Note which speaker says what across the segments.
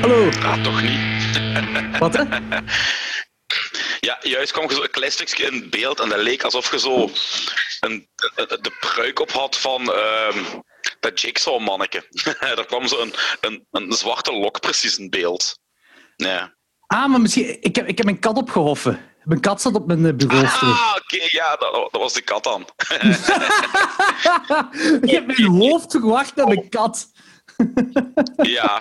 Speaker 1: Hallo.
Speaker 2: Ah, toch niet.
Speaker 1: Wat, hè?
Speaker 2: Ja, juist kwam je zo een klein stukje in beeld en dat leek alsof je zo de pruik op had van dat Jigsaw-manneke. Daar kwam zo een zwarte lok precies in beeld. Ja.
Speaker 1: Ah, maar misschien... Ik heb mijn kat opgehoffen. Mijn kat zat op mijn bureaustoel.
Speaker 2: Oké, ja, dat was de kat dan.
Speaker 1: Ik heb mijn hoofd verwacht naar mijn kat.
Speaker 2: Ja.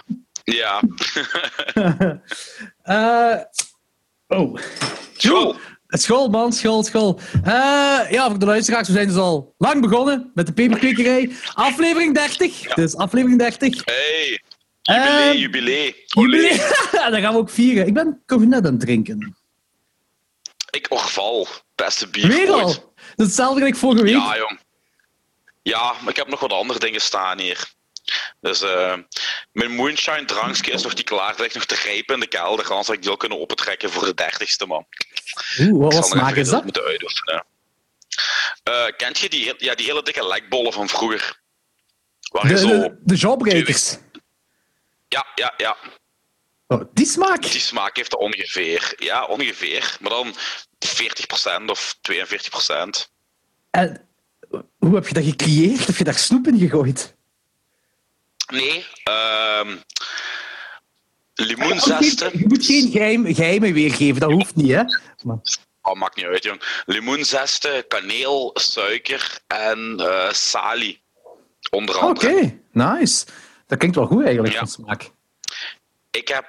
Speaker 1: Oh.
Speaker 2: School.
Speaker 1: School, man. School. Ja, voor de luisteraars, we zijn dus al lang begonnen met de peperkwekerij. Aflevering 30.
Speaker 2: Ja.
Speaker 1: Dus aflevering 30.
Speaker 2: Hey, jubilee.
Speaker 1: Jubilee. Dat gaan we ook vieren. Ik ben cognac aan het drinken.
Speaker 2: Ik orval. Beste bier
Speaker 1: Weer
Speaker 2: ooit.
Speaker 1: al? Dat is hetzelfde als vorige week.
Speaker 2: Ja, jong. Ja, maar ik heb nog wat andere dingen staan hier. Dus mijn moonshine drankje is nog niet klaar. Dat ligt nog te rijpen in de kelder. Anders had ik die al kunnen opentrekken voor de 30ste, man.
Speaker 1: Wat smaak is dat?
Speaker 2: Moeten uitoefenen. Kent je die hele dikke lekbollen van vroeger? Waar je zo...
Speaker 1: De jawbreakers.
Speaker 2: Ja.
Speaker 1: Oh, die smaak?
Speaker 2: Die smaak heeft er ongeveer. Ja, ongeveer. Maar dan 40% of 42%.
Speaker 1: En hoe heb je dat gecreëerd? Heb je daar snoep in gegooid?
Speaker 2: Nee, limoenzesten.
Speaker 1: Je moet geen geheimen weergeven, dat hoeft niet, hè? Maar...
Speaker 2: Oh, maakt niet uit, jong. Limoenzesten, kaneel, suiker en salie. Onder andere.
Speaker 1: Oké, nice. Dat klinkt wel goed eigenlijk,
Speaker 2: Ja.
Speaker 1: van smaak.
Speaker 2: Ik heb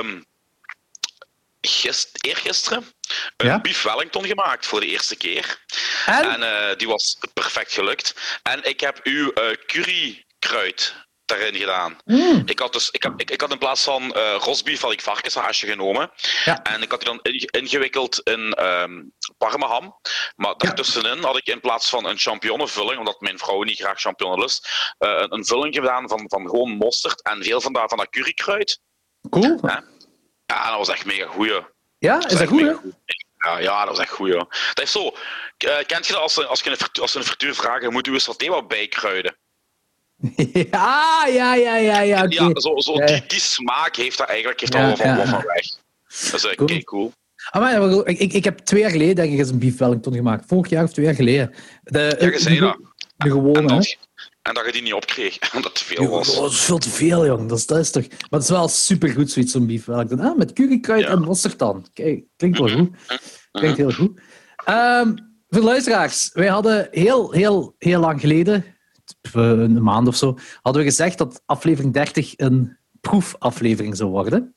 Speaker 2: eergisteren een
Speaker 1: Ja?
Speaker 2: beef Wellington gemaakt voor de eerste keer.
Speaker 1: En?
Speaker 2: Die was perfect gelukt. En ik heb uw currykruid daarin gedaan. Ik had in plaats van rosbief had ik varkenshaasje genomen.
Speaker 1: Ja.
Speaker 2: En ik had die dan ingewikkeld in parmeham. Maar daartussenin had ik in plaats van een champignonenvulling, omdat mijn vrouw niet graag champignon lust, een vulling gedaan van gewoon mosterd en veel van dat currykruid.
Speaker 1: Cool.
Speaker 2: Ja, dat was echt mega goeie.
Speaker 1: Ja, is dat goed, hè?
Speaker 2: Ja, dat was echt goed, joh. Dat is zo... kent je dat als je een frituur vraagt, moet je een saté wat bijkruiden?
Speaker 1: Ja, oké.
Speaker 2: Ja, die smaak heeft dat eigenlijk al van weg. Dat is cool.
Speaker 1: Maar ik heb 2 jaar geleden denk ik eens een beef Wellington gemaakt. Vorig jaar of 2 jaar geleden.
Speaker 2: Je zei dat.
Speaker 1: De gewone, hè?
Speaker 2: En dat je die niet opkreeg, omdat het te veel was.
Speaker 1: Dat is veel te veel, jong. Dat is toch... Maar het is wel supergoed, zoiets, zo'n beef Wellington. Met currykruid en mosterd dan. Kijk, klinkt wel goed. Klinkt heel goed. Voor de luisteraars, wij hadden heel lang geleden, een maand of zo, hadden we gezegd dat aflevering 30 een proefaflevering zou worden.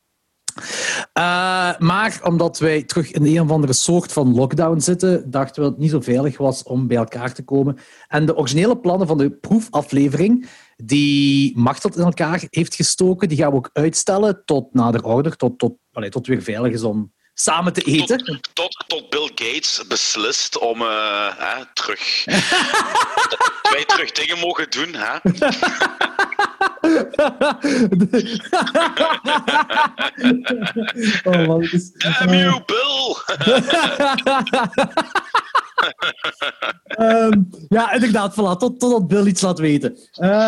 Speaker 1: Maar omdat wij terug in een of andere soort van lockdown zitten, dachten we dat het niet zo veilig was om bij elkaar te komen. En de originele plannen van de proefaflevering, die Machteld in elkaar heeft gestoken, die gaan we ook uitstellen tot nader order, tot het weer veilig is om samen te eten.
Speaker 2: Tot Bill Gates beslist om terug... dat wij terug dingen mogen doen, hè?
Speaker 1: Oh, man,
Speaker 2: Damn you, Bill!
Speaker 1: Ja, inderdaad, voilà, totdat Bill iets laat weten.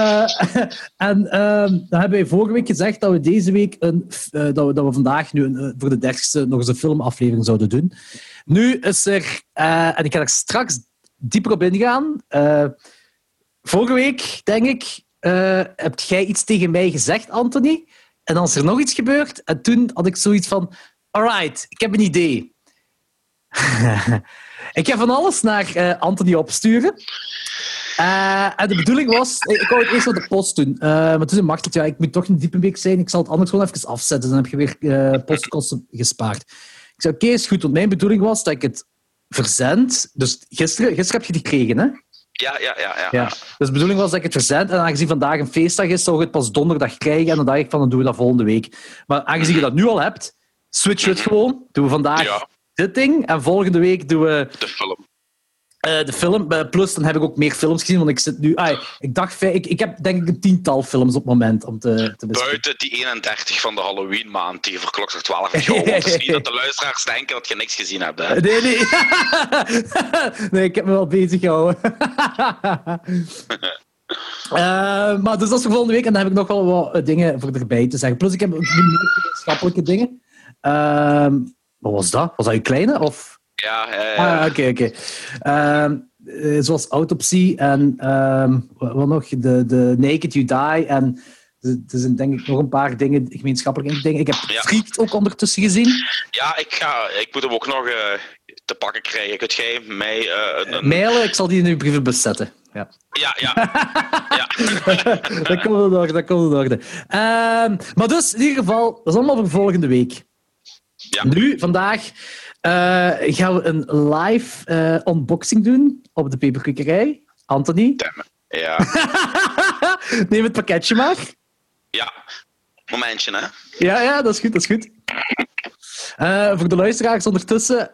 Speaker 1: Dan hebben wij vorige week gezegd dat we deze week dat we vandaag nu voor de 30ste nog eens een filmaflevering zouden doen. Nu is er, en ik ga er straks dieper op ingaan. Vorige week, denk ik, heb jij iets tegen mij gezegd, Anthony. En dan is er nog iets gebeurd. En toen had ik zoiets van, alright, ik heb een idee. Ik ga van alles naar Anthony opsturen. En de bedoeling was... Ik wou het eerst op de post doen. Maar toen zei Machteld, ja, ik moet toch een diepe week zijn. Ik zal het anders gewoon even afzetten. Dan heb je weer postkosten gespaard. Ik zei, oké, is goed. Want mijn bedoeling was dat ik het verzend. Dus gisteren heb je die gekregen, hè?
Speaker 2: Ja.
Speaker 1: Dus de bedoeling was dat ik het verzend. En aangezien vandaag een feestdag is, zou je het pas donderdag krijgen. En dan dacht ik van, dan doen we dat volgende week. Maar aangezien je dat nu al hebt, switch het gewoon. Doen we vandaag dit ding. En volgende week doen we...
Speaker 2: De film.
Speaker 1: De film. Plus, dan heb ik ook meer films gezien. Want ik zit nu... Ik heb denk ik een 10-tal films op het moment om te bespreken.
Speaker 2: Buiten die 31 van de Halloween-maand die voor klokslag 12 is gehouden. Het is niet dat de luisteraars denken dat je niks gezien hebt. Hè?
Speaker 1: Nee. Nee, ik heb me wel bezig gehouden. Maar dus dat is voor volgende week. En dan heb ik nog wel wat dingen voor erbij te zeggen. Plus ik heb ook meer wetenschappelijke dingen. Wat was dat? Was dat je kleine? Of...
Speaker 2: Ja.
Speaker 1: Oké. Zoals autopsie en wat nog? De Naked You Die. En er zijn denk ik nog een paar dingen, gemeenschappelijke dingen. Ik heb Freaked ook ondertussen gezien.
Speaker 2: Ja, ik moet hem ook nog te pakken krijgen. Kunt jij mij...
Speaker 1: Mailen, ik zal die in uw brievenbus zetten. Ja. Dat komt in orde. Maar dus, in ieder geval, dat is allemaal voor volgende week.
Speaker 2: Ja.
Speaker 1: Nu, vandaag, gaan we een live unboxing doen op de peperkwekerij. Anthony?
Speaker 2: Ja.
Speaker 1: Neem het pakketje maar.
Speaker 2: Ja. Momentje, hè.
Speaker 1: Ja, dat is goed. Voor de luisteraars ondertussen...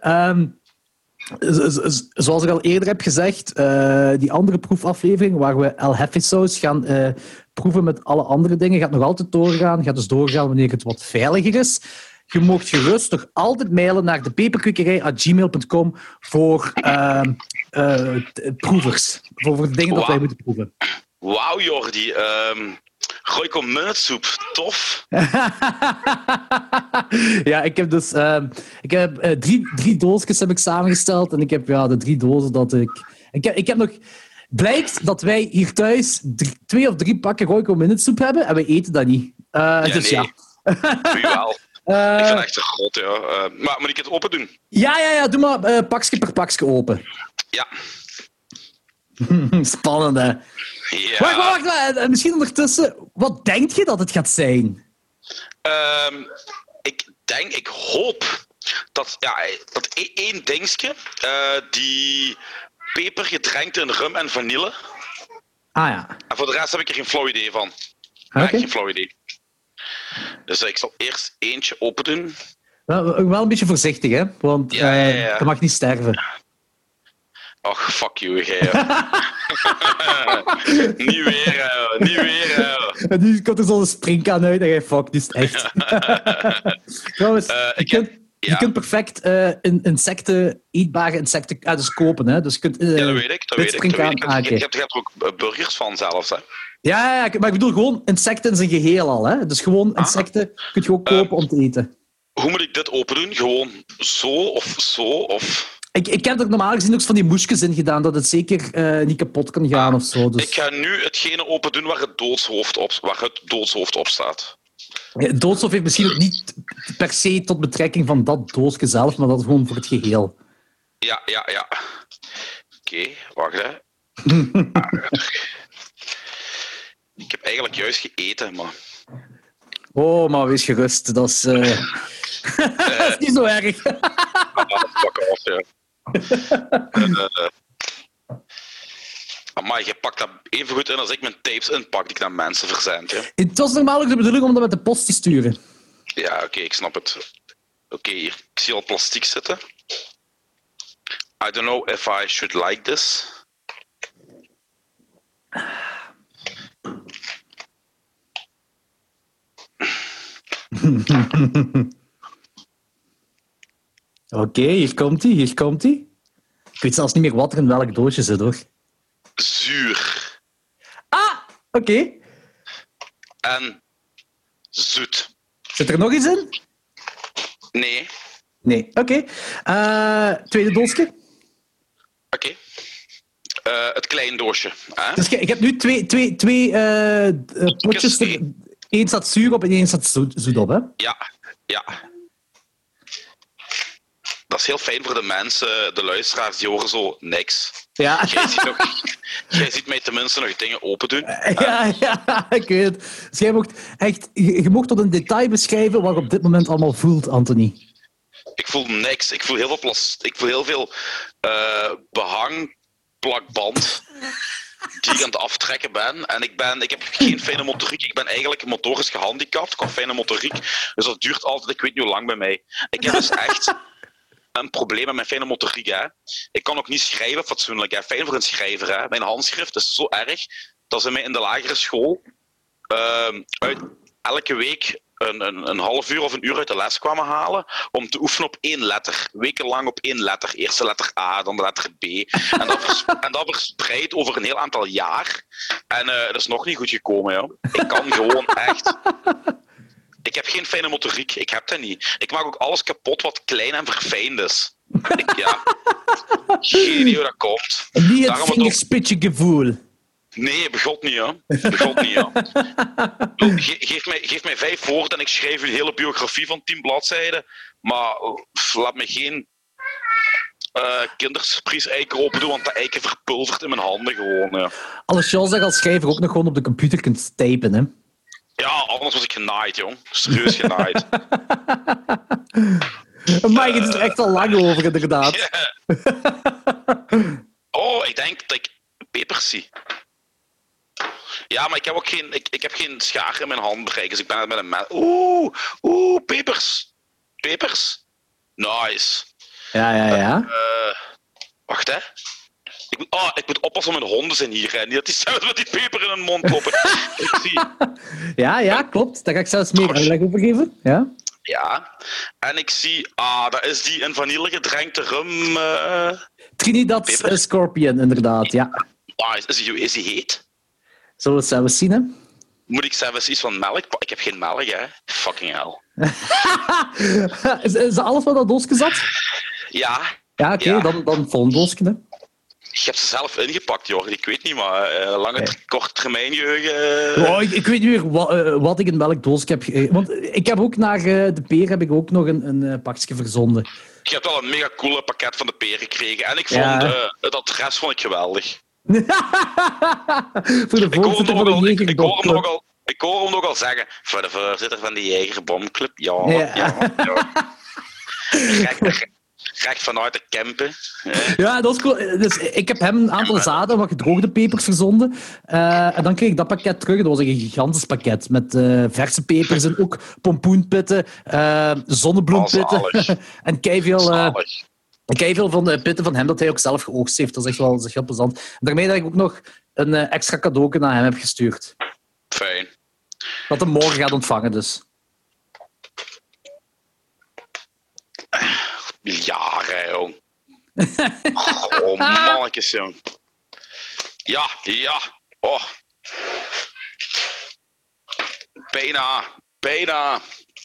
Speaker 1: zoals ik al eerder heb gezegd, die andere proefaflevering waar we El Jefe-saus gaan proeven met alle andere dingen, gaat nog altijd doorgaan. Gaat dus doorgaan wanneer het wat veiliger is. Je mag gerust nog altijd mailen naar depeperkwekerij@gmail.com voor proevers. Voor de dingen dat wij moeten proeven.
Speaker 2: Wauw, Jordi. Royco Munnetsoep, tof.
Speaker 1: Ja, ik heb dus drie doosjes heb ik samengesteld. En ik heb de 3 dozen dat ik heb nog... Blijkt dat wij hier thuis 2 of 3 pakken Royco Munnetsoep hebben en wij eten dat niet. Dus
Speaker 2: nee. Wie wel. Ik vind het echt een god, ja. Maar moet ik het open doen?
Speaker 1: Ja, doe maar pakje per pakje open.
Speaker 2: Ja.
Speaker 1: Spannend, hè?
Speaker 2: Ja.
Speaker 1: Wacht. Misschien ondertussen, wat denk je dat het gaat zijn?
Speaker 2: Ik hoop dat één dingetje, die peper gedrenkt in rum en vanille.
Speaker 1: Ah ja.
Speaker 2: En voor de rest heb ik er geen flauw idee van.
Speaker 1: Okay.
Speaker 2: Geen flauw idee. Dus ik zal eerst eentje open doen.
Speaker 1: Wel een beetje voorzichtig, hè? Want je mag niet sterven.
Speaker 2: Och, fuck you, jij. Niet weer.
Speaker 1: En nu komt er zo'n springkaan uit en jij fuck, dit is echt. Trouwens, je kunt perfect eetbare insecten dus kopen, hè? Dus je kunt,
Speaker 2: ja, dat weet ik.
Speaker 1: Je
Speaker 2: hebt er ook burgers van zelfs, hè?
Speaker 1: Ja, maar ik bedoel gewoon insecten in zijn geheel al, hè? Dus gewoon insecten kun je ook kopen om te eten.
Speaker 2: Hoe moet ik dit open doen? Gewoon zo of... Ik
Speaker 1: heb er normaal gezien ook van die moesjes in gedaan, dat het zeker niet kapot kan gaan of zo. Dus...
Speaker 2: Ik ga nu hetgene open doen waar het doodshoofd op staat.
Speaker 1: Het doodshoofd heeft misschien ook niet per se tot betrekking van dat doosje zelf, maar dat is gewoon voor het geheel.
Speaker 2: Ja. Oké, wacht hè. Ik heb eigenlijk juist gegeten, maar...
Speaker 1: Oh, maar wees gerust, dat is... dat is niet zo erg.
Speaker 2: Pak af, ja. Maar je pakt dat even goed in als ik mijn tapes inpak die ik naar mensen verzend. Ja?
Speaker 1: Het was normaal ook de bedoeling om dat met de post te sturen.
Speaker 2: Ja, oké, ik snap het. Oké, hier. Ik zie al plastic zitten. I don't know if I should like this.
Speaker 1: Oké, hier komt hij. Ik weet zelfs niet meer wat er in welk doosje zit, hoor.
Speaker 2: Zuur.
Speaker 1: Ah, oké.
Speaker 2: En zoet.
Speaker 1: Zit er nog iets in? Nee, oké. Tweede doosje.
Speaker 2: Oké. Het klein doosje.
Speaker 1: Dus ik heb nu twee potjes. Eén staat zuur op en één staat zoet op, hè?
Speaker 2: Ja. Dat is heel fijn voor de mensen, de luisteraars, die horen zo niks.
Speaker 1: Ja.
Speaker 2: Jij ziet mij tenminste nog dingen open doen.
Speaker 1: Ja, ik weet het. Dus je mocht tot een detail beschrijven wat je op dit moment allemaal voelt, Anthony.
Speaker 2: Ik voel niks. Ik voel heel veel behang, plakband, die ik aan het aftrekken ben. En ik heb geen fijne motoriek. Ik ben eigenlijk motorisch gehandicapt qua fijne motoriek. Dus dat duurt altijd, ik weet niet hoe lang bij mij. Ik heb dus echt een probleem met mijn fijne motoriek. Hè. Ik kan ook niet schrijven fatsoenlijk. Hè. Fijn voor een schrijver. Hè. Mijn handschrift is zo erg dat ze mij in de lagere school uit elke week een half uur of een uur uit de les kwamen halen om te oefenen op 1 letter. Wekenlang op 1 letter. Eerst de letter A, dan de letter B. En dat verspreid over een heel aantal jaar. En dat is nog niet goed gekomen, ja. Ik kan gewoon echt... Ik heb geen fijne motoriek. Ik heb dat niet. Ik maak ook alles kapot wat klein en verfijnd is. Geen idee hoe dat komt.
Speaker 1: Niet het vingerspitje gevoel.
Speaker 2: Nee, begot niet, ja. Begot niet, ja. Geef mij 5 woorden en ik schrijf een hele biografie van 10 bladzijden. Maar laat me geen kindersurprise-eiken open doen, want dat eiken verpulvert in mijn handen gewoon. Ja.
Speaker 1: Alle chance dat je als schrijver ook nog gewoon op de computer kunt typen, hè?
Speaker 2: Ja, anders was ik genaaid, jong. Serieus genaaid.
Speaker 1: Maar het is er echt al lang over, inderdaad.
Speaker 2: Yeah. Oh, ik denk dat ik pepers zie. Ja, maar ik heb ook geen schaar in mijn hand bereikt, dus ik ben het met een mes. Oeh, pepers. Pepers. Nice.
Speaker 1: Ja.
Speaker 2: Wacht, hè. Ik moet oppassen, mijn honden zijn hier, hè. Niet dat die zelfs met die peper in hun mond lopen. Ik zie...
Speaker 1: Ja, klopt. Daar ga ik zelfs meer uitleg over geven.
Speaker 2: Ja. En ik zie... dat is die in vanille gedrenkte rum...
Speaker 1: Trinidad Scorpion, inderdaad, ja.
Speaker 2: Is die heet?
Speaker 1: Zullen we het zelfs zien, hè?
Speaker 2: Moet ik zelfs iets van melk... Ik heb geen melk, hè. Fucking hell.
Speaker 1: Is alles wat dat doosje zat?
Speaker 2: Ja.
Speaker 1: Ja, oké, dan vol een doosje, hè.
Speaker 2: Je hebt ze zelf ingepakt, joh. Ik weet niet, maar kort termijn geheugen...
Speaker 1: Ik weet niet meer wat ik in welk doosje heb... Want ik heb ook naar de peer heb ik ook nog een pakje verzonden.
Speaker 2: Je hebt wel een mega coole pakket van de peer gekregen. En ik vond het adres vond ik geweldig.
Speaker 1: Voor de voorzitter van de Jegerbomclub.
Speaker 2: Ik hoor hem nog al zeggen. Voor de voorzitter van de Jegerbomclub. Ja. Recht vanuit de Kempen.
Speaker 1: Ja, dat is cool. Dus ik heb hem een aantal zaden, wat gedroogde pepers verzonden. En dan kreeg ik dat pakket terug. Dat was een gigantisch pakket. Met verse pepers en ook pompoenpitten, zonnebloempitten. En keiveel van de pitten van hem dat hij ook zelf geoogst heeft. Dat is echt heel plezant. En daarmee dat ik ook nog een extra cadeau naar hem heb gestuurd.
Speaker 2: Fijn.
Speaker 1: Dat hij morgen gaat ontvangen, dus.
Speaker 2: Jaren, jong. Oh, mannetjes, jong. Ja. Oh. Bijna.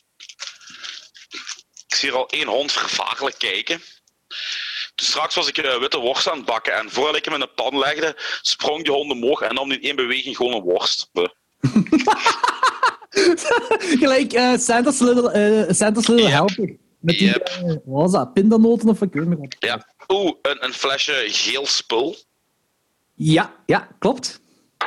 Speaker 2: Ik zie er al 1 hond vervaarlijk kijken. Dus straks was ik witte worst aan het bakken en voordat ik hem in de pan legde, sprong die hond omhoog en nam in 1 beweging gewoon een worst.
Speaker 1: Gelijk Santa's Little Helper. Met die, wat was dat? Pindanoten of ik weet niet wat.
Speaker 2: Ja. Een flesje geel spul.
Speaker 1: Ja, klopt.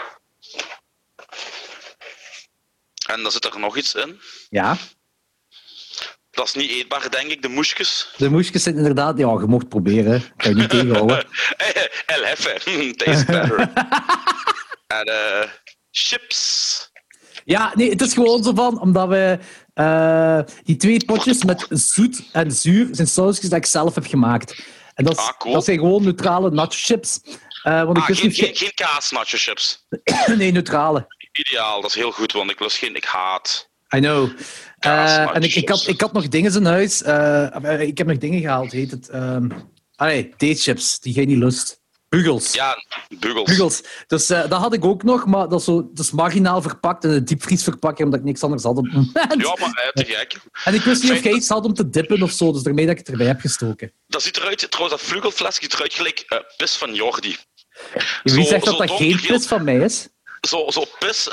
Speaker 2: En dan zit er nog iets in.
Speaker 1: Ja.
Speaker 2: Dat is niet eetbaar, denk ik, de moesjes.
Speaker 1: De moesjes zijn inderdaad... Ja, je mocht proberen. Kan je niet tegenhouden.
Speaker 2: El Jefe. Tastes better. En chips.
Speaker 1: Ja, nee, het is gewoon zo van... Omdat we... die 2 potjes met zoet en zuur zijn sausjes dat ik zelf heb gemaakt. En dat zijn gewoon neutrale nacho chips.
Speaker 2: Geen kaas nacho chips.
Speaker 1: Nee, neutrale.
Speaker 2: Ideaal, dat is heel goed, want ik haat...
Speaker 1: I know. En ik had nog dingen in huis. Ik heb nog dingen gehaald, heet het. Datechips, die geen niet lust. Bugels.
Speaker 2: Ja, bugels.
Speaker 1: Dus dat had ik ook nog, maar dat is marginaal verpakt in een diepvries verpakking, omdat ik niks anders had op het moment.
Speaker 2: Ja, maar te gek.
Speaker 1: En ik wist niet of jij iets had om te dippen of zo, dus daarmee dat ik het erbij heb gestoken.
Speaker 2: Dat ziet eruit, trouwens, dat vlugelflesje ziet eruit gelijk pis van Jordi.
Speaker 1: Wie zegt dat geen pis van mij is?
Speaker 2: Zo pis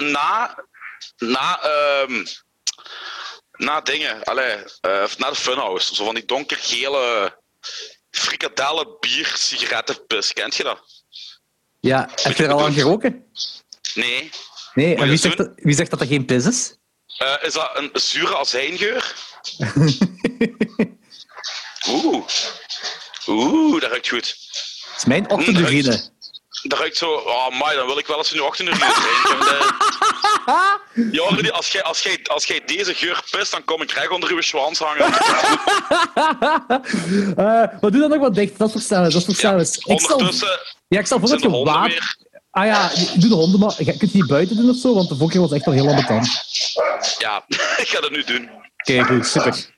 Speaker 2: na dingen, na de funhouse. Zo van die donkergele frikadellen, bier, sigarettenpis. Kent je dat?
Speaker 1: Ja, heb je er al aan geroken?
Speaker 2: Nee.
Speaker 1: En wie zegt dat geen pis is?
Speaker 2: Is dat een zure azijngeur? Dat ruikt goed.
Speaker 1: Dat is mijn ochtendurine.
Speaker 2: Dat ruikt zo... Oh, dan wil ik wel eens een ochtendurine drinken. Jordi, als jij deze geur pist, dan kom ik recht onder uw zwans hangen.
Speaker 1: Maar doe dan nog wat dicht. Dat is voor zelfs.
Speaker 2: Ondertussen...
Speaker 1: Ik stel voor dat je water... doe de honden maar. Je kunt die buiten doen of zo, want de vorige keer was echt al heel ambetant.
Speaker 2: ja. Ik ga dat nu doen.
Speaker 1: Oké, goed, super.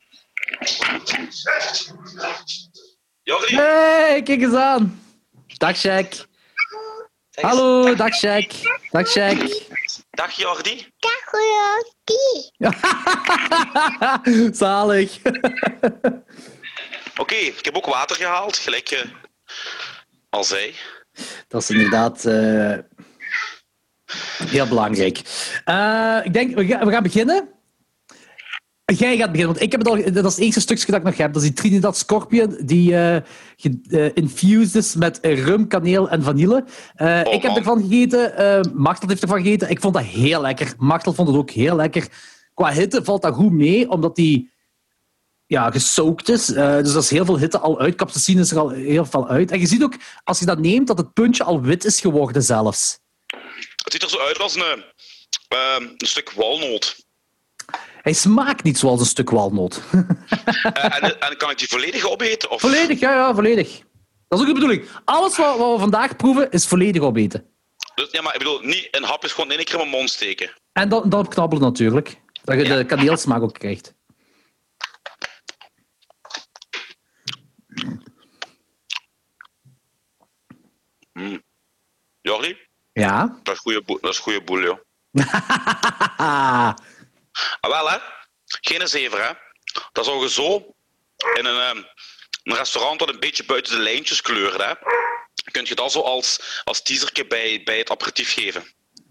Speaker 2: Jordi?
Speaker 1: Hey, kijk eens aan. Dag, Jack. Hallo, dag, Jack. Dag, Jack.
Speaker 2: Dag Jordi.
Speaker 1: Zalig.
Speaker 2: Oké, ik heb ook water gehaald, gelijk je al zei.
Speaker 1: Dat is inderdaad heel belangrijk. Ik denk, we gaan beginnen. Jij gaat beginnen, want ik heb het al, dat is het eerste stukje dat ik nog heb. Dat is die Trinidad Scorpion, die infused is met rum, kaneel en vanille. Ik heb ervan gegeten, Machtel heeft ervan gegeten. Ik vond dat heel lekker. Machtel vond het ook heel lekker. Qua hitte valt dat goed mee, omdat die gesookt is. Dus dat is heel veel hitte al uit. Capsaicine is er al heel veel uit. En je ziet ook, als je dat neemt, dat het puntje al wit is geworden zelfs.
Speaker 2: Het ziet er zo uit als een stuk walnoot.
Speaker 1: Hij smaakt niet zoals een stuk walnoot.
Speaker 2: En kan ik die volledig opeten? Of?
Speaker 1: Volledig, ja, volledig. Dat is ook de bedoeling. Alles wat we vandaag proeven, is volledig opeten.
Speaker 2: Dus, ja, maar ik bedoel, niet een hap is gewoon in één keer in mijn mond steken.
Speaker 1: En dan op knabbelen natuurlijk. Dat je de kaneelsmaak ook krijgt.
Speaker 2: Jordi?
Speaker 1: Ja?
Speaker 2: Dat is goede boel, joh. Wel, hè? Geen zever, hè? Dat zou je zo in een restaurant dat een beetje buiten de lijntjes kleurt, hè? Kun je dat zo als teasertje bij het aperitief geven.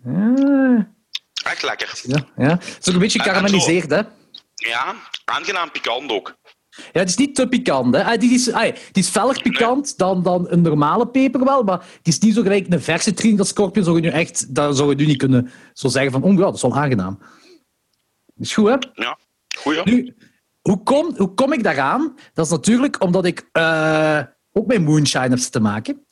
Speaker 2: Echt lekker.
Speaker 1: Ja. Het is ook een beetje gekarameliseerd, hè?
Speaker 2: Ja, aangenaam pikant ook.
Speaker 1: Ja, het is niet te pikant. Hè. Die is feller pikant dan een normale peper wel, maar het is niet zo gelijk een verse Trinidad Scorpion. Daar zou je nu niet kunnen zo zeggen van, dat is wel aangenaam. Dat is goed, hè?
Speaker 2: Ja, goed, ja.
Speaker 1: Nu, hoe kom ik daaraan? Dat is natuurlijk omdat ik ook met moonshine heb te maken.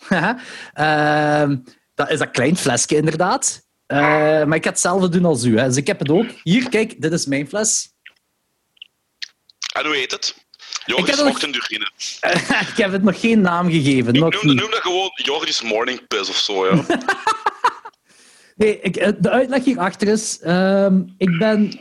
Speaker 1: Dat is dat klein flesje, inderdaad. Maar ik ga hetzelfde doen als u. Hè. Dus ik heb het ook. Hier, kijk, dit is mijn fles.
Speaker 2: En hoe heet het? Jordi's ochtendurine.
Speaker 1: Ik heb het nog geen naam gegeven.
Speaker 2: Noem dat gewoon Jordi's morning piss of zo, ja.
Speaker 1: Nee, de uitleg hierachter is... ik ben...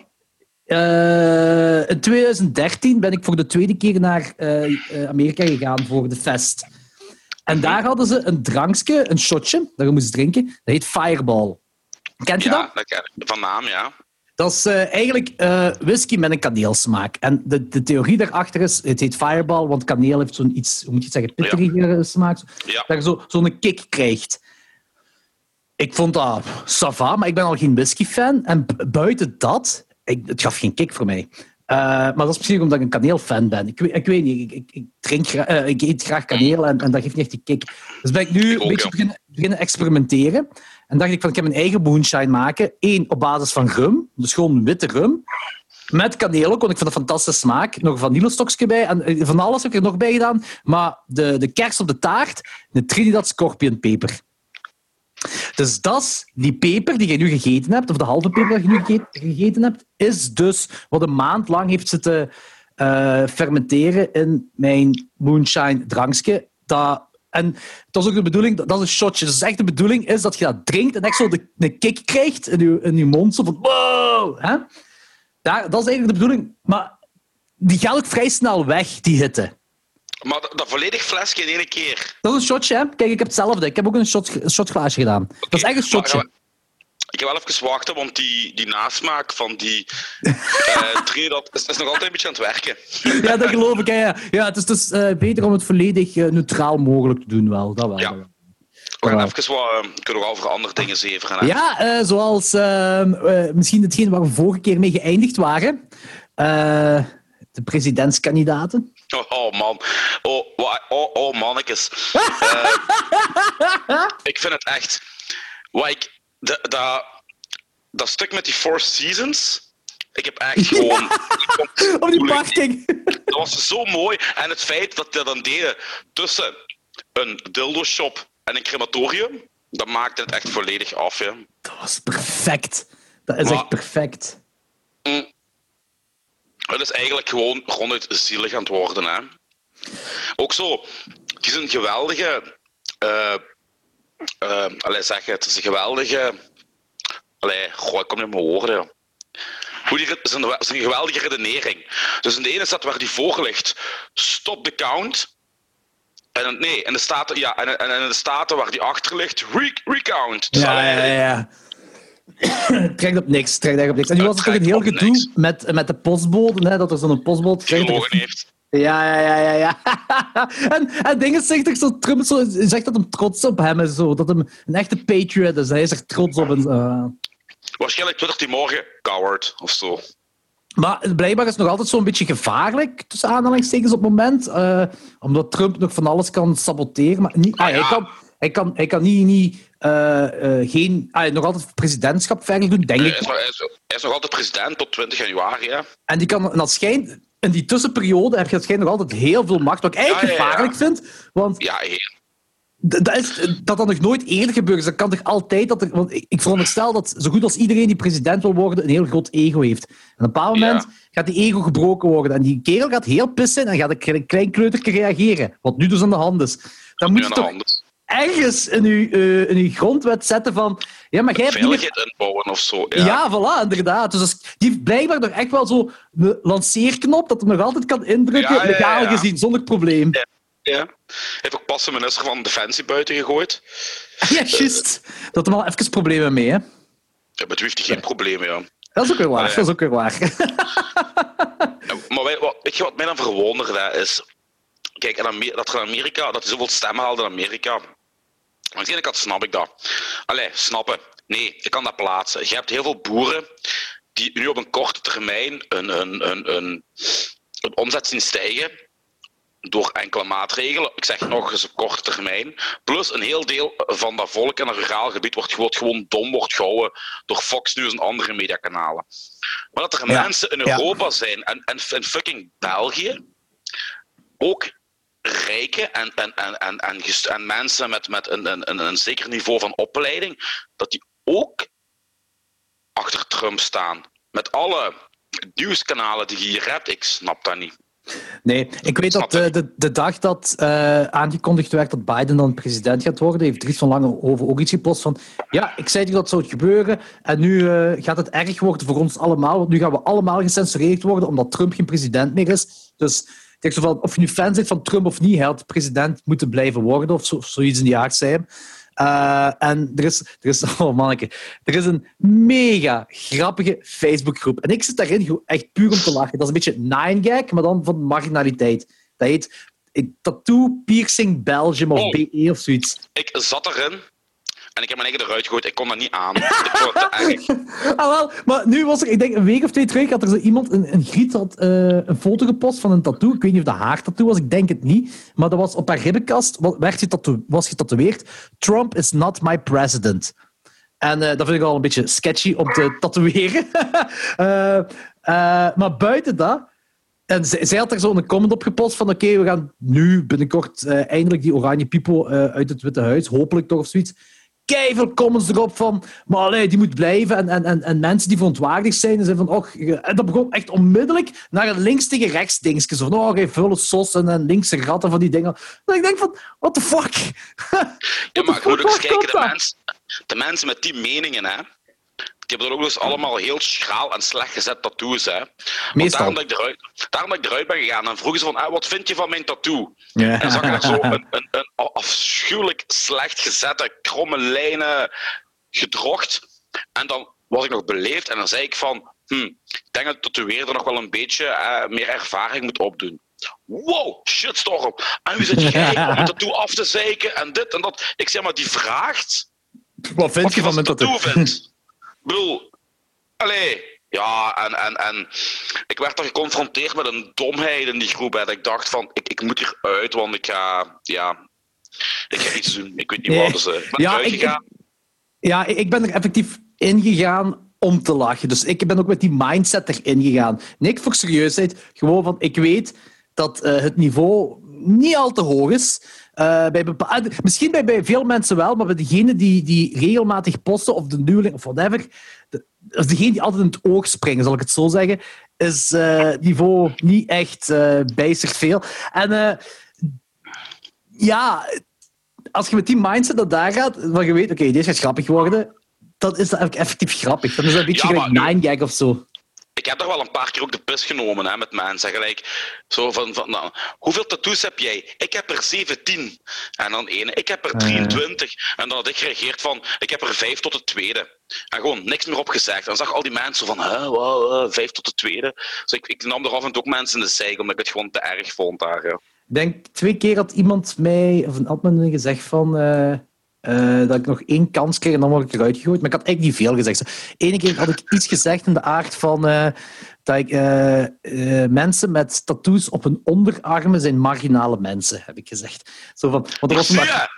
Speaker 1: in 2013 ben ik voor de tweede keer naar Amerika gegaan voor de fest. En daar hadden ze een drankje, een shotje, dat je moest drinken. Dat heet Fireball. Kent je dat?
Speaker 2: Ja, dat ken ik. Van naam, ja.
Speaker 1: Dat is eigenlijk whisky met een kaneelsmaak. En de theorie daarachter is, het heet Fireball, want kaneel heeft zo'n iets, hoe moet je het zeggen, pittige smaak.
Speaker 2: Ja.
Speaker 1: Dat je zo'n kick krijgt. Ik vond dat ça va, maar ik ben al geen whisky-fan. En buiten dat, het gaf geen kick voor mij. Maar dat is misschien omdat ik een kaneelfan ben. Ik weet niet, ik eet graag kaneel en dat geeft niet echt die kick. Dus ben ik nu een beetje beginnen experimenteren. En dacht ik van, ik heb mijn eigen moonshine maken. Eén, op basis van rum, dus gewoon witte rum. Met kaneel ook, want ik vond dat fantastische smaak. Nog een vanillestokje bij en van alles heb ik er nog bij gedaan. Maar de kers op de taart, de Trinidad Scorpion peper. Dus die peper die je nu gegeten hebt, of de halve peper die je nu gegeten hebt, is dus wat een maand lang heeft zitten fermenteren in mijn moonshine drankje. En dat is ook de bedoeling, dat is een shotje. Dus echt de bedoeling is dat je dat drinkt en echt zo de kick krijgt in je mond. Zo van wow! Hè? Dat is eigenlijk de bedoeling. Maar die gaat ook vrij snel weg, die hitte.
Speaker 2: Maar dat volledig flesje in één keer.
Speaker 1: Dat is een shotje, hè? Kijk, ik heb hetzelfde. Ik heb ook een shotglaasje gedaan. Okay, dat is echt een shotje.
Speaker 2: Ik heb wel even wachten, want die nasmaak van die Trinidad is nog altijd een beetje aan het werken.
Speaker 1: Ja, dat geloof ik. Ja, het is dus beter om het volledig neutraal mogelijk te doen, wel. Dat wel.
Speaker 2: Ja. We gaan even kunnen we over andere dingen zeveren. Hè?
Speaker 1: Ja, zoals misschien hetgeen waar we vorige keer mee geëindigd waren. De presidentskandidaten.
Speaker 2: Oh man. Oh mannetjes. Ik vind het echt... Dat stuk met die Four Seasons... Ik heb echt gewoon...
Speaker 1: Op die parking.
Speaker 2: Dat was zo mooi. En het feit dat die dan deden tussen een dildo-shop en een crematorium, dat maakte het echt volledig af. Ja.
Speaker 1: Dat was perfect. Dat is echt perfect.
Speaker 2: Het is eigenlijk gewoon ronduit zielig aan het worden. Hè. Ook zo, het is een geweldige... het is een geweldige... ik kom niet op mijn woorden. Ja. zijn geweldige redenering. Dus in de ene staat waar die voor ligt, stop the count. En in de staten, en in de staten waar die achter ligt, recount. Dus
Speaker 1: ja. Het trekt op niks. En nu was het toch een heel gedoe met de postbode, hè, dat er zo'n postbode
Speaker 2: gelogen heeft.
Speaker 1: Ja. en dingen zegt toch zo, Trump zegt dat hem trots op hem is, zo, dat hem een echte patriot is. Hij is er trots op.
Speaker 2: Waarschijnlijk twittert hij morgen coward of zo.
Speaker 1: Maar blijkbaar is het nog altijd zo'n beetje gevaarlijk, tussen aanhalingstekens op het moment, omdat Trump nog van alles kan saboteren. Maar niet, hij kan nog altijd presidentschap verder doen, denk ik.
Speaker 2: Hij is nog altijd president tot 20 januari, hè.
Speaker 1: En dat schijnt, in die tussenperiode heb je nog altijd heel veel macht, wat ik eigenlijk gevaarlijk vind. Want dat nog nooit eerder gebeurt. Dus dat kan toch altijd... Want ik veronderstel dat zo goed als iedereen die president wil worden, een heel groot ego heeft. En op een bepaald moment gaat die ego gebroken worden. En die kerel gaat heel pist zijn en gaat een klein kleutertje reageren. Wat nu dus aan de hand is. Dan moet je toch ergens in uw grondwet zetten van... Ja, maar jij hebt
Speaker 2: veiligheid inbouwen of zo.
Speaker 1: Ja, voilà, inderdaad. Dus die heeft blijkbaar nog echt wel zo'n lanceerknop dat hem nog altijd kan indrukken, legaal gezien, zonder probleem.
Speaker 2: Ja. Hij heeft ook pas de minister van Defensie buiten gegooid.
Speaker 1: Ja, juist. Dat hem al even problemen mee, hè?
Speaker 2: Ja, met wie heeft hij geen problemen, ja.
Speaker 1: Dat is ook weer waar, dat is ook weer waar.
Speaker 2: Maar weet je wat mij dan verwonderde is... Kijk, dat er in Amerika, dat hij zoveel stemmen haalde in Amerika... Aan de ene kant snap ik dat. Snappen. Nee, ik kan dat plaatsen. Je hebt heel veel boeren die nu op een korte termijn een omzet zien stijgen door enkele maatregelen. Ik zeg nog eens op korte termijn. Plus een heel deel van dat volk in een ruraal gebied wordt gewoon dom wordt gehouden door Fox News en andere mediakanalen. Maar dat er mensen in Europa zijn en in fucking België ook rijken en mensen met een zeker niveau van opleiding, dat die ook achter Trump staan. Met alle nieuwskanalen die je hier hebt, ik snap dat niet.
Speaker 1: Nee, ik weet dat de dag dat aangekondigd werd dat Biden dan president gaat worden, heeft Dries van Langenhoven ook iets gepost van ja, ik zei dat zou gebeuren en nu gaat het erg worden voor ons allemaal, want nu gaan we allemaal gecensureerd worden omdat Trump geen president meer is. Dus ik denk zo van, of je nu fan bent van Trump of niet, hij had president moeten blijven worden of zoiets in die aard zijn. En er is oh manneke, er is een mega grappige Facebookgroep. En ik zit daarin echt puur om te lachen. Dat is een beetje 9gag, maar dan van marginaliteit. Dat heet Tattoo Piercing Belgium of BE of zoiets.
Speaker 2: Ik zat erin en ik heb mijn eigen eruit gegooid. Ik kon dat niet aan. Ik vond het te erg.
Speaker 1: Wel, maar nu was er, ik denk een week of 2 terug, had er zo iemand, een griet had een foto gepost van een tattoo. Ik weet niet of dat haar tattoo was, ik denk het niet. Maar dat was op haar ribbenkast, was getatoeëerd. Trump is not my president. En dat vind ik al een beetje sketchy om te tatoeëren. Maar buiten dat... En zij had er zo een comment op gepost van oké, we gaan nu binnenkort eindelijk die oranje pipo uit het Witte Huis, hopelijk toch of zoiets. Keiveel comments erop van, maar allee, die moet blijven. En mensen die verontwaardigd zijn, en zijn van, en dat begon echt onmiddellijk naar een links tegen rechts dingetjes. Van, geen vulle sos en linkse ratten van die dingen. En ik denk van, what the fuck?
Speaker 2: Ja, maar je moet ook eens kijken, de mensen met die meningen, hè, die hebben er ook dus allemaal heel schraal en slecht gezet tattoos. Hè. Daarom dat ik eruit ben gegaan en vroegen ze van, wat vind je van mijn tattoo? Ja. En dan zag ik er zo een afschuwelijk slecht gezette, kromme lijnen gedrocht. En dan was ik nog beleefd en dan zei ik van, ik denk dat de tatoeëerder nog wel een beetje meer ervaring moet opdoen. Wow, shitstorm. En wie zit jij om mijn tattoo af te zeiken en dit en dat? Ik zeg maar, die vraagt
Speaker 1: wat vind je van mijn tattoo?
Speaker 2: Ik bedoel, ja, en ik werd er geconfronteerd met een domheid in die groep. Hè, dat ik dacht van, ik moet hieruit, want ik ga iets doen. Ik weet niet wat. Dus
Speaker 1: ik ben er effectief ingegaan om te lachen. Dus ik ben ook met die mindset erin gegaan. Niks voor serieusheid. Gewoon van, ik weet dat het niveau niet al te hoog is. Misschien bij veel mensen wel, maar bij degene die regelmatig posten of de nieuweling of whatever, degene die altijd in het oog springen, zal ik het zo zeggen, is niveau niet echt bijzonder veel. En als je met die mindset naar daar gaat, dan je weet, oké, deze gaat grappig worden, dan is dat effectief grappig. Dan is dat een beetje gelijk 9gag of zo.
Speaker 2: ik heb daar wel een paar keer ook de pis genomen hè, met mensen. Gelijk, zo van nou, hoeveel tattoos heb jij? Ik heb er 17. En dan ene, ik heb er 23. En dan had ik gereageerd van, ik heb er 5 tot de tweede. En gewoon niks meer op gezegd. En dan zag al die mensen van, 5 tot de tweede. Dus ik nam er af en toe ook mensen in de zeik, omdat ik het gewoon te erg vond daar. Ja.
Speaker 1: Ik denk 2 keer had iemand mij, of een admin gezegd van... dat ik nog 1 kans kreeg en dan word ik eruit gegooid. Maar ik had eigenlijk niet veel gezegd. Eén keer had ik iets gezegd in de aard van dat ik mensen met tattoos op hun onderarmen zijn marginale mensen, heb ik gezegd. Zo van, want er was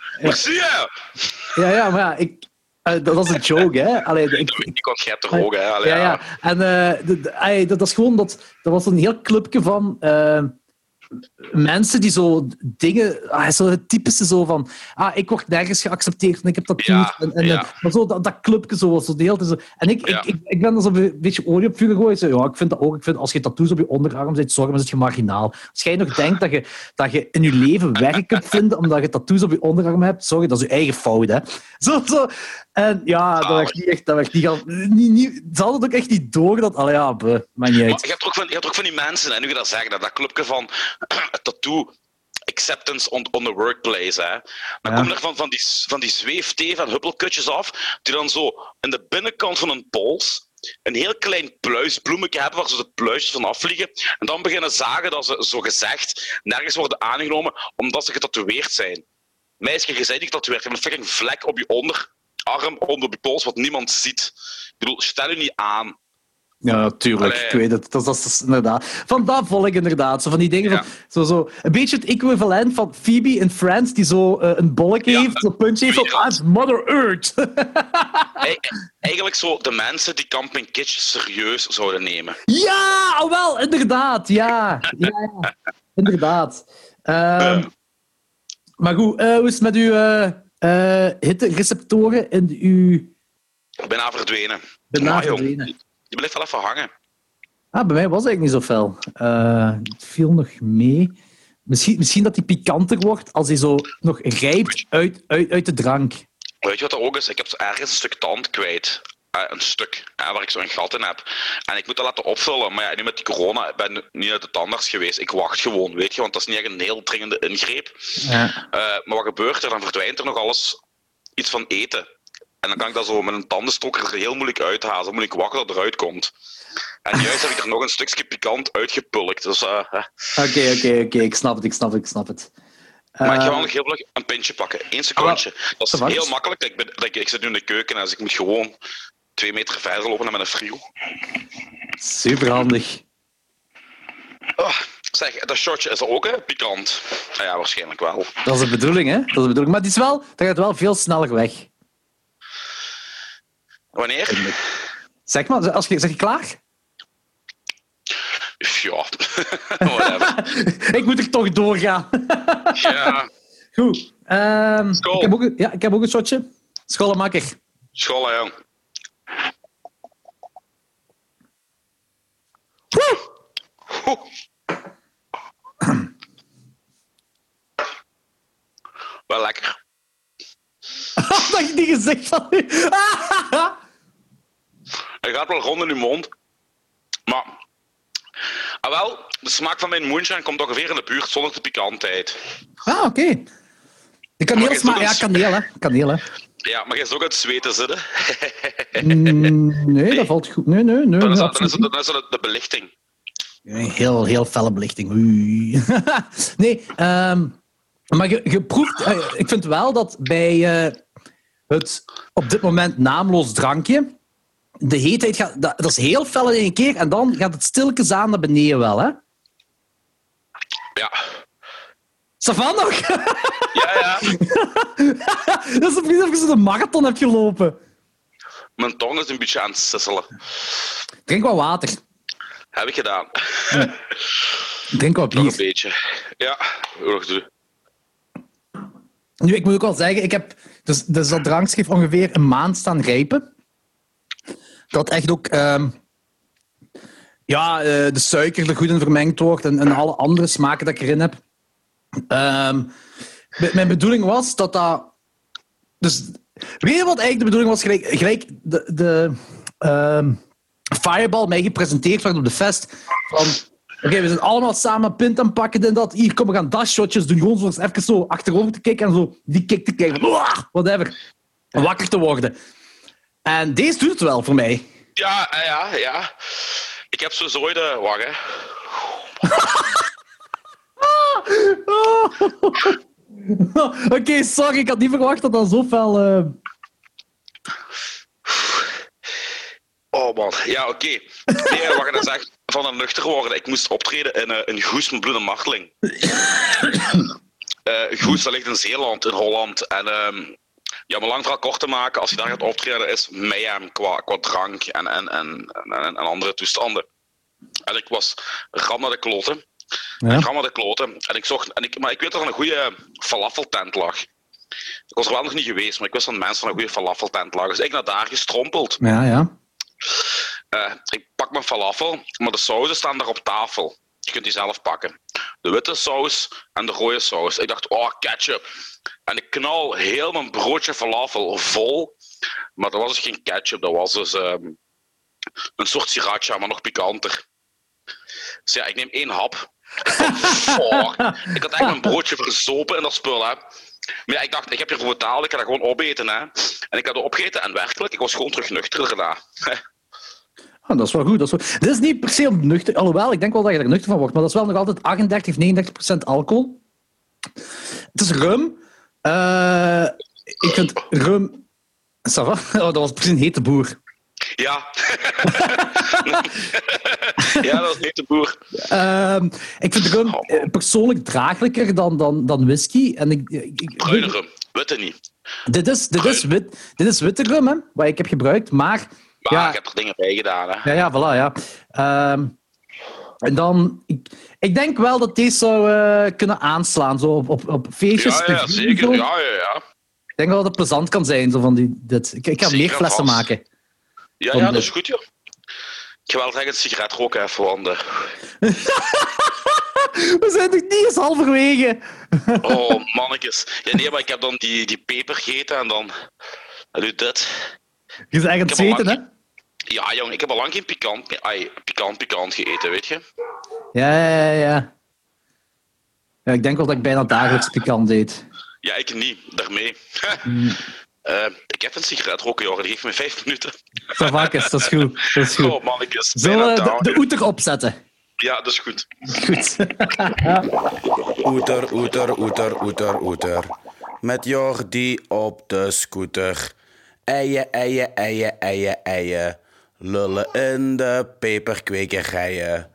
Speaker 1: Ja, maar ja, dat was een joke, hè.
Speaker 2: Ik kon het toch ook, hè.
Speaker 1: Ja. En dat is gewoon dat was een heel clubje van... mensen die zo dingen... zo het typische zo van... ik word nergens geaccepteerd en ik heb tattoos. Maar zo, dat clubje zo de hele tijd zo... En ik ben er zo een beetje olie op vuur gegooid. Ja, ik vind dat ook. Ik vind, als je tattoos op je onderarm zit, zorg maar dat je marginaal. Als jij nog denkt dat je in je leven werk kunt vinden omdat je tattoos op je onderarm hebt, sorry, dat is je eigen fout, hè. Zo. En ja, dat werd niet... Ze hadden het ook echt niet door dat... maakt niet uit.
Speaker 2: Je hebt ook van die mensen, en nu je dat zeggen, dat clubje van tattoo acceptance on the workplace. Hè. Dan komt er van die zweefthee van huppelkutjes af, die dan zo in de binnenkant van hun pols een heel klein pluisbloemetje hebben waar ze de pluisjes van afvliegen. En dan beginnen zagen dat ze, zo gezegd, nergens worden aangenomen omdat ze getatoeëerd zijn. Meisje, je bent niet getatoeëerd. Je hebt een fucking vlek op je onderarm, onder je pols, wat niemand ziet. Ik bedoel, stel je niet aan.
Speaker 1: Ja, natuurlijk. Ik weet het. Dat is inderdaad... Van dat volk inderdaad. Zo van die dingen van... Zo, een beetje het equivalent van Phoebe in Friends, die zo een bolk heeft, zo'n puntje heeft van... it's Mother Earth.
Speaker 2: Eigenlijk zo de mensen die Camping Kitsch serieus zouden nemen.
Speaker 1: Ja, wel, inderdaad. Ja. Inderdaad. Maar goed, hoe is het met uw hittereceptoren in uw...
Speaker 2: Bijna verdwenen. Je blijft wel even hangen.
Speaker 1: Bij mij was het eigenlijk niet zo fel. Het viel nog mee. Misschien dat die pikanter wordt als hij zo nog rijpt uit de drank.
Speaker 2: Weet je wat er ook is? Ik heb ergens een stuk tand kwijt. Een stuk waar ik zo een gat in heb. En ik moet dat laten opvullen. Maar ja, nu met die corona, ik ben niet uit de tandarts geweest. Ik wacht gewoon, weet je, want dat is niet echt een heel dringende ingreep. Ja. Maar wat gebeurt er? Dan verdwijnt er nog alles iets van eten. En dan kan ik dat zo met een tandenstoker er heel moeilijk uithalen. Dan moet ik wachten dat eruit komt. En juist heb ik er nog een stukje pikant uitgepulkt. Dus,
Speaker 1: Oké. Ik snap het.
Speaker 2: Maar ik ga wel nog heel vlug een pintje pakken. 1 secondje. Dat is heel makkelijk. Ik zit nu in de keuken en dus ik moet gewoon 2 meter verder lopen met een frio.
Speaker 1: Superhandig.
Speaker 2: Zeg, dat shotje is ook pikant. Ja, waarschijnlijk wel.
Speaker 1: Dat is de bedoeling, hè? Maar dat gaat wel veel sneller weg.
Speaker 2: Wanneer?
Speaker 1: Zeg maar, zeg je klaar?
Speaker 2: Ja, whatever.
Speaker 1: Ik moet er toch doorgaan.
Speaker 2: Ja.
Speaker 1: Goed.
Speaker 2: School.
Speaker 1: Ik heb ook een shotje. Schollemakker.
Speaker 2: School, jong. Wel lekker.
Speaker 1: Dat je niet gezegd van u.
Speaker 2: Hij gaat wel rond in uw mond. Maar... wel, de smaak van mijn moonshine komt ongeveer in de buurt zonder de pikantheid.
Speaker 1: Oké. De kaneel smaakt... Ja, kaneel, hè.
Speaker 2: Ja, maar je is ook uit zweten zitten.
Speaker 1: Nee, dat valt goed. Nee.
Speaker 2: Dan is dat de belichting.
Speaker 1: Heel felle belichting. Oei. Nee, maar je proeft... ik vind wel dat bij het op dit moment naamloos drankje de heetheid gaat... Dat is heel fel in één keer en dan gaat het stilletjes aan naar beneden wel, hè?
Speaker 2: Ja.
Speaker 1: Savan nog?
Speaker 2: Ja.
Speaker 1: Dat is of je een marathon hebt gelopen.
Speaker 2: Mijn tong is een beetje aan het sisselen.
Speaker 1: Drink wat water.
Speaker 2: Heb ik gedaan.
Speaker 1: Ja. Drink wat bier.
Speaker 2: Nog een beetje. Ja, nog doen.
Speaker 1: Nu, ik moet ook wel zeggen, ik heb dus dat drankje ongeveer een maand staan rijpen. Dat echt ook de suiker er goed in vermengd wordt en alle andere smaken dat ik erin heb. Mijn bedoeling was dat... Dus, weet je wat eigenlijk de bedoeling was? Gelijk Fireball mij gepresenteerd werd op de fest. Van, oké, we zijn allemaal samen pint aan het pakken en dat. Hier, kom, we gaan dashshotjes doen. Gewoon zo eens even zo achterover te kijken en zo die kick te kijken. Whatever. Wakker te worden. En deze doet het wel voor mij.
Speaker 2: Ja. Ik heb sowieso de... Wacht, hè.
Speaker 1: Oké, sorry. Ik had niet verwacht dat dat zo fel...
Speaker 2: Oh man, ja oké. Nee, wat je dan zegt, van een nuchter worden. Ik moest optreden in een Goes met bloed en marteling. Goes, dat ligt in Zeeland, in Holland. En om een lang verhaal kort te maken, als je daar gaat optreden, is mayhem qua drank en andere toestanden. En ik was ram naar de kloten.
Speaker 1: Ja.
Speaker 2: Ik ram naar de kloten. En ik zocht, maar ik weet dat er een goede falafeltent lag. Ik was er wel nog niet geweest, maar ik wist dat mensen van een goede falafeltent lag. Dus ik naar daar gestrompeld.
Speaker 1: Ja.
Speaker 2: Ik pak mijn falafel, maar de sauzen staan daar op tafel. Je kunt die zelf pakken. De witte saus en de rode saus. Ik dacht, ketchup. En ik knal heel mijn broodje falafel vol. Maar dat was dus geen ketchup, dat was dus een soort sriracha, maar nog pikanter. Dus ja, ik neem 1 hap. Ik had eigenlijk mijn broodje verzopen in dat spul, hè. Maar ja, ik dacht, ik heb hiervoor betaald, ik ga dat gewoon opeten, hè. En ik had het opgegeten en werkelijk, ik was gewoon terug nuchter daarna.
Speaker 1: Dat is wel goed. Dit is niet per se om nuchter... Alhoewel, ik denk wel dat je er nuchter van wordt, maar dat is wel nog altijd 38-39% alcohol. Het is rum. Ik vind rum... Ça va? Dat was precies een hete boer.
Speaker 2: Ja. Ja, dat is niet de boer.
Speaker 1: Ik vind rum persoonlijk draaglijker dan whisky. En
Speaker 2: bruine rum, witte niet.
Speaker 1: Dit is witte rum, hè, wat ik heb gebruikt, maar...
Speaker 2: Maar ik heb er dingen bij gedaan, hè.
Speaker 1: Ja, voilà, ja. En dan... Ik denk wel dat deze zou kunnen aanslaan, zo op feestjes.
Speaker 2: Ja, zeker.
Speaker 1: Zo.
Speaker 2: Ja.
Speaker 1: Ik denk wel dat het plezant kan zijn, zo van dit. Ik ga meer flessen maken.
Speaker 2: Ja, dat is goed, joh. Ik ga wel zeggen, een sigaret roken even, want...
Speaker 1: We zijn toch niet eens halverwege?
Speaker 2: Oh, mannetjes. Ja, nee, maar ik heb dan die peper gegeten en dan doe dit.
Speaker 1: Je is eigenlijk aan het zweten, hè?
Speaker 2: Ja, jong, ik heb al lang geen pikant gegeten, weet je?
Speaker 1: Ja. Ja, ik denk wel dat ik bijna dagelijks pikant eet.
Speaker 2: Ja, ik niet. Daarmee. Ik heb een sigaret roken, joh. Die geeft me 5 minuten.
Speaker 1: Savakes, dat is goed.
Speaker 2: Oh, mannetjes.
Speaker 1: Zullen we de oeter opzetten?
Speaker 2: Ja, dat is goed.
Speaker 1: Goed.
Speaker 3: Oeter. Met Jordi op de scooter. Eien. Lullen in de peperkwekerijen.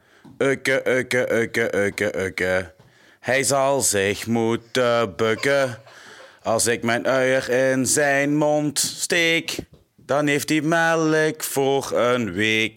Speaker 3: Ukke. Hij zal zich moeten bukken. Als ik mijn uier in zijn mond steek, dan heeft hij melk voor een week.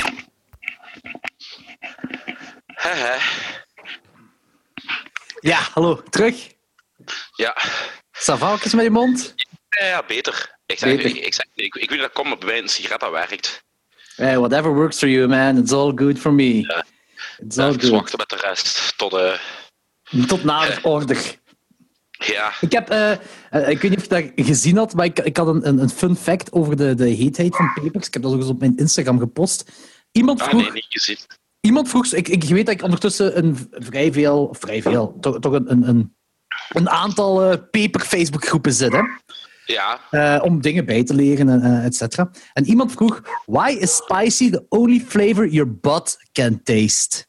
Speaker 1: Ja, hallo, terug.
Speaker 2: Ja.
Speaker 1: Savakes met je mond?
Speaker 2: Ja, beter. Ik weet niet dat komt, maar bij mij een sigaret dat werkt.
Speaker 1: Hey, whatever works for you, man. It's all good for me.
Speaker 2: Ja.
Speaker 1: It's all good.
Speaker 2: Wachten met de rest
Speaker 1: tot nader order.
Speaker 2: Ja.
Speaker 1: Ik heb, ik weet niet of je dat gezien had, maar ik had een fun fact over de heetheid van pepers. Ik heb dat ook eens op mijn Instagram gepost. Iemand vroeg...
Speaker 2: nee, niet gezien.
Speaker 1: Iemand vroeg... Ik weet dat ik ondertussen een vrij veel... Toch een aantal peper-Facebook-groepen zit, hè.
Speaker 2: Ja.
Speaker 1: Om dingen bij te leren, et cetera. En iemand vroeg... Why is spicy the only flavor your butt can taste?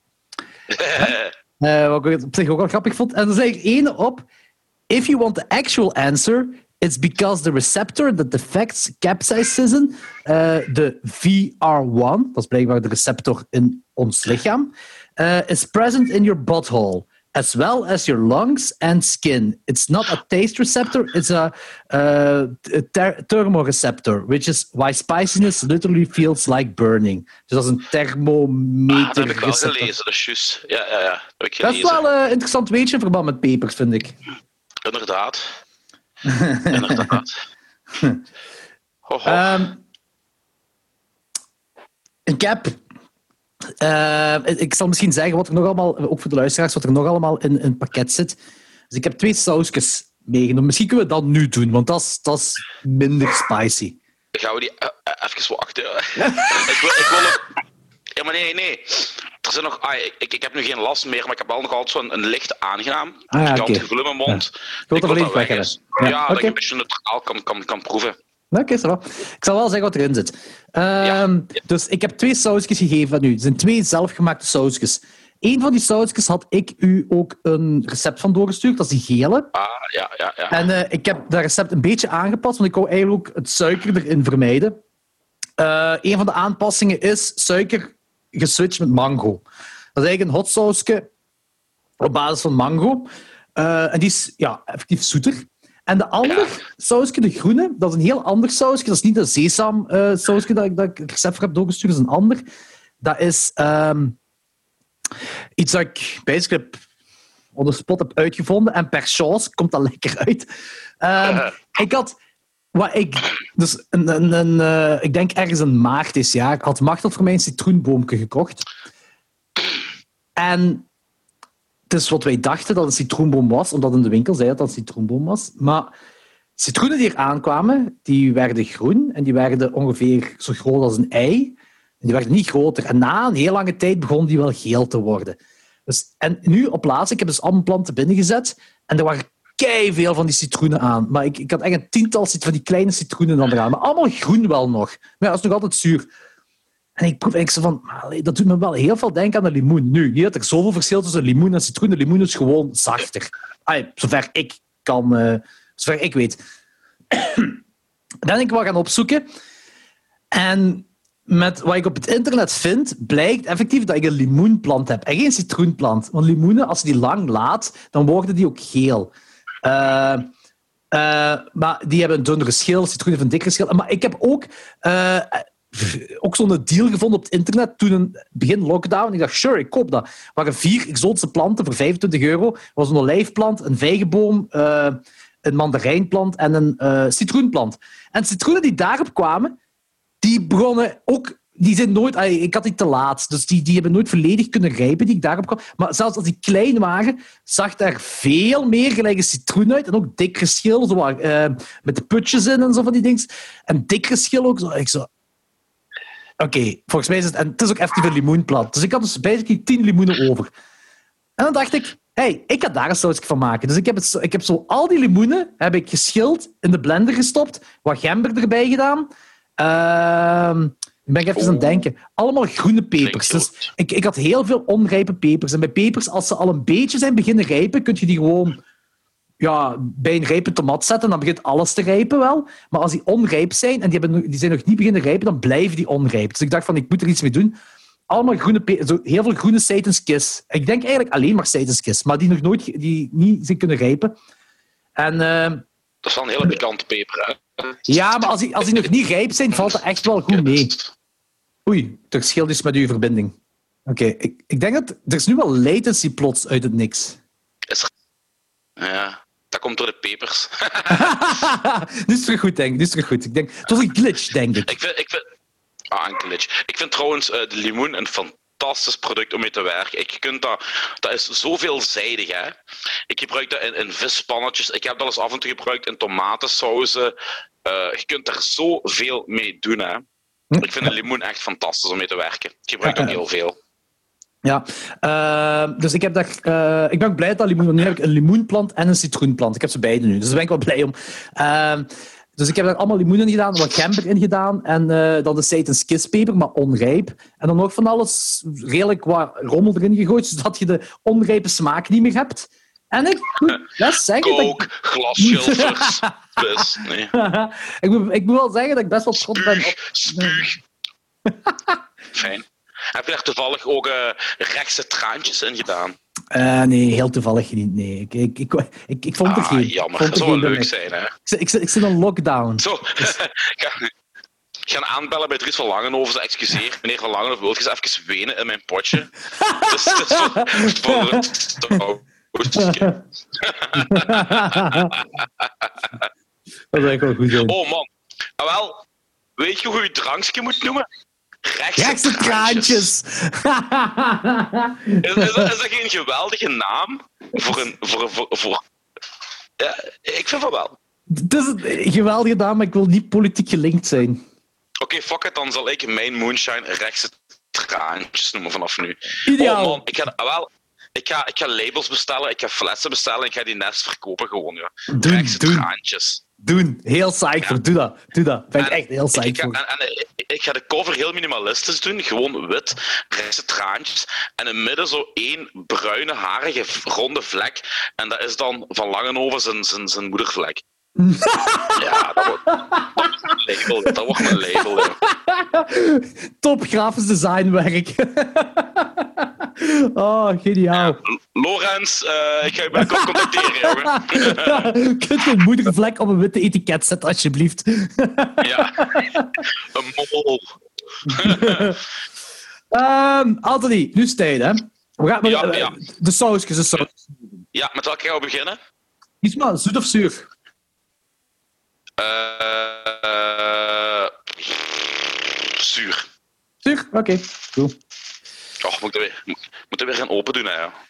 Speaker 1: Wat ik op zich ook wel grappig vond. En dan zei ik ene op... If you want the actual answer, it's because the receptor that affects capsaicin, de VR1, dat is blijkbaar de receptor in ons lichaam, is present in your butthole, as well as your lungs and skin. It's not a taste receptor, it's a thermoreceptor, which is why spiciness literally feels like burning. Dus dat is een thermometer.
Speaker 2: Dat heb ik wel gelezen, dat is juist. Ja. Dat heb ik
Speaker 1: gelezen. Dat is wel een interessant weetje in verband met pepers, vind ik.
Speaker 2: Inderdaad.
Speaker 1: Ik heb... ik zal misschien zeggen wat er nog allemaal, ook voor de luisteraars, wat er nog allemaal in een pakket zit. Dus ik heb 2 sausjes meegenomen. Misschien kunnen we dat nu doen, want dat is minder spicy.
Speaker 2: Gaan we die even wachten. Ik wil nog... Ja, maar nee. Er zijn nog... Ik heb nu geen last meer, maar ik heb wel nog altijd zo'n licht aangenaam. Ik had het gevoel in mijn mond.
Speaker 1: Ja.
Speaker 2: Ik wil dat weg
Speaker 1: hebben.
Speaker 2: is. Ja, dat ik een beetje neutraal kan proeven.
Speaker 1: Oké, ça va. Ik zal wel zeggen wat erin zit. Dus ik heb 2 sausjes gegeven van u. Het zijn 2 zelfgemaakte sausjes. Eén van die sausjes had ik u ook een recept van doorgestuurd. Dat is die gele.
Speaker 2: Ja.
Speaker 1: En ik heb dat recept een beetje aangepast, want ik wou eigenlijk ook het suiker erin vermijden. Een van de aanpassingen is suiker geswitcht met mango. Dat is eigenlijk een hot sausje op basis van mango. En die is effectief zoeter. En de andere sausje, de groene, dat is een heel ander sausje. Dat is niet een sesam sausje dat ik het recept voor heb doorgestuurd. Dat is een ander. Dat is iets dat ik basically op de spot heb uitgevonden. En per chance komt dat lekker uit. Ik had... ik denk ergens in maart dit jaar had Machtel voor mij een citroenboomke gekocht. En het is wat wij dachten dat een citroenboom was, omdat in de winkel zei dat het een citroenboom was. Maar citroenen die er aankwamen, die werden groen en die werden ongeveer zo groot als een ei. En die werden niet groter. En na een heel lange tijd begon die wel geel te worden. Dus, en nu op laatst, ik heb dus allemaal planten binnengezet en er waren keiveel van die citroenen aan. Maar ik had echt een 10-tal van die kleine citroenen dan eraan. Maar allemaal groen wel nog. Maar ja, dat is nog altijd zuur. En ik proef eigenlijk zo van... Dat doet me wel heel veel denken aan de limoen. Nu, niet dat er zoveel verschil tussen limoen en citroen. De limoen is gewoon zachter. Zover ik weet. Dan ben ik wat gaan opzoeken. En met wat ik op het internet vind, blijkt effectief dat ik een limoenplant heb. En geen citroenplant. Want limoenen, als je die lang laat, dan worden die ook geel. Maar die hebben een dunnere schil, citroen heeft een dikkere schil. Maar ik heb ook zo'n deal gevonden op het internet toen een begin lockdown. Ik dacht, sure, ik koop dat. Er waren 4 exotische planten voor €25. Er was een olijfplant, een vijgenboom, een mandarijnplant en een citroenplant. En citroenen die daarop kwamen, die begonnen ook... Die zijn nooit... Ik had die te laat, dus die hebben nooit volledig kunnen rijpen, die ik daarop kwam. Maar zelfs als die klein waren, zag daar veel meer gelijk een citroen uit. En ook dikkere schil, zo, met de putjes in en zo van die dingen. En dikkere schil ook. Oké, volgens mij is het... En het is ook effectief een limoenplant. Dus ik had dus basically 10 limoenen over. En dan dacht ik, ik ga daar een sausje van maken. Dus ik heb zo al die limoenen heb ik geschild, in de blender gestopt, wat gember erbij gedaan. Ben ik even aan het denken. Allemaal groene pepers. Dus ik had heel veel onrijpe pepers. En bij pepers, als ze al een beetje zijn beginnen rijpen, kun je die gewoon bij een rijpe tomaat zetten. En dan begint alles te rijpen wel. Maar als die onrijp zijn, en die zijn nog niet beginnen rijpen, dan blijven die onrijp. Dus ik dacht van, ik moet er iets mee doen. Allemaal groene pepers. Heel veel groene Satan's Kiss. Ik denk eigenlijk alleen maar Satan's Kiss. Maar die niet zijn kunnen rijpen. En...
Speaker 2: dat is wel een hele pikante peper, hè?
Speaker 1: Ja, maar als die nog niet rijp zijn, valt dat echt wel goed mee. Oei, er scheelt iets met uw verbinding. Oké, ik denk dat... Er is nu wel latency plots uit het niks.
Speaker 2: Ja, dat komt door de pepers.
Speaker 1: Nu is het terug goed, denk ik. Nu is het terug goed. Ik denk, het was een glitch, denk ik.
Speaker 2: Een glitch. Ik vind trouwens de limoen een fantastisch product om mee te werken. Dat is zo veelzijdig, hè. Ik gebruik dat in vispannetjes. Ik heb dat eens af en toe gebruikt in tomatensauzen. Je kunt daar zoveel mee doen, hè. Ik vind de limoen echt fantastisch om mee te werken. Ik gebruik ook heel veel.
Speaker 1: Ja, dus ik ben blij dat limoen... Want nu heb ik een limoenplant en een citroenplant. Ik heb ze beide nu, dus daar ben ik wel blij om. Dus ik heb daar allemaal limoen in gedaan, wat gember in gedaan en dan de Satan's Kiss peper, maar onrijp. En dan nog van alles redelijk wat rommel erin gegooid, zodat je de onrijpe smaak niet meer hebt. En ik moet best zeggen...
Speaker 2: Coke, glasschilfers, dus, nee.
Speaker 1: ik moet wel zeggen dat ik best wel trots ben op...
Speaker 2: Spuug. Fijn. Heb je daar toevallig ook rechtse traantjes in gedaan?
Speaker 1: Nee, heel toevallig niet. Nee. Ik vond er geen.
Speaker 2: Jammer, dat zou wel leuk zijn, hè?
Speaker 1: Ik zit in een lockdown.
Speaker 2: Zo, gaan aanbellen bij Dries van Langenhoven. Excuseer, meneer Van Langenhoven, wil je eens even wenen in mijn potje? Dus
Speaker 1: dat is echt wel goed zijn.
Speaker 2: Oh man, wel, weet je hoe je drankje moet noemen?
Speaker 1: Rechtse traantjes.
Speaker 2: Is dat geen geweldige naam? Voor... Ja, ik vind van wel.
Speaker 1: Het is een geweldige naam, maar ik wil niet politiek gelinkt zijn.
Speaker 2: Oké, fuck it, dan zal ik mijn moonshine rechtse traantjes noemen vanaf nu.
Speaker 1: Ideaal.
Speaker 2: Oh man, ik ga labels bestellen, ik ga flessen bestellen en ik ga die nest verkopen gewoon, ja. Rechtse traantjes.
Speaker 1: Doen. Heel psyched voor. Doe dat. Ben ik echt heel psyched voor.
Speaker 2: Ik ga de cover heel minimalistisch doen. Gewoon wit, rechtse traantjes. En in het midden zo 1 bruine, harige, ronde vlek. En dat is dan van Langenhoven zijn moedervlek. Ja, dat wordt mijn label. Ja.
Speaker 1: Top grafisch designwerk. Oh, geniaal.
Speaker 2: Ja, Lorenz, ik ga je binnenkort contacteren, jongen.
Speaker 1: Kunt je een moedervlek op een witte etiket zetten, alsjeblieft?
Speaker 2: Ja, een mol.
Speaker 1: Anthony, nu is het tijd, hè? We gaan
Speaker 2: Ja.
Speaker 1: De sausjes.
Speaker 2: Ja, met welke gaan we beginnen?
Speaker 1: Kies maar, zoet of zuur?
Speaker 2: Zuur.
Speaker 1: Zuur? Oké, cool.
Speaker 2: Oh, moet er weer gaan open doen, hè, ja.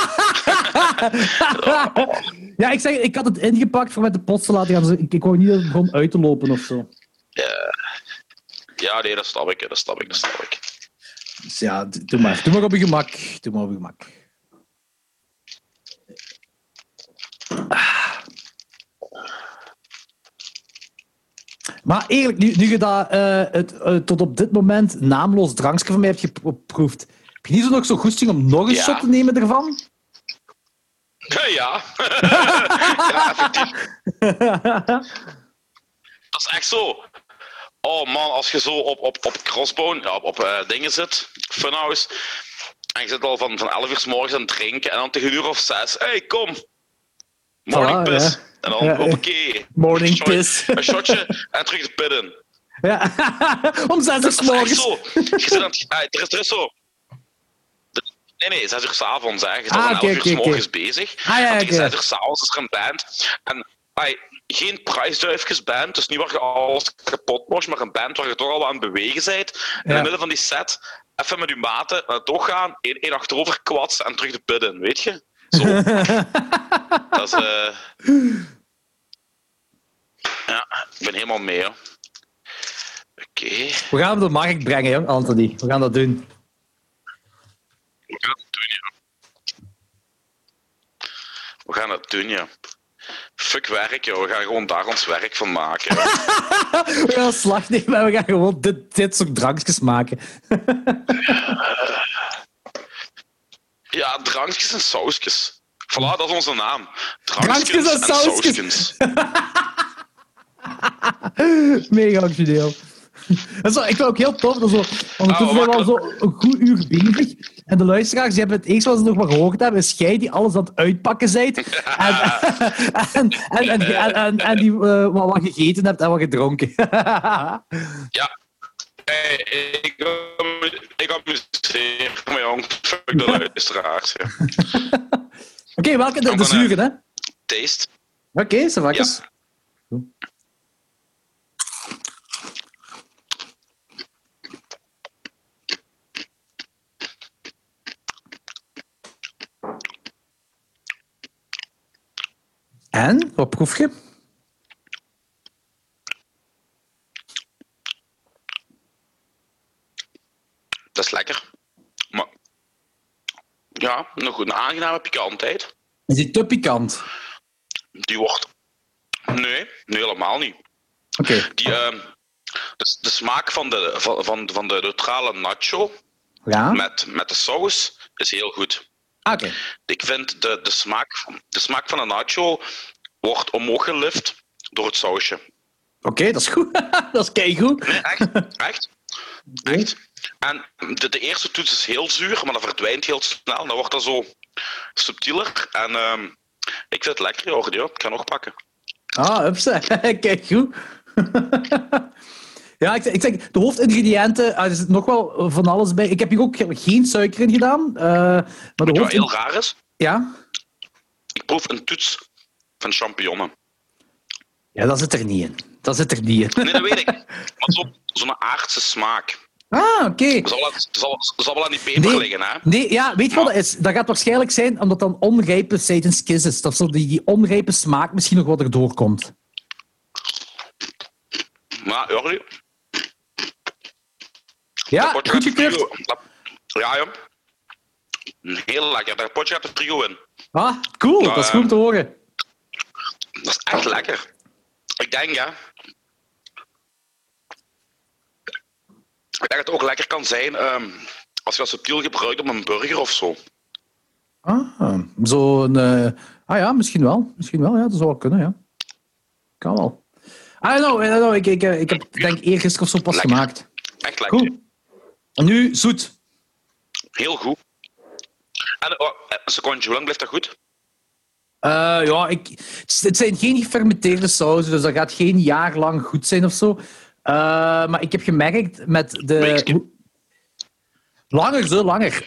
Speaker 1: Ja, ik had het ingepakt voor met de post te laten gaan. Dus ik wou niet dat het begon uit te lopen of zo.
Speaker 2: Ja, nee, dat snap ik.
Speaker 1: Dus ja, doe maar. Doe maar op je gemak. Maar eerlijk, nu je dat tot op dit moment naamloos drankje van mij hebt geproefd, heb je niet zo nog zo'n goesting om nog een shot te nemen ervan?
Speaker 2: Ja. Ja, effectief. Dat is echt zo. Oh man, als je zo op Crossbone, op dingen zit, Funhouse, en je zit al van 11 uur 's morgens aan het drinken, en dan tegen 1:06, hey, kom. Morning
Speaker 1: Voilà,
Speaker 2: piss.
Speaker 1: ja.
Speaker 2: En dan, oké.
Speaker 1: Morning piss.
Speaker 2: Een shotje en terug de pit in.
Speaker 1: Ja. Om 6 uur 's
Speaker 2: Dat is echt
Speaker 1: morgens.
Speaker 2: zo. Je zit aan er is zo... Nee, 6 uur 's avonds, hè. Je zit van 11 uur 's morgens bezig. En tegen 6 uur 's avonds is er een band. En geen prijsduifjesband, dus niet waar je alles kapot mocht, maar een band waar je toch al aan het bewegen bent. En in het midden van die set, even met je maten naar het toch gaan, één achterover kwatsen en terug de pit in, weet je? Zo. Dat is... Ja, ik ben helemaal mee, hoor. Oké.
Speaker 1: We gaan hem op de markt brengen, jong, Anthony. We gaan dat doen.
Speaker 2: We gaan het doen, ja. Fuck werk, joh. We gaan gewoon daar ons werk van maken.
Speaker 1: We gaan slag nemen en we gaan gewoon dit soort drankjes maken.
Speaker 2: Ja, drankjes en sausjes. Voilà, dat is onze naam.
Speaker 1: Drankjes en sausjes. Mega origineel. Ik vind het ook heel tof. Dat zo, ondertussen zijn we al zo een goed uur bezig. En de luisteraars die hebben het eerst wat ze nog maar gehoord hebben, is jij die alles aan het uitpakken bent. En die wat gegeten hebt en wat gedronken.
Speaker 2: Ja. Ik amuseer me, jong. Fuck de luisteraars. Ja.
Speaker 1: Oké, welke? De zuren, hè?
Speaker 2: Taste.
Speaker 1: Oké, savakjes.
Speaker 2: Ja.
Speaker 1: En? Wat proef je?
Speaker 2: Dat is lekker. Maar ja, nog een aangename pikantheid.
Speaker 1: Is die te pikant?
Speaker 2: Die wordt... Nee, helemaal niet.
Speaker 1: Oké.
Speaker 2: De smaak van de neutrale nacho met de saus is heel goed.
Speaker 1: Oké.
Speaker 2: Ik vind de smaak van een nacho wordt omhoog gelift door het sausje.
Speaker 1: Oké, dat is goed. Dat is keigoed.
Speaker 2: Nee, echt. En de eerste toets is heel zuur, maar dat verdwijnt heel snel. Dan wordt dat zo subtieler. En ik vind het lekker, joh. Ik ga nog pakken.
Speaker 1: Upsa. Kijk goed. Ja, ik zeg, de hoofdingrediënten, er zit nog wel van alles bij. Ik heb hier ook geen suiker in gedaan. Maar
Speaker 2: wat heel raar is?
Speaker 1: Ja?
Speaker 2: Ik proef een toets van champignons.
Speaker 1: Ja, dat zit er niet in.
Speaker 2: Nee, dat weet ik. Maar zo'n aardse smaak.
Speaker 1: Oké.
Speaker 2: Dat zal wel aan die peper liggen, hè?
Speaker 1: Nee, ja, weet je wat dat is? Dat gaat waarschijnlijk zijn omdat dan onrijpe Satan's Kiss is. Dat zo die onrijpe smaak misschien nog wat erdoor komt.
Speaker 2: Maar, Jordi,
Speaker 1: Ja,
Speaker 2: potje
Speaker 1: goed
Speaker 2: gaat de
Speaker 1: gekeurd.
Speaker 2: frigo. Ja. Heel lekker. Dat potje gaat de frigo in.
Speaker 1: Ah, cool. Dat is goed om te horen.
Speaker 2: Dat is echt lekker. Ik denk, ja. Ik denk dat het ook lekker kan zijn als je dat subtiel gebruikt op een burger of zo.
Speaker 1: Zo'n... ja, misschien wel. Misschien wel, ja. Dat zou wel kunnen, ja. Kan wel. I don't know. Ik heb denk eergisteren of zo pas
Speaker 2: Lekker.
Speaker 1: gemaakt.
Speaker 2: Echt lekker.
Speaker 1: Cool. En nu zoet.
Speaker 2: Heel goed. En een secondje, hoe lang blijft dat goed?
Speaker 1: Het zijn geen gefermenteerde sauzen, dus dat gaat geen jaar lang goed zijn of zo. Maar ik heb gemerkt met de...
Speaker 2: Weekje.
Speaker 1: Langer.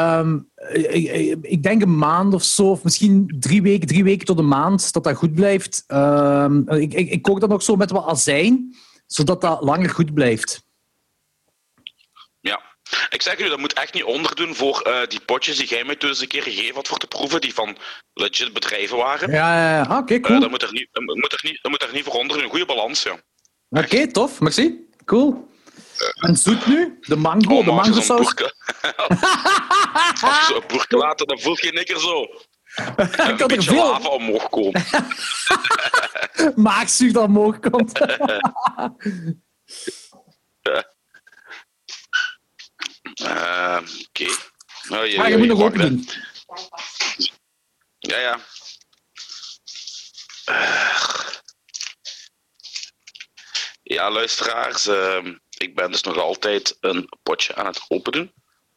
Speaker 1: Ik denk een maand of zo, of misschien 3 weken tot een maand, dat goed blijft. Ik kook dat nog zo met wat azijn, zodat dat langer goed blijft.
Speaker 2: Ja. Ik zeg u, dat moet echt niet onderdoen voor die potjes die jij mij toen eens een keer gegeven had voor te proeven, die van legit bedrijven waren.
Speaker 1: Ja. Oké, cool.
Speaker 2: Dat moet er niet voor onderdoen. Een goede balans, ja.
Speaker 1: Oké, tof. Merci. Cool. En zoet nu? De mango, de
Speaker 2: maar als je zo'n
Speaker 1: mangosaus.
Speaker 2: als je zo'n boerke laat, dan voelt je niks zo.
Speaker 1: Ik
Speaker 2: Een
Speaker 1: had er
Speaker 2: beetje
Speaker 1: veel
Speaker 2: lava omhoog komen.
Speaker 1: maagzuur dat omhoog komt.
Speaker 2: Oké.
Speaker 1: Je moet nog open doen.
Speaker 2: Ja. Ja, luisteraars. Ik ben dus nog altijd een potje aan het open doen.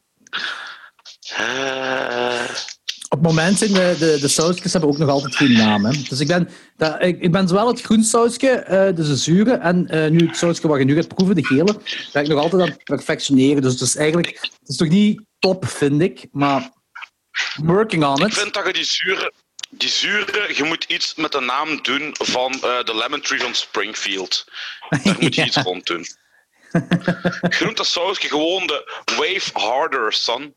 Speaker 1: Op het moment zijn de sausjes hebben ook nog altijd geen naam. Hè. Dus ik ben zowel het groen sausje, dus de zure, en nu het sausje wat je nu gaat proeven, de gele, ben ik nog altijd aan het perfectioneren. Dus het is eigenlijk... Het is toch niet top, vind ik, maar working on it.
Speaker 2: Ik vind dat je die zure, je moet iets met de naam doen van de Lemon Tree van Springfield. Daar moet je iets rond doen. Je noemt dat sausje gewoon de Wave Harder, son.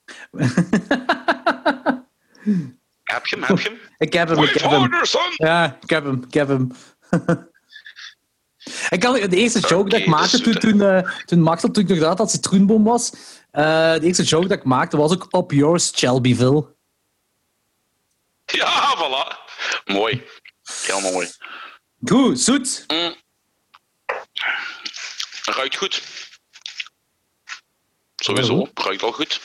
Speaker 2: Heb je hem?
Speaker 1: Ik heb hem.
Speaker 2: Wave Harder, son!
Speaker 1: Ja, ik heb hem. De eerste joke dat ik maakte toen Maxel toen ik nog dat citroenboom was, de eerste joke dat ik maakte was ook op yours, Shelbyville.
Speaker 2: Ja, voilà. Mooi. Helemaal mooi.
Speaker 1: Goed, zoet.
Speaker 2: Ruikt goed. Sowieso, ruikt al goed.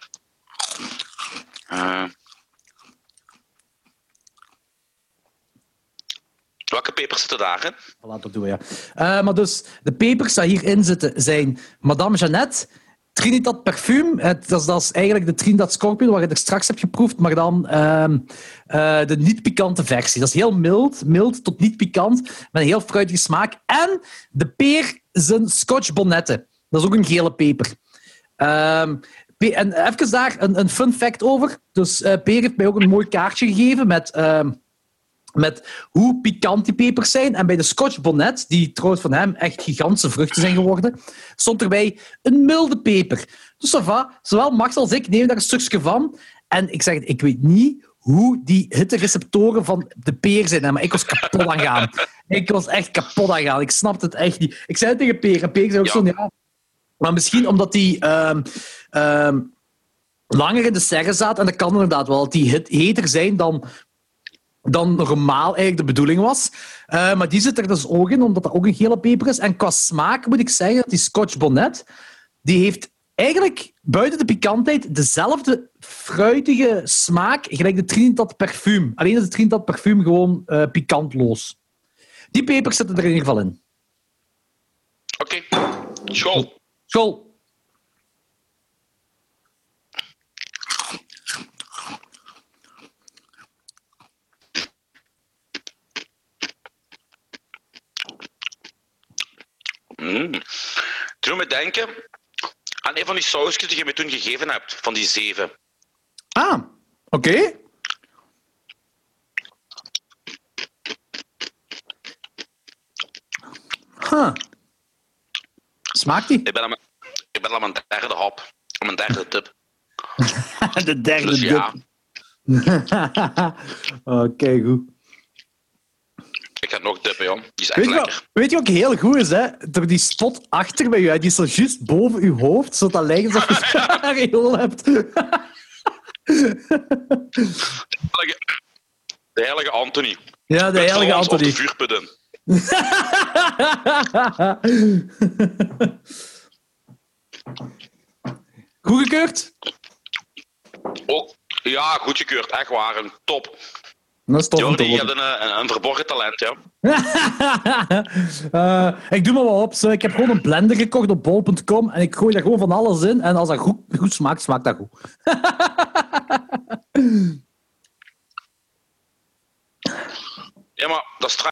Speaker 2: Welke pepers zitten daar, hè?
Speaker 1: Voilà, dat doen we, ja. Maar dus, de pepers die hierin zitten zijn Madame Jeannette, Trinidad Parfum, dat is eigenlijk de Trinidad Scorpion, wat je er straks hebt geproefd, maar dan de niet-pikante versie. Dat is heel mild tot niet pikant, met een heel fruitige smaak. En de peer is een Scotch Bonette. Dat is ook een gele peper. En even daar een fun fact over. Dus Peer heeft mij ook een mooi kaartje gegeven met hoe pikant die pepers zijn. En bij de Scotch Bonnet, die trouwens van hem echt gigantische vruchten zijn geworden, stond erbij een milde peper. Dus ça va, zowel Max als ik nemen daar een stukje van. En ik zeg het, ik weet niet hoe die hittereceptoren van de peer zijn. Maar ik was kapot aan gaan. Ik was echt kapot aan gaan. Ik snapte het echt niet. Ik zei het tegen Peer. En Peer zei ook zo, ja... Maar misschien omdat die langer in de serre zaten. En dat kan inderdaad wel. Dat die heter zijn dan normaal eigenlijk de bedoeling was. Maar die zit er dus ook in, omdat dat ook een gele peper is. En qua smaak moet ik zeggen dat die Scotch Bonnet, die heeft eigenlijk buiten de pikantheid dezelfde fruitige smaak gelijk de Trinidad Parfum. Alleen is de Trinidad Parfum gewoon pikantloos. Die pepers zitten er in ieder geval in.
Speaker 2: Oké. School.
Speaker 1: School.
Speaker 2: Doe me denken aan een van die sausjes die je me toen gegeven hebt, van die 7.
Speaker 1: Ah, oké. Huh. Smaakt die?
Speaker 2: Ik ben aan mijn derde hap. Aan mijn derde tip.
Speaker 1: De derde
Speaker 2: Dus ja.
Speaker 1: Oké, goed.
Speaker 2: Ik ga nog dippen, joh. Die is echt lekker.
Speaker 1: Weet je wat ook heel goed is, hè? Door die spot achter bij je, die is zo juist boven je hoofd, zodat dat lijkt alsof je een areool hebt.
Speaker 2: De heilige Anthony.
Speaker 1: Ja, de heilige Anthony.
Speaker 2: Op de vuurput in.
Speaker 1: Goedgekeurd?
Speaker 2: Oh, ja, goedgekeurd. Echt waar. Een top.
Speaker 1: Dat is tof.
Speaker 2: Jordi, je hebt een verborgen talent, ja.
Speaker 1: Ik doe me wel op. Ik heb gewoon een blender gekocht op bol.com en ik gooi daar gewoon van alles in. En als dat goed smaakt, smaakt dat goed.
Speaker 2: Ja, maar dat is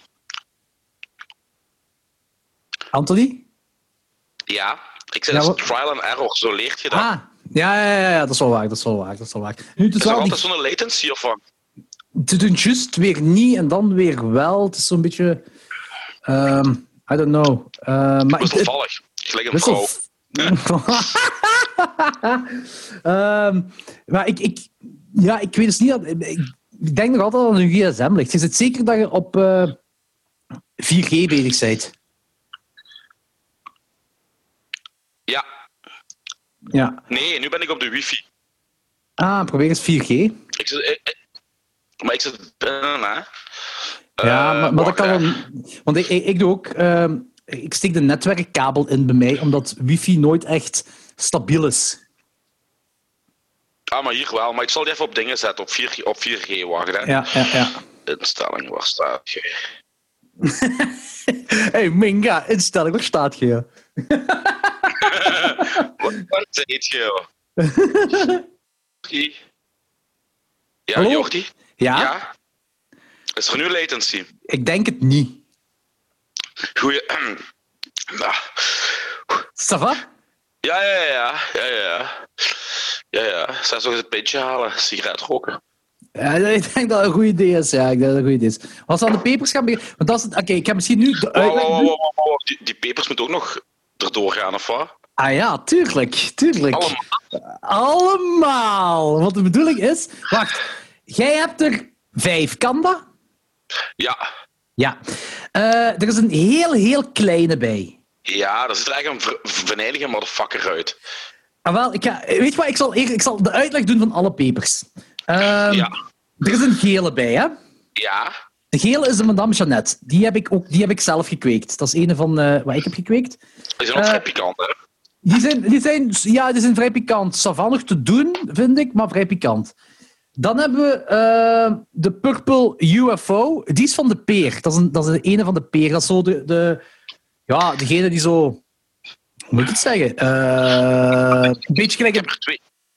Speaker 1: Anthony?
Speaker 2: Ja, ik zeg, dat is trial and error. Zo leert je dat.
Speaker 1: Ja, dat is wel waar. Nu, het
Speaker 2: is er altijd zo'n latency of wat?
Speaker 1: Te doen juist weer niet en dan weer wel. Het is zo'n beetje... I don't know.
Speaker 2: Maar wisselvallig. Gelijk een vrouw.
Speaker 1: Maar ik weet dus niet... Ik denk nog altijd dat een gsm ligt. Je zit zeker dat je op 4G bezig bent. Ja.
Speaker 2: Nee, nu ben ik op de wifi.
Speaker 1: Probeer eens 4G.
Speaker 2: Maar ik zit binnen, hè.
Speaker 1: Ja, maar dat kan wel... Want ik doe ook... ik steek de netwerkkabel in bij mij, omdat wifi nooit echt stabiel is.
Speaker 2: Maar hier wel. Maar ik zal die even op dingen zetten, op 4G wacht, hè.
Speaker 1: Ja.
Speaker 2: Instelling, waar staat je?
Speaker 1: Hey, Minga, instelling, waar staat je?
Speaker 2: Wat zeg je? Ja,
Speaker 1: hallo?
Speaker 2: Jordi?
Speaker 1: Ja?
Speaker 2: Is er nu latency?
Speaker 1: Ik denk het niet.
Speaker 2: Goeie...
Speaker 1: Ça va?
Speaker 2: Ja. Zou eens een pintje halen, sigaret roken.
Speaker 1: Ja, ik denk dat het een goed idee is. Als we aan de pepers gaan beginnen... Want dat is het... Oké, ik heb misschien nu de uitleg...
Speaker 2: Die pepers moeten ook nog erdoor gaan, of wat?
Speaker 1: Ah ja, tuurlijk. Allemaal. Want de bedoeling is... Wacht, jij hebt er 5, kan dat? Ja. Er is een heel kleine bij.
Speaker 2: Ja, daar zit er eigenlijk een venijnige motherfucker uit.
Speaker 1: Weet je wat, ik zal de uitleg doen van alle pepers. Er is een gele bij, hè?
Speaker 2: Ja.
Speaker 1: De gele is de Madame Jeannette. Die heb ik zelf gekweekt. Dat is een van wat ik heb gekweekt.
Speaker 2: Die zijn ook vrij pikant, hè?
Speaker 1: Die zijn vrij pikant. Savannig te doen, vind ik, maar vrij pikant. Dan hebben we de Purple UFO. Die is van de peer. Dat is de ene van de peer. Dat is zo degene die zo... Hoe moet ik het zeggen? Een beetje gelijk...
Speaker 2: Ik heb er 2.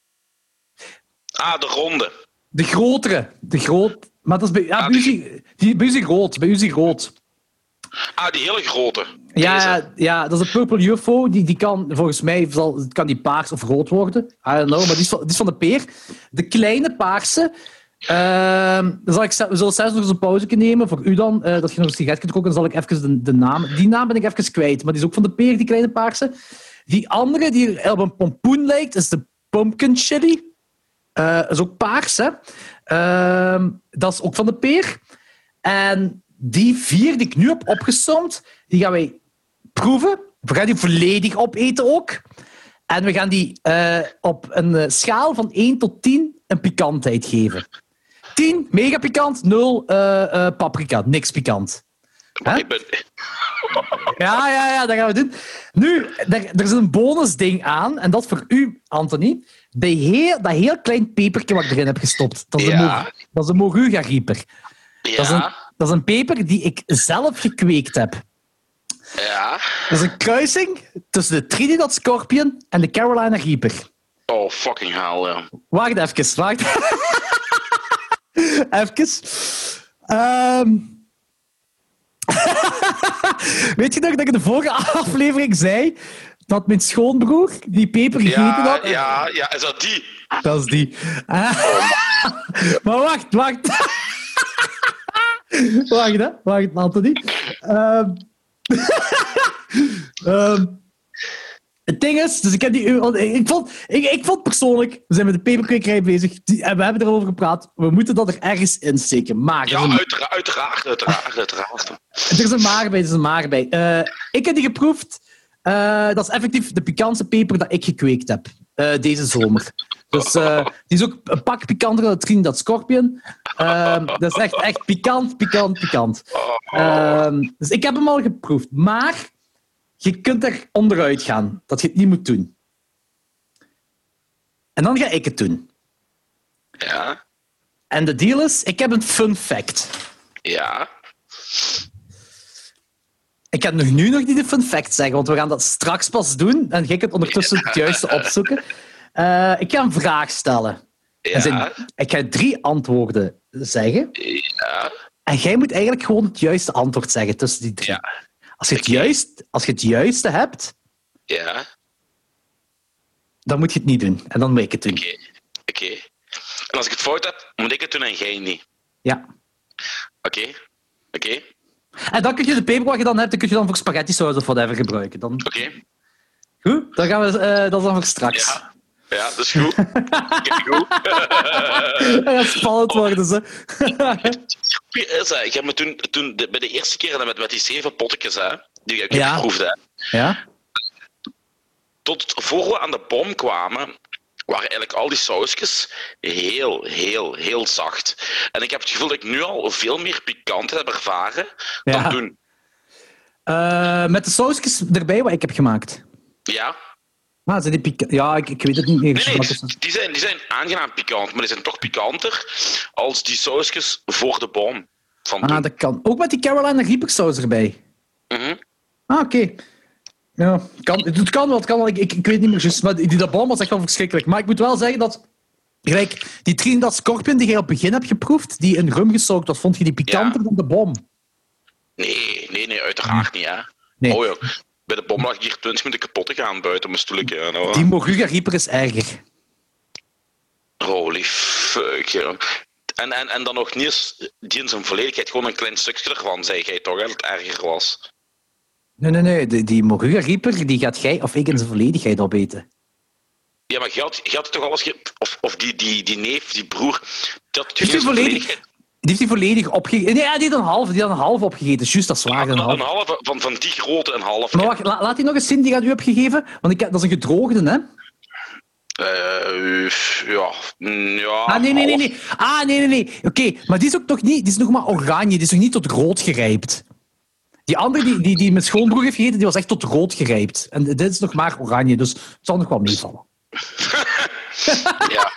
Speaker 2: De ronde.
Speaker 1: De grotere. Maar dat is bij u is die rood. Bij u is die rood.
Speaker 2: Die hele grote.
Speaker 1: Ja, dat is een Purple UFO. Die kan, volgens mij, kan die paars of rood worden. I don't know, maar die is van de peer. De kleine paarse... we zullen zelfs nog eens een pauze nemen voor u dan. Dat je nog een sigaret kunt roken, dan zal ik even de naam... Die naam ben ik even kwijt, maar die is ook van de peer, die kleine paarse. Die andere, die op een pompoen lijkt, is de pumpkin chili. Dat is ook paars, hè. Dat is ook van de peer. En die 4 die ik nu heb opgesomd, die gaan wij proeven. We gaan die volledig opeten ook. En we gaan die op een schaal van 1 tot 10 een pikantheid geven. 10, mega pikant. 0, paprika. Niks pikant.
Speaker 2: Ik ben...
Speaker 1: Ja, dat gaan we doen. Nu, er is een bonusding aan. En dat voor u, Anthony. Dat heel klein pepertje wat ik erin heb gestopt. Dat is een Moruga-rieper.
Speaker 2: Ja.
Speaker 1: Dat is een peper die ik zelf gekweekt heb.
Speaker 2: Ja.
Speaker 1: Dat is een kruising tussen de Trinidad Scorpion en de Carolina Reaper.
Speaker 2: Oh, fucking hell, ja.
Speaker 1: Wacht even. Weet je nog dat ik in de vorige aflevering zei dat mijn schoonbroer die peper gegeten had?
Speaker 2: Ja, is dat die?
Speaker 1: Dat is die. Maar wacht. Wacht, Anthony. Het ding is, dus ik heb ik vond persoonlijk, we zijn met de peperkwekerij bezig, en we hebben erover gepraat, we moeten dat er ergens in steken. Maar
Speaker 2: Ja, uiteraard.
Speaker 1: er is een maar bij. Ik heb die geproefd. Dat is effectief de pikantste peper dat ik gekweekt heb deze zomer. Dus die is ook een pak pikanter dan Trinidad Scorpion. Dat is echt pikant. Dus ik heb hem al geproefd. Maar je kunt er onderuit gaan. Dat je het niet moet doen. En dan ga ik het doen.
Speaker 2: Ja.
Speaker 1: En de deal is, ik heb een fun fact.
Speaker 2: Ja.
Speaker 1: Ik kan nu nog niet de fun fact zeggen, want we gaan dat straks pas doen. En jij kunt ondertussen het juiste opzoeken. Ik ga een vraag stellen.
Speaker 2: Ja.
Speaker 1: Ik ga 3 antwoorden zeggen.
Speaker 2: Ja.
Speaker 1: En jij moet eigenlijk gewoon het juiste antwoord zeggen tussen die 3.
Speaker 2: Ja.
Speaker 1: Als je het juiste hebt,
Speaker 2: Ja.
Speaker 1: dan moet je het niet doen. En dan moet ik het doen.
Speaker 2: Oké. En als ik het fout heb, moet ik het doen en jij niet.
Speaker 1: Ja.
Speaker 2: Oké.
Speaker 1: En dan kun je de peper wat je dan hebt, dan kun je dan voor spaghetti saus of whatever gebruiken.
Speaker 2: Oké.
Speaker 1: Goed, dan gaan we, dat is dan voor straks.
Speaker 2: Ja, dat is goed. Goed.
Speaker 1: Dat gaat spannend worden, ze.
Speaker 2: Ik heb me toen bij de eerste keer met die 7 pottekjes, die ik heb geproefd,
Speaker 1: Ja?
Speaker 2: tot voor we aan de bom kwamen, waren eigenlijk al die sausjes heel zacht. En ik heb het gevoel dat ik nu al veel meer pikantheid heb ervaren dan toen.
Speaker 1: Met de sausjes erbij wat ik heb gemaakt.
Speaker 2: Ja.
Speaker 1: Ah, zijn die pikant? Ja, ik weet het niet meer.
Speaker 2: Nee, die zijn aangenaam pikant, maar die zijn toch pikanter als die sausjes voor de bom.
Speaker 1: Dat kan. Ook met die Carolina Reaper saus erbij. Oké. Ja, het kan wel. Ik weet niet meer juist, maar die bom was echt wel verschrikkelijk. Maar ik moet wel zeggen dat... Gelijk, die Trinidad Scorpion die jij op het begin hebt geproefd, die in rum gesookt was, vond je die pikanter dan de bom?
Speaker 2: Nee, uiteraard niet, hè.
Speaker 1: Nee.
Speaker 2: Oh, joh. Bij de bom lag ik hier 20 minuten kapot te gaan buiten mijn stoeltje. Nou,
Speaker 1: die Moruga Reaper is erger.
Speaker 2: Holy fuck, joh. En dan nog niet eens die in zijn volledigheid, gewoon een klein stukje ervan, zei jij toch, hè, dat het erger was.
Speaker 1: Nee. Die Moruga Reaper, die gaat jij of ik in zijn volledigheid opeten.
Speaker 2: Ja, maar je had toch alles... Of die neef, die broer...
Speaker 1: Die heeft die volledig opgegeten. Nee, die had een half opgegeten. Juist, dat is waar.
Speaker 2: Een halve van die grote een half.
Speaker 1: Maar wacht, laat die nog eens zien die je u hebt gegeven. Want dat is een gedroogde, hè?
Speaker 2: Ja.
Speaker 1: Nee. Oké, maar die is ook nog niet... Die is nog maar oranje. Die is nog niet tot rood gerijpt. Die andere die mijn schoonbroer heeft gegeten, die was echt tot rood gerijpt. En dit is nog maar oranje, dus het zal nog wel meevallen.
Speaker 2: Ja.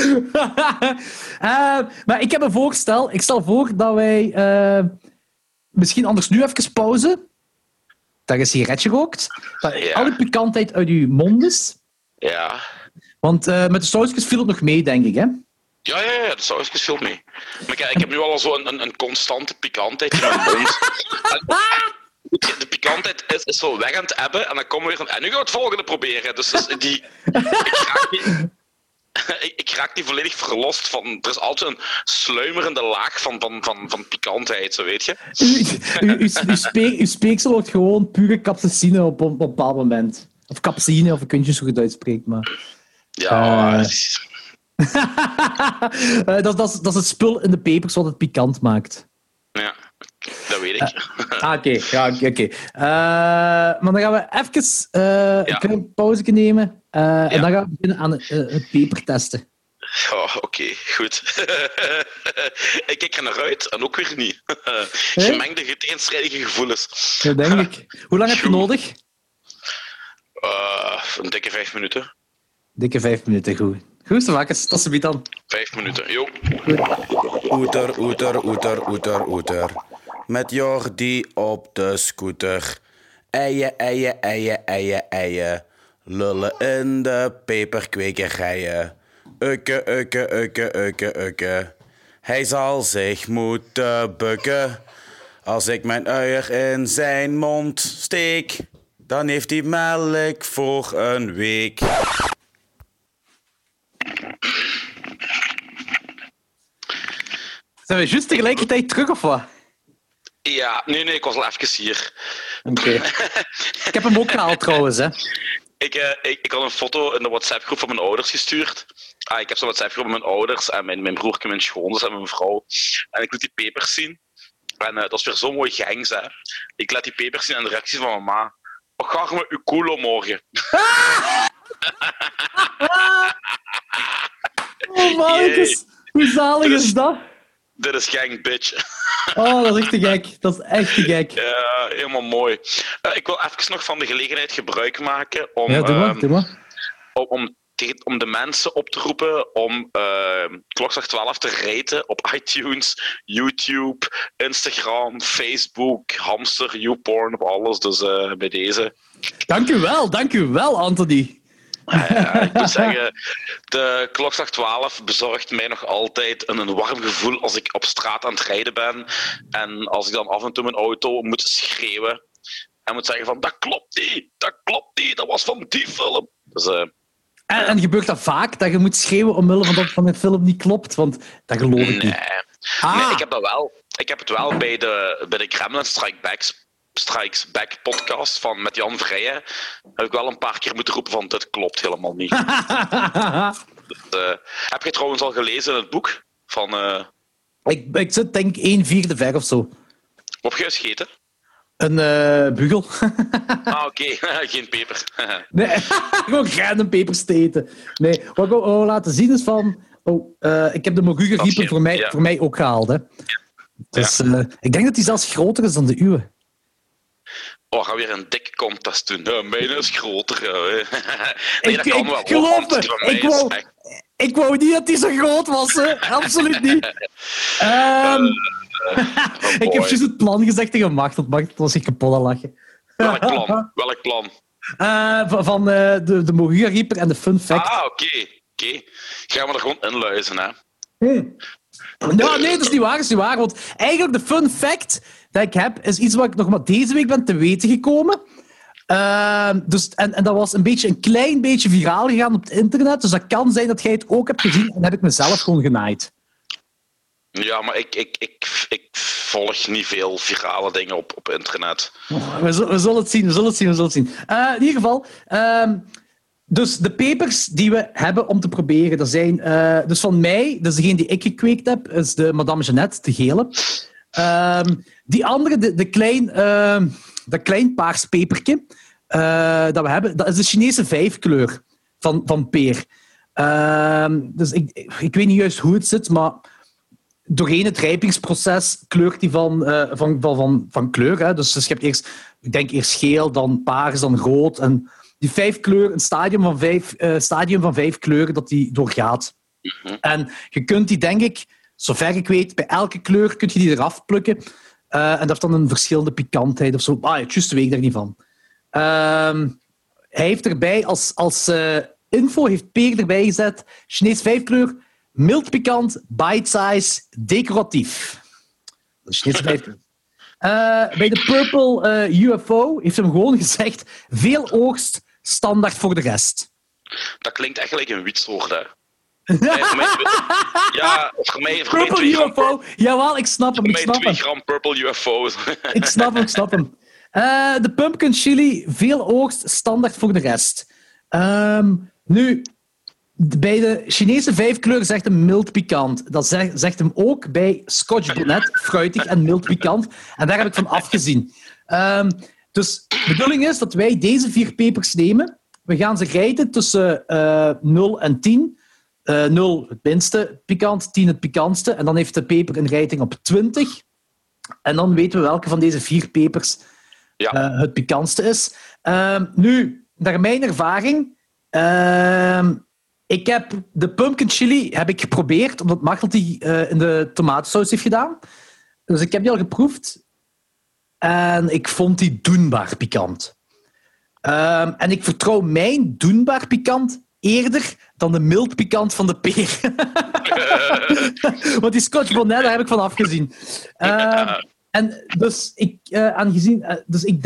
Speaker 1: Maar ik heb een voorstel. Ik stel voor dat wij misschien anders nu even pauze. Dat je een sigaretje rookt. Dat alle pikantheid uit je mond is.
Speaker 2: Ja.
Speaker 1: Want met de sausjes viel het nog mee, denk ik, hè?
Speaker 2: Ja, de sausjes viel mee. Maar kijk, ik heb nu al zo een constante pikantheid in mijn mond. De pikantheid is zo weg aan het hebben en dan komen we weer en nu gaan we het volgende proberen. Dus ik raak die volledig verlost van... Er is altijd een sluimerende laag van pikantheid, zo weet je.
Speaker 1: Uw speeksel wordt gewoon pure capsaicine op een bepaald moment. Of capsaïne, of ik weet niet hoe je het uitspreekt, maar...
Speaker 2: Ja,
Speaker 1: dat is het spul in de pepers wat het pikant maakt.
Speaker 2: Ja, dat weet ik.
Speaker 1: Oké. Maar dan gaan we even een kleine pauze nemen. En dan gaan we beginnen aan het peper testen.
Speaker 2: Oh, oké, goed. Ik kijk er naar uit en ook weer niet. Gemengde, tegenstrijdige gevoelens.
Speaker 1: Dat denk ik. Hoe lang heb je nodig?
Speaker 2: Een dikke 5 minuten.
Speaker 1: Dikke 5 minuten, goed. Goed, zo maken. Tot ziens dan.
Speaker 2: 5 minuten, jo.
Speaker 3: Oeter. Met Jordi op de scooter. Eien. Lullen in de peperkwekerijen. Ukke. Hij zal zich moeten bukken. Als ik mijn uier in zijn mond steek, dan heeft hij melk voor een week.
Speaker 1: Zijn we juist tegelijkertijd terug, of wat?
Speaker 2: Ja, nee, ik was al even hier.
Speaker 1: Oké. Ik heb hem ook gehaald, trouwens, hè.
Speaker 2: Ik had een foto in de WhatsApp-groep van mijn ouders gestuurd. Ik heb zo'n WhatsApp-groep met mijn ouders en mijn broertje en mijn schoonzus en mijn vrouw. En ik liet die pepers zien. En dat is weer zo mooi gangs, hè. Ik laat die pepers zien en de reactie van mama. Wat ga je met uw culo morgen?
Speaker 1: Oh, mannetjes. Hoe zalig is dat?
Speaker 2: Dit is gang, bitch.
Speaker 1: Oh, dat is echt te gek. Dat is echt te gek.
Speaker 2: Ja, helemaal mooi. Ik wil even nog van de gelegenheid gebruik maken om,
Speaker 1: Ja, doe maar.
Speaker 2: om de mensen op te roepen om Klokslag 12 te raten op iTunes, YouTube, Instagram, Facebook, Hamster, YouPorn, op alles. Dus bij deze.
Speaker 1: Dank u wel, Anthony.
Speaker 2: Ik moet zeggen, de Klokslag 12 bezorgt mij nog altijd een warm gevoel als ik op straat aan het rijden ben. En als ik dan af en toe mijn auto moet schreeuwen en moet zeggen van dat klopt niet, dat was van die film. Dus,
Speaker 1: en gebeurt dat vaak, dat je moet schreeuwen omwille van dat van een film niet klopt? Want dat geloof ik niet.
Speaker 2: Nee, ik heb dat wel. Ik heb het wel bij de Gremlin Strikes Back podcast met Jan Vrijen. Heb ik wel een paar keer moeten roepen van dit klopt helemaal niet. Heb je trouwens al gelezen in het boek?
Speaker 1: Ik zit denk ik 1/4 ver of zo.
Speaker 2: Wat heb je gescheten?
Speaker 1: Een bugel.
Speaker 2: Oké. Geen peper.
Speaker 1: Nee, gewoon random pepers te eten. Nee, wat ik wil laten zien is van... ik heb de Moguga Reaper voor mij ook gehaald. Hè. Dus, ik denk dat die zelfs groter is dan de uwe.
Speaker 2: Oh, gaan we weer een dikke contest doen. Mijn is groter. Nee, dat
Speaker 1: ik
Speaker 2: kan wel.
Speaker 1: geloof me, ik wou niet dat die zo groot was. Hè. Absoluut niet. Ik heb juist het plan gezegd tegen Machteld. Machteld was zich kapot aan lachen.
Speaker 2: Welk plan?
Speaker 1: Van de Moguga Reaper en de Fun Fact.
Speaker 2: Oké. Gaan we er gewoon inluizen, hè?
Speaker 1: Nou, nee, dat is niet waar. Want eigenlijk de Fun Fact dat ik heb, is iets wat ik nog maar deze week ben te weten gekomen. En dat was een klein beetje viraal gegaan op het internet. Dus dat kan zijn dat jij het ook hebt gezien. En dan heb ik mezelf gewoon genaaid.
Speaker 2: Ja, maar ik volg niet veel virale dingen op internet.
Speaker 1: We zullen het zien. In ieder geval... Dus de pepers die we hebben om te proberen, dat zijn... dus van mij, dat is degene die ik gekweekt heb, is de Madame Jeannette, de gele. Die andere, dat klein paars pepertje dat we hebben, dat is de Chinese 5-kleur van peer. Dus ik weet niet juist hoe het zit, maar doorheen het rijpingsproces kleurt die van kleur. Hè. Dus je hebt eerst geel, dan paars, dan rood. En die 5 kleuren, een stadium van 5 kleuren dat die doorgaat. Mm-hmm. En je kunt die, denk ik, zover ik weet, bij elke kleur kun je die eraf plukken. En dat heeft dan een verschillende pikantheid of zo. Juist weet ik daar niet van. Hij heeft erbij, als info, heeft Peer erbij gezet, Chinees 5-kleur, mild pikant, bite-size, decoratief. Dat is Chinees 5-kleur. Bij de Purple UFO heeft hem gewoon gezegd, veel oogst, standaard voor de rest.
Speaker 2: Dat klinkt eigenlijk een witsoort, hè? voor mij
Speaker 1: Purple UFO. Jawel, ik snap hem.
Speaker 2: Voor mij 2 gram Purple UFO's.
Speaker 1: Ik snap hem. De pumpkin chili, veel oogst, standaard voor de rest. Nu, bij de Chinese 5-kleur zegt hem mild pikant. Dat zegt hem ook bij Scotch Bonnet, fruitig en mild pikant. En daar heb ik van afgezien. Dus de bedoeling is dat wij deze 4 pepers nemen. We gaan ze rijden tussen 0 en 10. 0 het minste pikant, 10 het pikantste. En dan heeft de peper een rating op 20. En dan weten we welke van deze 4 pepers het pikantste is. Nu, naar mijn ervaring... ik heb de pumpkin chili geprobeerd, omdat Machteld die in de tomatensaus heeft gedaan. Dus ik heb die al geproefd. En ik vond die doenbaar pikant. En ik vertrouw mijn doenbaar pikant eerder dan de mild pikant van de peer. Want die Scotch Bonnet, daar heb ik van afgezien. En dus ik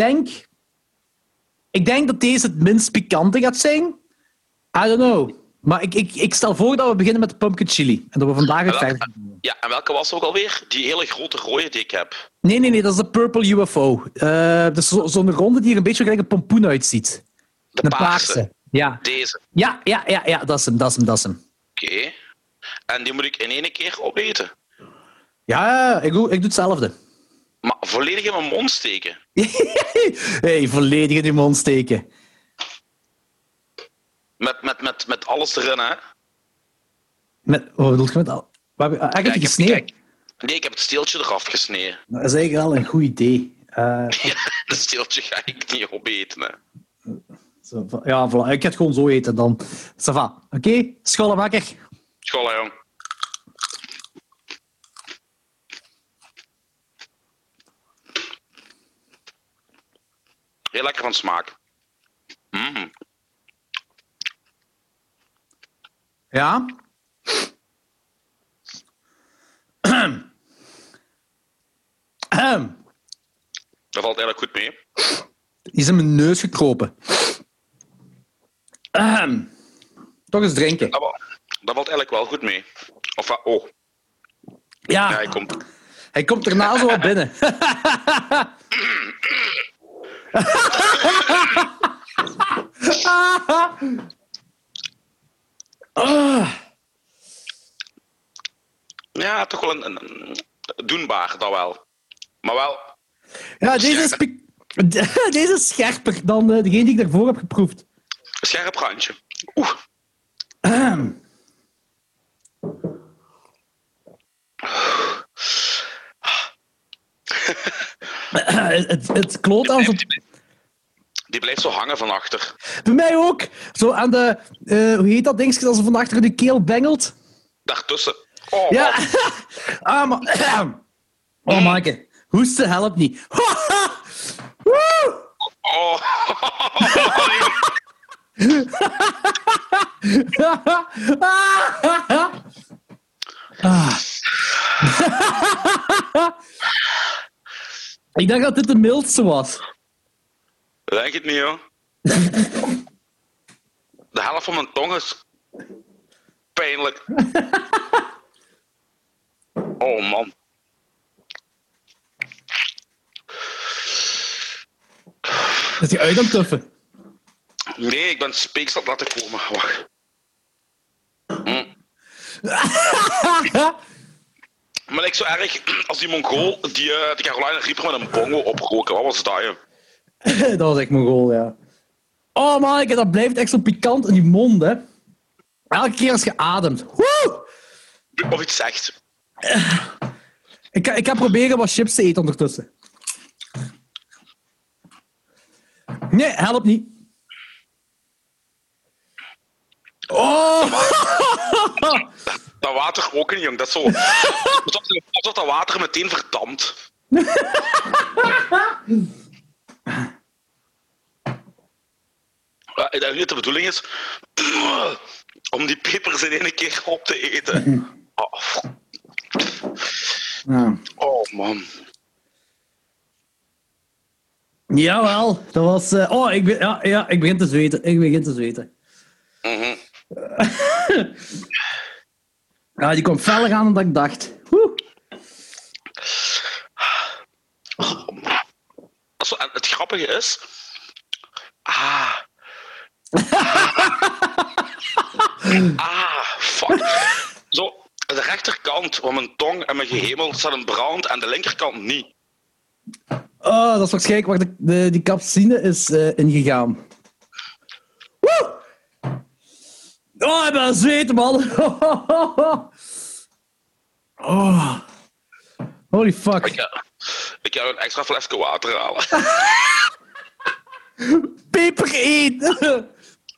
Speaker 1: denk dat deze het minst pikante gaat zijn. I don't know. Maar ik stel voor dat we beginnen met de pumpkin chili. En dat we vandaag het verder doen.
Speaker 2: Ja, en welke was ook alweer? Die hele grote rode die ik heb.
Speaker 1: Nee, dat is de Purple UFO. Dat is zo'n ronde die er een beetje gelijk een pompoen uitziet.
Speaker 2: De
Speaker 1: De
Speaker 2: paarse.
Speaker 1: paarse. Ja.
Speaker 2: Deze.
Speaker 1: Ja, dat is hem.
Speaker 2: Oké. En die moet ik in één keer opeten.
Speaker 1: Ja, ik doe hetzelfde.
Speaker 2: Maar volledig in mijn mond steken.
Speaker 1: Hey, volledig in je mond steken.
Speaker 2: Met alles erin, hè?
Speaker 1: Wat bedoel je met al? Heb je het gesneden?
Speaker 2: Nee, ik heb het steeltje eraf gesneden.
Speaker 1: Dat is eigenlijk wel een goed idee.
Speaker 2: Ja, het steeltje ga ik niet opeten, hè.
Speaker 1: Ja, voilà. Ik ga het gewoon zo eten dan. Ça va. Oké, scholen wakker.
Speaker 2: School, hè, jong. Heel lekker van smaak.
Speaker 1: Ja.
Speaker 2: Dat valt eigenlijk goed mee.
Speaker 1: Die is in mijn neus gekropen. Toch eens drinken.
Speaker 2: Dat valt eigenlijk wel goed mee. Of, oh.
Speaker 1: Ja,
Speaker 2: Ja,
Speaker 1: hij komt erna zo wat binnen.
Speaker 2: Ja, toch wel een doenbaar, dat wel. Maar wel...
Speaker 1: Ja, deze is scherper dan degene die ik daarvoor heb geproefd.
Speaker 2: Scherp randje. Oeh.
Speaker 1: Het kloot aan zo...
Speaker 2: Die blijft zo hangen van achter.
Speaker 1: Bij mij ook. Zo aan de... hoe heet dat dingetje als ze van achter in de keel bengelt?
Speaker 2: Daartussen. Oh,
Speaker 1: Ja.
Speaker 2: man.
Speaker 1: Maar... Oh, Maaike. Hoesten helpt niet. Woe!
Speaker 2: Oh.
Speaker 1: Ik dacht dat dit de mildste was.
Speaker 2: Denk het niet, hoor. De helft van mijn tong is pijnlijk. Oh, man.
Speaker 1: Is hij uit aan het tuffen?
Speaker 2: Nee, ik ben speeksel laten komen. Wacht. Maar ik zo erg als die Mongool die Carolina Reaper met een bongo oproken. Wat was dat, joh?
Speaker 1: Dat was echt Mongool, ja. Oh, man, dat blijft echt zo pikant in die mond, hè. Elke keer als je ademt. Woe!
Speaker 2: Of iets zegt.
Speaker 1: Ik ga proberen wat chips te eten ondertussen. Nee, helpt niet. Oh!
Speaker 2: Dat water ook niet, jong. Dat is zo... Alsof dat water meteen verdampt. Ik denk niet dat de bedoeling is om die pepers in één keer op te eten. Oh, man.
Speaker 1: Jawel, dat was... ik begin te zweten. Ja, die kwam feller aan dan ik dacht.
Speaker 2: En het grappige is... Fuck. Zo, de rechterkant van mijn tong en mijn gehemel staat in brand en de linkerkant niet.
Speaker 1: Oh, dat is waarschijnlijk waar die capsaïne is ingegaan. Woe! Oh, ik ben aan het zweten, man. Oh. Holy fuck.
Speaker 2: Ik ga een extra flesje water halen.
Speaker 1: Peper eten.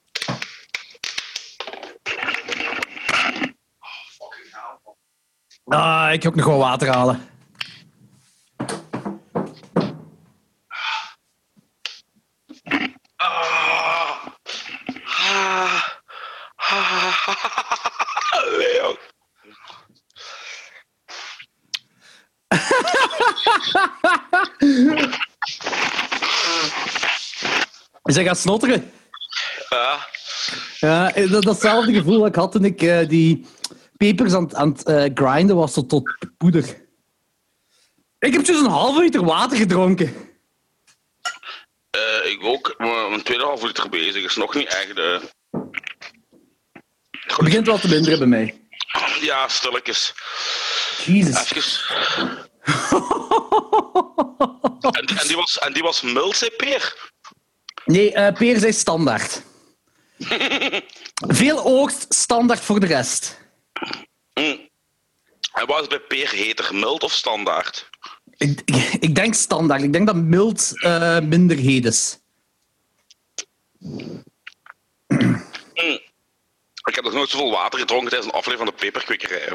Speaker 1: Ik ga ook nog wel water halen.
Speaker 2: Leo.
Speaker 1: Is hij gaan snotteren?
Speaker 2: Ja.
Speaker 1: Ja, datzelfde gevoel dat ik had toen ik die pepers aan het grinden was tot poeder. Ik heb dus een halve liter water gedronken.
Speaker 2: Ik ook. Mijn tweede half liter bezig is nog niet echt...
Speaker 1: Het begint wel te minderen bij mij.
Speaker 2: Ja, stilletjes.
Speaker 1: Jezus.
Speaker 2: Even. en die was mild, zei Peer?
Speaker 1: Nee, Peer zei standaard. Veel oogst, standaard voor de rest.
Speaker 2: En wat is bij Peer heter, mild of standaard?
Speaker 1: Ik denk standaard. Ik denk dat mild minder heet is.
Speaker 2: Ik heb nog nooit zoveel water gedronken tijdens een aflevering van de peperkwekerij.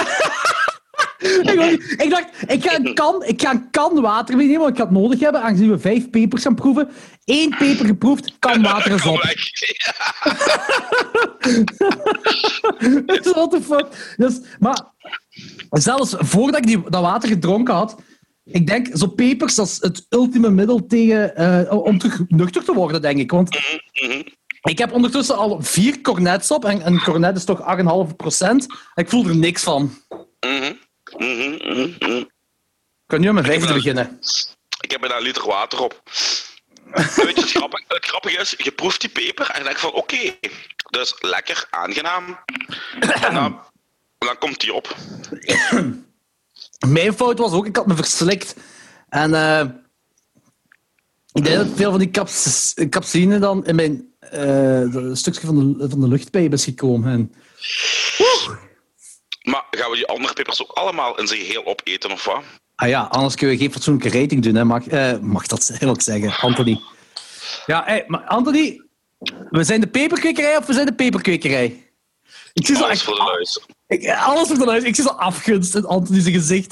Speaker 1: Ik dacht, ik ga een kan water meenemen, want ik ga het nodig hebben, aangezien we 5 pepers gaan proeven. 1 peper geproefd, kan water is op. What the fuck? Dus, maar zelfs voordat ik dat water gedronken had, ik denk, zo pepers, dat is het ultieme middel tegen, om terug nuchter te worden, denk ik. Want ik heb ondertussen al 4 cornets op, en een cornet is toch 8,5%. Ik voel er niks van. Ik kan nu aan mijn 5e beginnen.
Speaker 2: Ik heb er een liter water op. Weet je, het grappige is, je proeft die peper en je denkt van oké, dat is lekker, aangenaam. En dan komt die op.
Speaker 1: Mijn fout was ook, ik had me verslikt. En ik denk dat veel van die capsuline dan in mijn een stukje van de luchtpijp is gekomen. En...
Speaker 2: Maar gaan we die andere pepers ook allemaal in zijn geheel opeten, of wat?
Speaker 1: Ah ja, anders kun je geen fatsoenlijke rating doen, hè. Mag dat wil zeggen, Anthony. Ja, maar Anthony, we zijn de peperkwekerij of we zijn de peperkwekerij? Ik zie
Speaker 2: alles voor de luister.
Speaker 1: Alles voor de luister. Ik zie zo afgunst in Anthony's gezicht.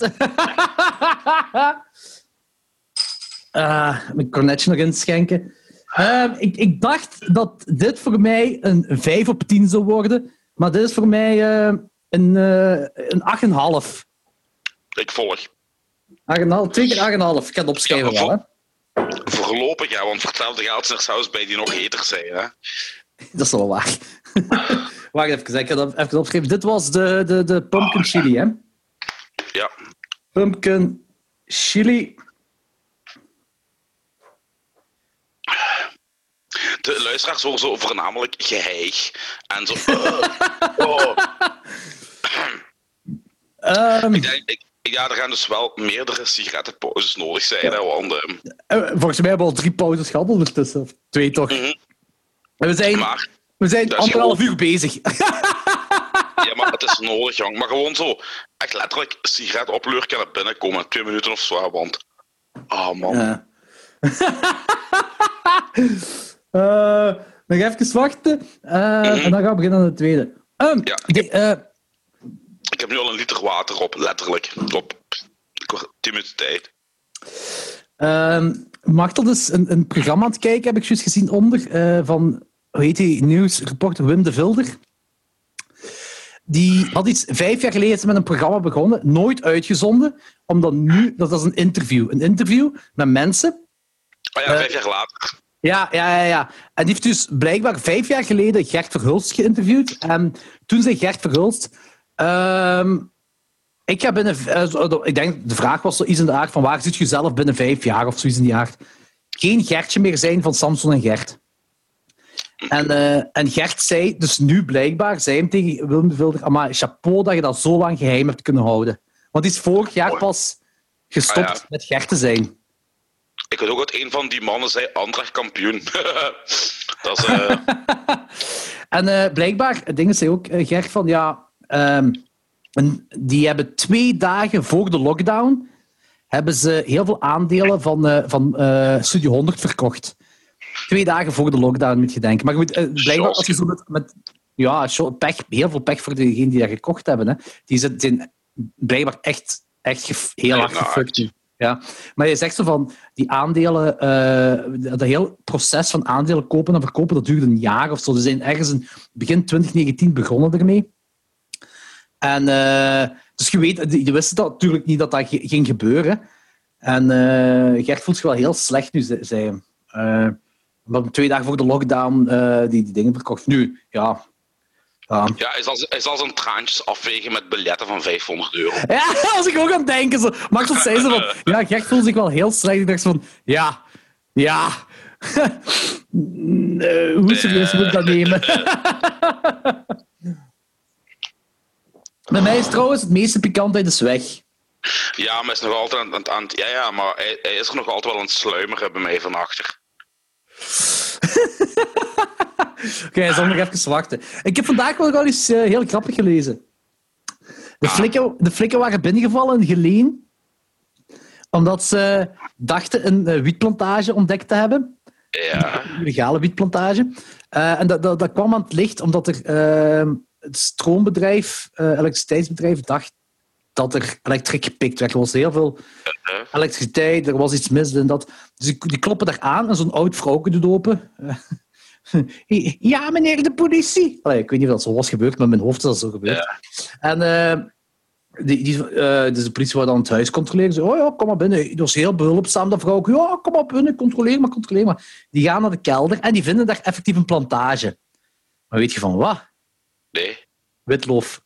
Speaker 1: Mijn cornetje nog inschenken. Ik dacht dat dit voor mij een 5 op 10 zou worden, maar dit is voor mij een 8,5.
Speaker 2: Ik volg.
Speaker 1: 2 keer 8,5. Ik ga het opschrijven wel, hè.
Speaker 2: Voorlopig, ja, want voor hetzelfde geld is er zelfs bij die nog heter zijn, hè.
Speaker 1: Dat is wel waar. Wacht even, ik ga dat even opschrijven. Dit was de pumpkin chili, hè?
Speaker 2: Ja.
Speaker 1: Pumpkin chili.
Speaker 2: De luisteraars horen zo voornamelijk geheig. En zo... Ja, er gaan dus wel meerdere sigarettenpauzes nodig zijn. Ja. Hè, want,
Speaker 1: volgens mij hebben we al 3 pauzes gehad ondertussen. Of 2 toch? En we zijn 1,5 uur bezig.
Speaker 2: Ja, maar het is nodig, jong. Maar gewoon zo, echt letterlijk, sigaret opleuren naar binnen komen. 2 minuten of zo, want... man.
Speaker 1: Nog even wachten. En dan gaan we beginnen aan de tweede.
Speaker 2: Ik heb nu al 1 liter water op, letterlijk. Op 10 minuten tijd.
Speaker 1: Machtel dus een programma aan het kijken, heb ik juist gezien onder, van, hoe heet die, nieuwsreporter Wim de Vilder. Die had iets 5 jaar geleden met een programma begonnen, nooit uitgezonden, omdat nu, dat is een interview met mensen.
Speaker 2: 5 jaar later.
Speaker 1: Ja. En die heeft dus blijkbaar 5 jaar geleden Gert Verhulst geïnterviewd. En toen zei Gert Verhulst... ik denk, de vraag was zoiets in de aard van waar zit je zelf binnen 5 jaar of zoiets in die aard. Geen Gertje meer zijn van Samson en Gert. En Gert zei dus nu blijkbaar, zei hem tegen Willem de Vilder, amai, chapeau dat je dat zo lang geheim hebt kunnen houden. Want die is vorig jaar pas gestopt met Gert te zijn.
Speaker 2: Ik weet ook dat een van die mannen zei Anderlecht kampioen. Dat is...
Speaker 1: En blijkbaar, dingen zei ook Gert van, die hebben 2 dagen voor de lockdown hebben ze heel veel aandelen van Studio 100 verkocht. 2 dagen voor de lockdown, moet je denken. Maar je moet blijkbaar, als je zo met heel veel pech voor degenen die dat gekocht hebben, hè. Die zijn blijkbaar echt heel hard gefuckt. Ja. Maar je zegt zo van, die aandelen, dat hele proces van aandelen kopen en verkopen, dat duurde een jaar of zo. Ze zijn ergens in begin 2019 begonnen ermee. En dus je wist dat natuurlijk niet dat dat ging gebeuren. En Gert voelt zich wel heel slecht nu, zei hij. Omdat 2 dagen voor de lockdown die dingen verkocht. Nu, ja...
Speaker 2: Ja, hij zal zijn traantjes afwegen met biljetten van €500.
Speaker 1: Ja, dat was ik ook aan het denken. Zo. Marcel zei zo van... Ja, Gert voelde zich wel heel slecht. Ik dacht van... Ja... Hoe serieus moet ik dat nemen? Bij mij is trouwens het meeste pikantheid is weg.
Speaker 2: Ja, maar hij is nog altijd maar hij is er nog altijd wel aan het sluimeren bij mij van achter.
Speaker 1: Oké, hij zal nog even wachten. Ik heb vandaag wel iets heel grappig gelezen. De flikken waren binnengevallen in Geleen, omdat ze dachten een wietplantage ontdekt te hebben.
Speaker 2: Ja.
Speaker 1: Een legale wietplantage. En dat kwam aan het licht omdat er het stroombedrijf, elektriciteitsbedrijf, dacht dat er elektriek gepikt werd. Er was heel veel elektriciteit, er was iets mis en dat. Dus die kloppen daar aan en zo'n oud vrouwke doet open. Ja, meneer de politie. Allee, ik weet niet of dat zo was gebeurd, maar in mijn hoofd is dat zo gebeurd. Ja. En dus de politie wou dan het huis controleren. Ze zei, ja, kom maar binnen. Dat was heel behulpzaam, dat vrouw. Ja, kom maar binnen, controleer maar. Die gaan naar de kelder en die vinden daar effectief een plantage. Maar weet je van wat?
Speaker 2: Nee.
Speaker 1: Witloof.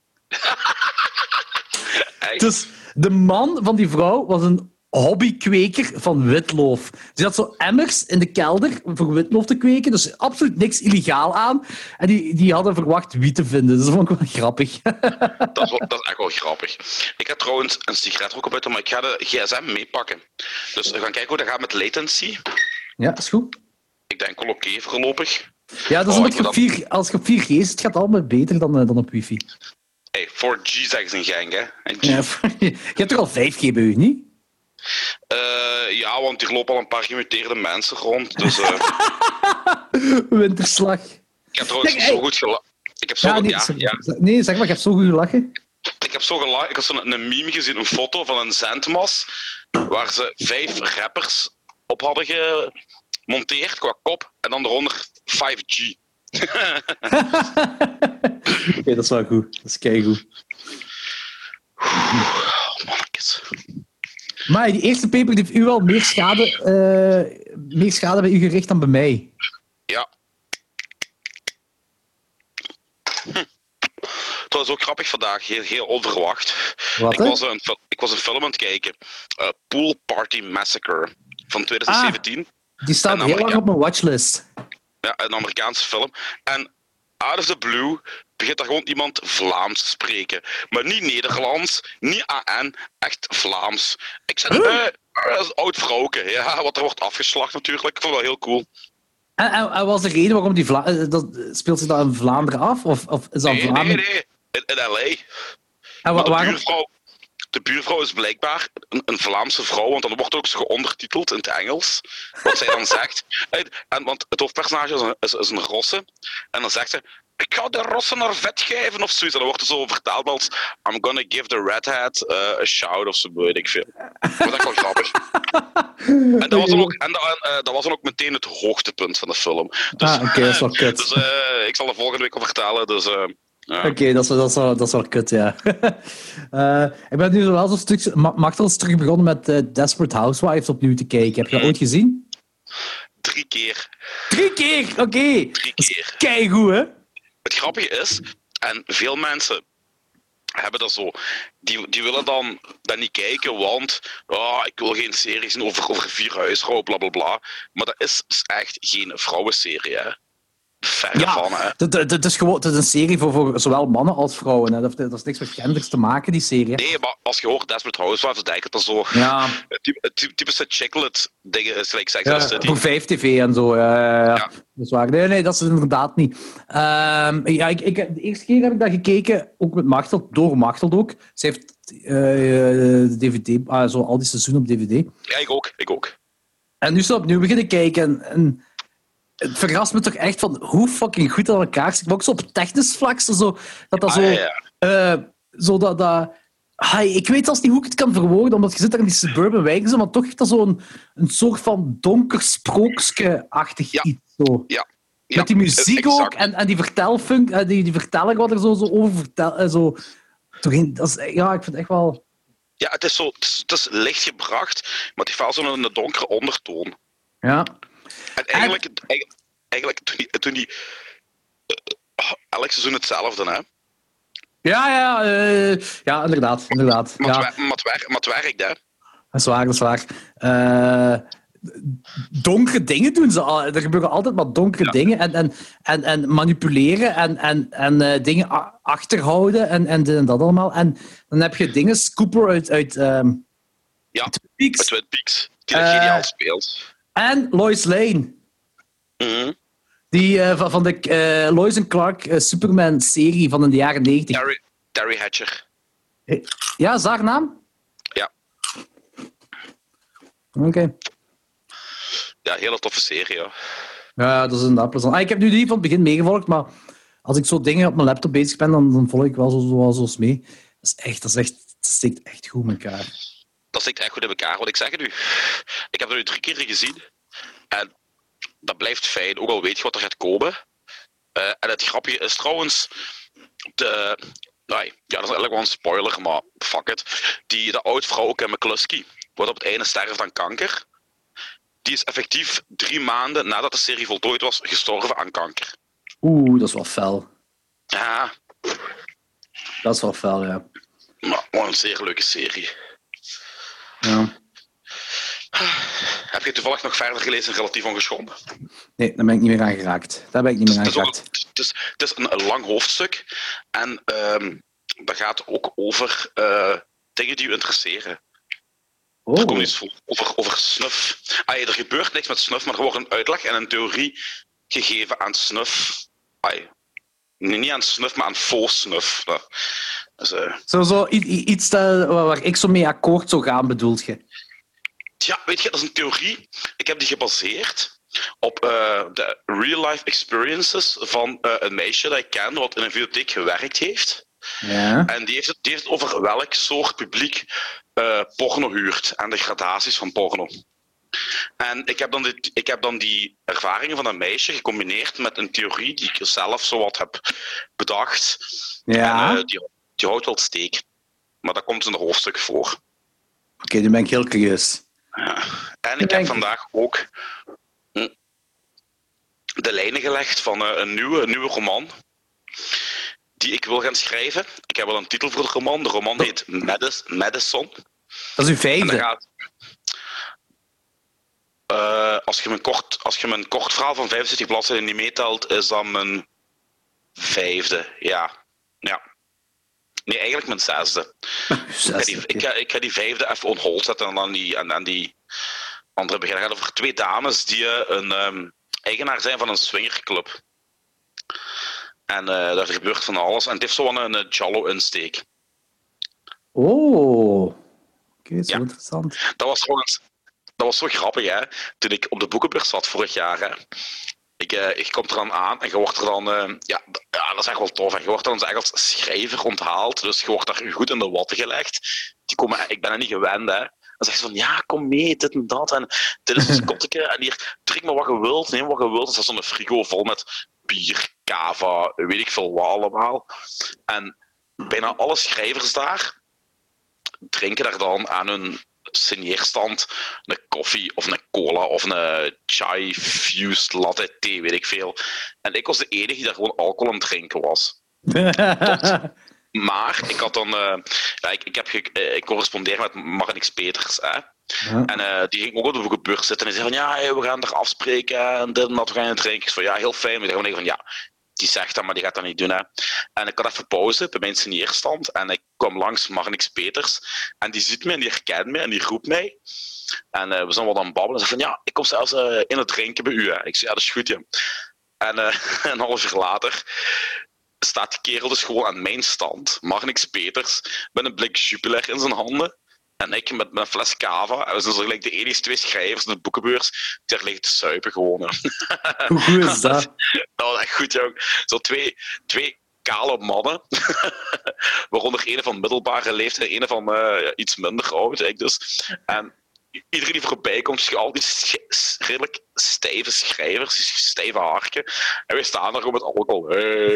Speaker 1: Dus de man van die vrouw was een hobbykweker van witloof. Die had zo emmers in de kelder voor witloof te kweken, dus absoluut niks illegaal aan. En die hadden verwacht wiet te vinden, dus dat vond ik wel grappig.
Speaker 2: Dat is echt wel grappig. Ik ga trouwens een sigaretrook buiten, maar ik ga de gsm meepakken. Dus we gaan kijken hoe dat gaat met latency.
Speaker 1: Ja, is goed.
Speaker 2: Ik denk wel oké voorlopig.
Speaker 1: Ja, dat is als je op 4G is, het gaat allemaal beter dan op wifi.
Speaker 2: Hey, 4G zeggen ze in gang, hè?
Speaker 1: Ja, je hebt toch al 5G bij u, niet?
Speaker 2: Ja, want hier lopen al een paar gemuteerde mensen rond. Dus,
Speaker 1: Winterslag.
Speaker 2: Ik heb trouwens zo goed gelachen.
Speaker 1: Nee, zeg maar, je hebt zo goed gelachen.
Speaker 2: Ik heb zo gelachen. Ik had zo'n meme gezien, een foto van een zendmast, waar ze 5 rappers op hadden gemonteerd qua kop, en dan eronder 5G.
Speaker 1: Oké, dat is wel goed. Dat is keigoed.
Speaker 2: Mannetjes.
Speaker 1: Maar die eerste paper heeft u wel meer schade bij u gericht dan bij mij.
Speaker 2: Ja. Het was ook grappig vandaag, heel onverwacht.
Speaker 1: Wat,
Speaker 2: ik was een film aan het kijken. Pool Party Massacre van 2017.
Speaker 1: Die staat heel lang op mijn watchlist.
Speaker 2: Ja, een Amerikaanse film. En out of the blue begint daar gewoon iemand Vlaams te spreken. Maar niet Nederlands, niet AN, echt Vlaams. Ik zei, dat is een oud vrouwke. Ja, wat er wordt afgeslacht natuurlijk. Ik vond het wel heel cool.
Speaker 1: En was de reden waarom die speelt zich dat in Vlaanderen af? Of is dat Vlaanderen?
Speaker 2: Nee. In L.A.
Speaker 1: En
Speaker 2: de buurvrouw is blijkbaar een Vlaamse vrouw, want dan wordt ook zo geondertiteld in het Engels. Wat zij dan zegt. Want het hoofdpersonage is een rosse. En dan zegt ze, ik ga de rossen naar vet geven of zoiets. En dan wordt het zo vertaald als, I'm gonna give the redhead a shout of zo, weet ik veel. Dat was echt wel grappig. En dat was dan ook meteen het hoogtepunt van de film. Dus,
Speaker 1: oké, dat is wel kut.
Speaker 2: Dus ik zal er volgende week al vertellen, dus... Ja.
Speaker 1: Oké, dat is wel kut, ja. Ik ben nu wel zo'n stukje... Machtel is terug begonnen met Desperate Housewives opnieuw te kijken. Heb je dat ooit gezien?
Speaker 2: 3 keer.
Speaker 1: 3 keer? Oké.
Speaker 2: 3 keer.
Speaker 1: Keigoed, hè?
Speaker 2: Het grappige is, en veel mensen hebben dat zo, die willen dan dat niet kijken, want ik wil geen serie zien over 4 huisvrouwen, bla bla bla. Maar dat is echt geen vrouwenserie, hè. Verre van, hè.
Speaker 1: Het is een serie voor zowel mannen als vrouwen. Hè. Dat is niks met genders te maken, die serie.
Speaker 2: Nee, maar als je hoort Desperate Housewives, dan denk ik dat zo...
Speaker 1: Ja.
Speaker 2: Typische chicklet dingen is, like Sex and the City.
Speaker 1: Voor 5TV en zo. Ja. Dat is waar. Nee, dat is het inderdaad niet. De eerste keer heb ik dat gekeken, ook met Machtel, door Machtel ook. Ze heeft de DVD, al die seizoenen op DVD.
Speaker 2: Ja, ik ook.
Speaker 1: En nu is ze opnieuw beginnen kijken en het verrast me toch echt van hoe fucking goed dat elkaar zit. Maar ook zo op technisch vlak. Ik weet zelfs niet hoe ik het kan verwoorden, omdat je zit daar in die suburban wijken, maar toch heeft dat zo'n een soort van donker sprookske-achtig iets. Zo.
Speaker 2: Ja.
Speaker 1: Met die muziek ook en die vertelfunk, die verteller wat er zo over vertelt. Ik vind het echt wel...
Speaker 2: Ja, het is licht gebracht, maar het heeft wel zo'n donkere ondertoon.
Speaker 1: Ja.
Speaker 2: En eigenlijk toen die elk seizoen hetzelfde, hè?
Speaker 1: Ja, inderdaad.
Speaker 2: Maar het werkt, hè?
Speaker 1: Dat is waar. donkere dingen doen ze. Er gebeuren altijd maar donkere dingen en manipuleren en dingen achterhouden en dat allemaal. En dan heb je dingen, Cooper uit
Speaker 2: Twin Peaks, die dat geniaal speelt.
Speaker 1: En Lois Lane.
Speaker 2: Mhm.
Speaker 1: Die van de Lois en Clark Superman-serie van de jaren 90.
Speaker 2: Terry Hatcher.
Speaker 1: Ja, is haar naam?
Speaker 2: Ja.
Speaker 1: Oké.
Speaker 2: Ja, hele toffe serie, ja.
Speaker 1: Ja, dat is inderdaad plezant. Ik heb nu niet van het begin meegevolgd, maar als ik zo dingen op mijn laptop bezig ben, dan volg ik wel zo mee. Dat steekt echt goed in elkaar.
Speaker 2: Dat steekt echt goed in elkaar, wat ik zeg het nu. Ik heb er nu 3 keer gezien. En dat blijft fijn, ook al weet je wat er gaat komen. En het grapje is trouwens... dat is eigenlijk wel een spoiler, maar fuck it. De oud-vrouw Kim McCluskey wordt op het einde sterft aan kanker. Die is effectief 3 maanden nadat de serie voltooid was gestorven aan kanker.
Speaker 1: Oeh, dat is wel fel.
Speaker 2: Ja.
Speaker 1: Dat is wel fel, ja.
Speaker 2: Maar gewoon een zeer leuke serie.
Speaker 1: Ja.
Speaker 2: Heb je toevallig nog verder gelezen in Relatief Ongeschonden?
Speaker 1: Nee, daar ben ik niet meer aan geraakt. Het
Speaker 2: is een lang hoofdstuk. En dat gaat ook over dingen die je interesseren. Er komt iets over snuf. Er gebeurt niks met snuf, maar er wordt een uitleg en een theorie gegeven aan snuf. Niet aan snuf, maar aan faux snuf.
Speaker 1: Zo iets waar ik zo mee akkoord zou gaan, bedoelt je?
Speaker 2: Ja, weet je, dat is een theorie. Ik heb die gebaseerd op de real-life experiences van een meisje dat ik ken, wat in een videotheek gewerkt heeft.
Speaker 1: Ja.
Speaker 2: En die heeft het over welk soort publiek porno huurt en de gradaties van porno. En ik heb dan die ervaringen van dat meisje gecombineerd met een theorie die ik zelf zo wat heb bedacht.
Speaker 1: Ja.
Speaker 2: En die houdt wel steek. Maar dat komt in het hoofdstuk voor.
Speaker 1: Oké, nu ben ik heel curieus.
Speaker 2: Ja. En ik heb vandaag ook de lijnen gelegd van een nieuwe roman die ik wil gaan schrijven. Ik heb wel een titel voor de roman. De roman heet Madison.
Speaker 1: Dat is uw 5e.
Speaker 2: Als je mijn kort verhaal van 75 bladzijden niet meetelt, is dat mijn 5e. Ja. Nee, eigenlijk mijn 6e. Ik ga die 5e even on hold zetten en dan die andere beginnen. Het gaat over 2 dames die een eigenaar zijn van een swingerclub. En daar gebeurt van alles. En het heeft zo een Giallo-insteek.
Speaker 1: Oh. Oké, zo interessant.
Speaker 2: Dat was zo grappig, hè. Toen ik op de boekenbeurs zat vorig jaar, hè. Ik kom er dan aan en je wordt er dan... dat is echt wel tof. En je wordt dan echt als schrijver onthaald. Dus je wordt daar goed in de watten gelegd. Ik ben er niet gewend, hè. Dan zeg je van, ja, kom mee, dit en dat. En dit is een kotteke. En hier, drink maar wat je wilt, neem wat je wilt. En dan staat zo'n frigo vol met bier, cava, weet ik veel wat allemaal. En bijna alle schrijvers daar drinken daar dan aan hun signeerstand een koffie of een cola of een chai-fused latte thee, weet ik veel. En ik was de enige die daar gewoon alcohol aan het drinken was. Maar ik had dan... ik correspondeer met Marnix Peters, hè. Ja. En die ging ook op de boekenbeurs zitten en die zei van ja, we gaan er afspreken en dit en dat, we gaan het drinken. Ik zei van ja, heel fijn. Maar ik dacht van ja, die zegt dat, maar die gaat dat niet doen, hè. En ik had even pauze bij mijn signeerstand en ik kwam langs Marnix Peters en die ziet me en die herkent me en die roept mij. En we zijn wat aan het babbelen en zei van ja, ik kom zelfs in het drinken bij u, hè. Ik zei ja, dat is goed, ja. En een half uur later staat die kerel dus gewoon aan mijn stand, Marnix Peters, met een blik Jupiler in zijn handen. En ik met mijn fles cava. En we zijn zo gelijk de enige 2 schrijvers in de boekenbeurs die er liggen te suipen gewoon.
Speaker 1: Hoe goed is dat?
Speaker 2: Dat was echt goed, jong. Zo twee kale mannen. Waaronder een van middelbare leeftijd en een van iets minder oud. Ik dus. En iedereen die voorbij komt, is al die redelijk stijve schrijvers, die stijve harken. En we staan er gewoon met alcohol. Hey.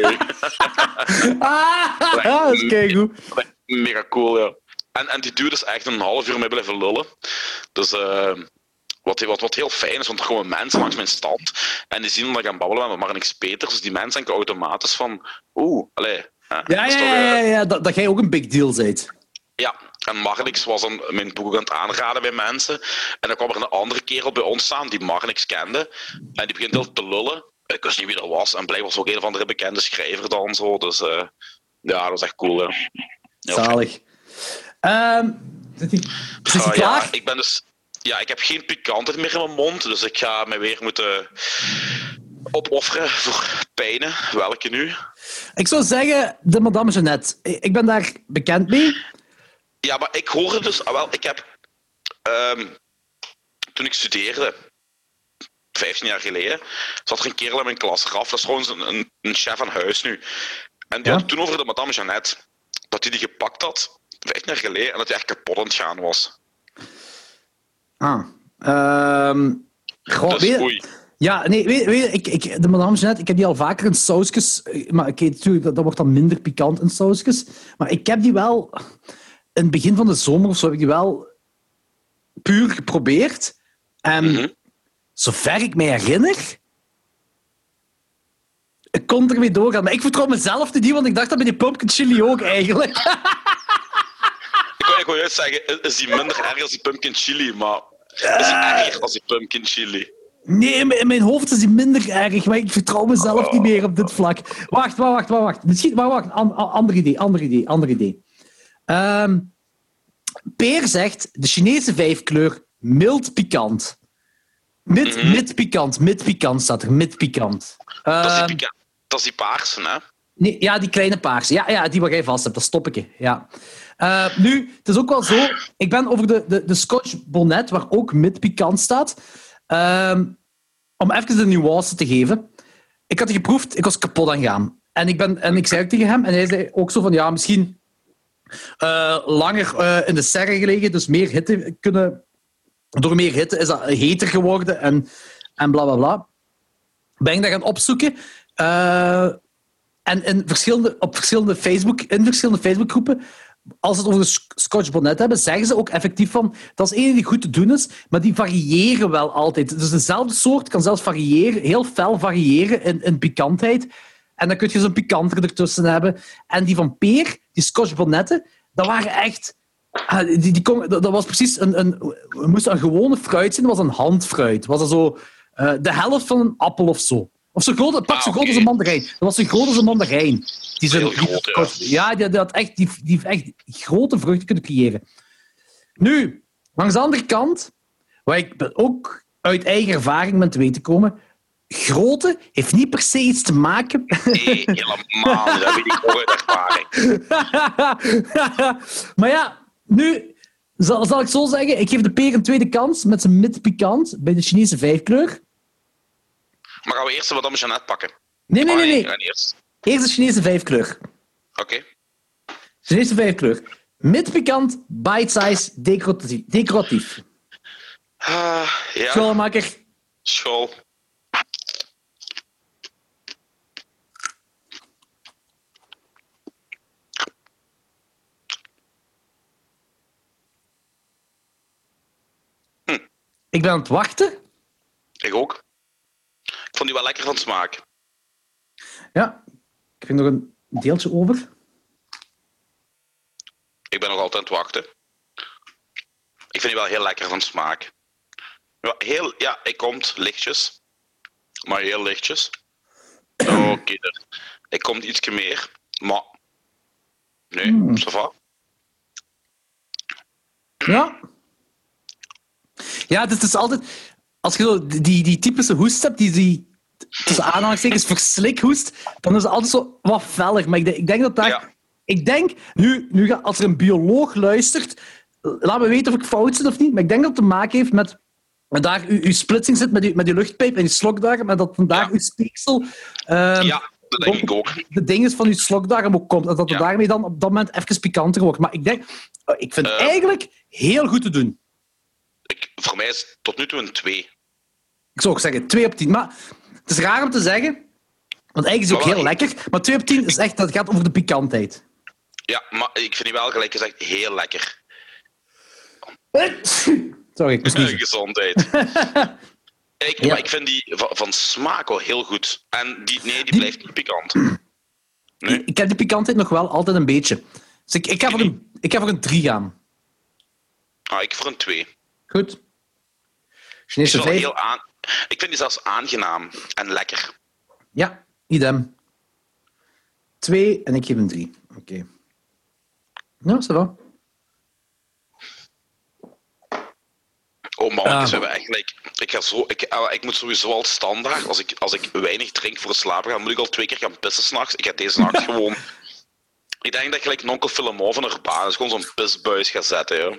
Speaker 1: Dat is keigoed.
Speaker 2: Mega cool, ja. En die dude is echt een half uur mee blijven lullen. Dus wat heel fijn is, want er komen mensen langs mijn stand en die zien dat ik aan babbelen ben met Marnix Peters. Dus die mensen denken automatisch van... Ja.
Speaker 1: Dat jij ook een big deal bent.
Speaker 2: Ja, en Marnix was dan mijn boek aan het aanraden bij mensen. En dan kwam er een andere kerel bij ons staan die Marnix kende. En die begint heel te lullen. Ik wist niet wie dat was. En blijkbaar was ook een of andere bekende schrijver dan zo. Dus ja, dat was echt cool. Hè.
Speaker 1: Zalig. Is hij klaar?
Speaker 2: Ik heb geen pikantheid meer in mijn mond. Dus ik ga me weer moeten opofferen voor pijnen. Welke nu?
Speaker 1: Ik zou zeggen, de Madame Jeannette. Ik ben daar bekend mee.
Speaker 2: Ja, maar ik hoorde dus... ik heb... toen ik studeerde, 15 jaar geleden, zat er een kerel in mijn klas, Raf, dat is gewoon een chef aan huis nu. En die had toen over de Madame Jeannette, dat hij die gepakt had, 15 jaar geleden, en dat hij echt kapot aan het gaan was. Dus oei.
Speaker 1: Ja, nee, weet je, de Madame Jeannette, ik heb die al vaker in sausjes, maar natuurlijk, dat wordt dan minder pikant in sausjes, maar ik heb die wel, in het begin van de zomer of zo, heb ik die wel puur geprobeerd. En zover ik me herinner, ik kon ermee doorgaan. Maar ik vertrouw mezelf niet, want ik dacht dat bij die pumpkin chili ook eigenlijk.
Speaker 2: Ik wil juist zeggen, is die minder erg als die pumpkin chili, maar is die erger als die pumpkin chili?
Speaker 1: Nee, in mijn hoofd is die minder erg, maar ik vertrouw mezelf niet meer op dit vlak. Wacht. Misschien, ander idee. Peer zegt, de Chinese 5-kleur, mild pikant. Mid pikant staat er, mid pikant.
Speaker 2: Dat is die paarse, hè?
Speaker 1: Nee, ja, die kleine paarse. Ja, die wat jij vast hebt, dat stop ik. Ja. Nu, het is ook wel zo, ik ben over de Scotch Bonnet, waar ook mid pikant staat, om even de nuance te geven. Ik had die geproefd, ik was kapot aan gaan. En ik zei ook tegen hem, en hij zei ook zo van, ja, misschien langer in de serre gelegen, dus meer hitte kunnen... Door meer hitte is dat heter geworden en bla bla bla. Ben ik dat gaan opzoeken. En in verschillende Facebookgroepen, als het over de Scotch Bonnet hebben, zeggen ze ook effectief van, dat is één die goed te doen is, maar die variëren wel altijd. Dus dezelfde soort kan zelfs variëren, heel fel variëren in pikantheid. En dan kun je zo'n pikanter ertussen hebben. En die van Peer, die Scotch Bonnetten, dat waren echt... dat was precies we moesten een gewone fruit zijn, dat was een handfruit. Was dat zo de helft van een appel of zo. Of zo groot, pak zo groot als een mandarijn. Dat was zo groot als een mandarijn.
Speaker 2: Heel groot,
Speaker 1: ja. Die heeft echt grote vruchten kunnen creëren. Nu, langs de andere kant, waar ik ook uit eigen ervaring ben te weten komen, grootte heeft niet per se iets te maken...
Speaker 2: Nee, helemaal niet. Dat weet ik ook uit ervaring.
Speaker 1: Maar ja... Nu, zal ik zo zeggen, ik geef de Peer een tweede kans met zijn mid-pikant bij de Chinese 5-kleur.
Speaker 2: Maar gaan we eerst de Madame Jeannette pakken?
Speaker 1: Nee.
Speaker 2: Eerst
Speaker 1: de Chinese 5-kleur.
Speaker 2: Oké.
Speaker 1: Chinese 5-kleur. Mid-pikant, bite-size, decoratief.
Speaker 2: Ja.
Speaker 1: Schoolmaker.
Speaker 2: School.
Speaker 1: Ik ben aan het wachten.
Speaker 2: Ik ook. Ik vond die wel lekker van smaak.
Speaker 1: Ja, ik vind nog een deeltje over.
Speaker 2: Ik ben nog altijd aan het wachten. Ik vind die wel heel lekker van smaak. Ja, hij komt lichtjes. Maar heel lichtjes. Oké, hij komt ietsje meer. Maar... Nee, ça va.
Speaker 1: Ja. Ja, het is altijd... Als je zo die typische hoest hebt, die tussen aanhalingstekens verslikhoest, dan is het altijd zo wat feller. Maar ik denk dat daar... Ja. Ik denk, nu als er een bioloog luistert, laat me weten of ik fout zit of niet, maar ik denk dat het te maken heeft met daar uw splitsing zit met die luchtpijp en die slokdarm, en dat vandaar uw speeksel...
Speaker 2: ja, dat denk ik ook.
Speaker 1: De ding is van uw slokdarm ook komt, en dat het daarmee dan op dat moment even pikanter wordt. Maar ik denk... Ik vind het eigenlijk heel goed te doen.
Speaker 2: Voor mij is het tot nu toe een 2.
Speaker 1: Ik zou ook zeggen 2 op 10. Maar het is raar om te zeggen, want eigenlijk is het ook heel lekker. Maar 2 op 10 is echt, dat gaat over de pikantheid.
Speaker 2: Ja, maar ik vind die wel gelijk gezegd heel lekker.
Speaker 1: Sorry, ik moest niet.
Speaker 2: Gezondheid. Maar ik vind die van smaak wel heel goed. En die blijft niet pikant.
Speaker 1: Nee? Ik heb die pikantheid nog wel altijd een beetje. Dus ik Ik ga voor een 3 gaan.
Speaker 2: Ik voor een 2.
Speaker 1: Goed. Chinese 5.
Speaker 2: Ik vind die zelfs aangenaam en lekker.
Speaker 1: Ja, idem. 2 en ik geef een 3. Oké. Nou, ça va.
Speaker 2: Oh man, zijn we eigenlijk... Ik moet sowieso al standaard, als ik weinig drink voor het slapen gaan, moet ik al 2 keer gaan pissen s'nachts. Ik heb deze nacht gewoon... Ik denk dat ik gelijk Nonkel Filemon van haar baan is gewoon zo'n pisbuis ga zetten, joh.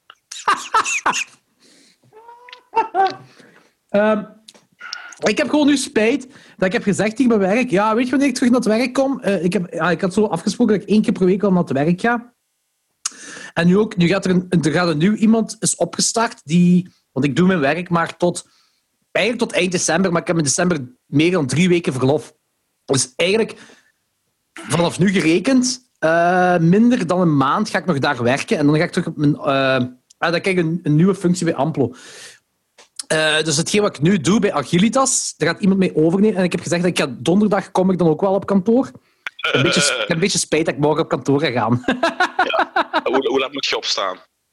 Speaker 1: Ik heb gewoon nu spijt dat ik heb gezegd tegen mijn werk, ja, weet je wanneer ik terug naar het werk kom? Ik had zo afgesproken dat ik 1 keer per week al naar het werk ga. En nu gaat er een nieuw iemand is opgestart, want ik doe mijn werk maar eigenlijk tot eind december, maar ik heb in december meer dan 3 weken verlof. Dus eigenlijk, vanaf nu gerekend, minder dan een maand ga ik nog daar werken en dan ga ik terug op mijn... dan krijg ik een nieuwe functie bij Amplo. Dus hetgeen wat ik nu doe bij Agilitas, daar gaat iemand mee overnemen. En ik heb gezegd dat donderdag kom ik dan ook wel op kantoor. Ik heb een beetje spijt dat ik morgen op kantoor ga gaan.
Speaker 2: Ja. Hoe laat moet je opstaan?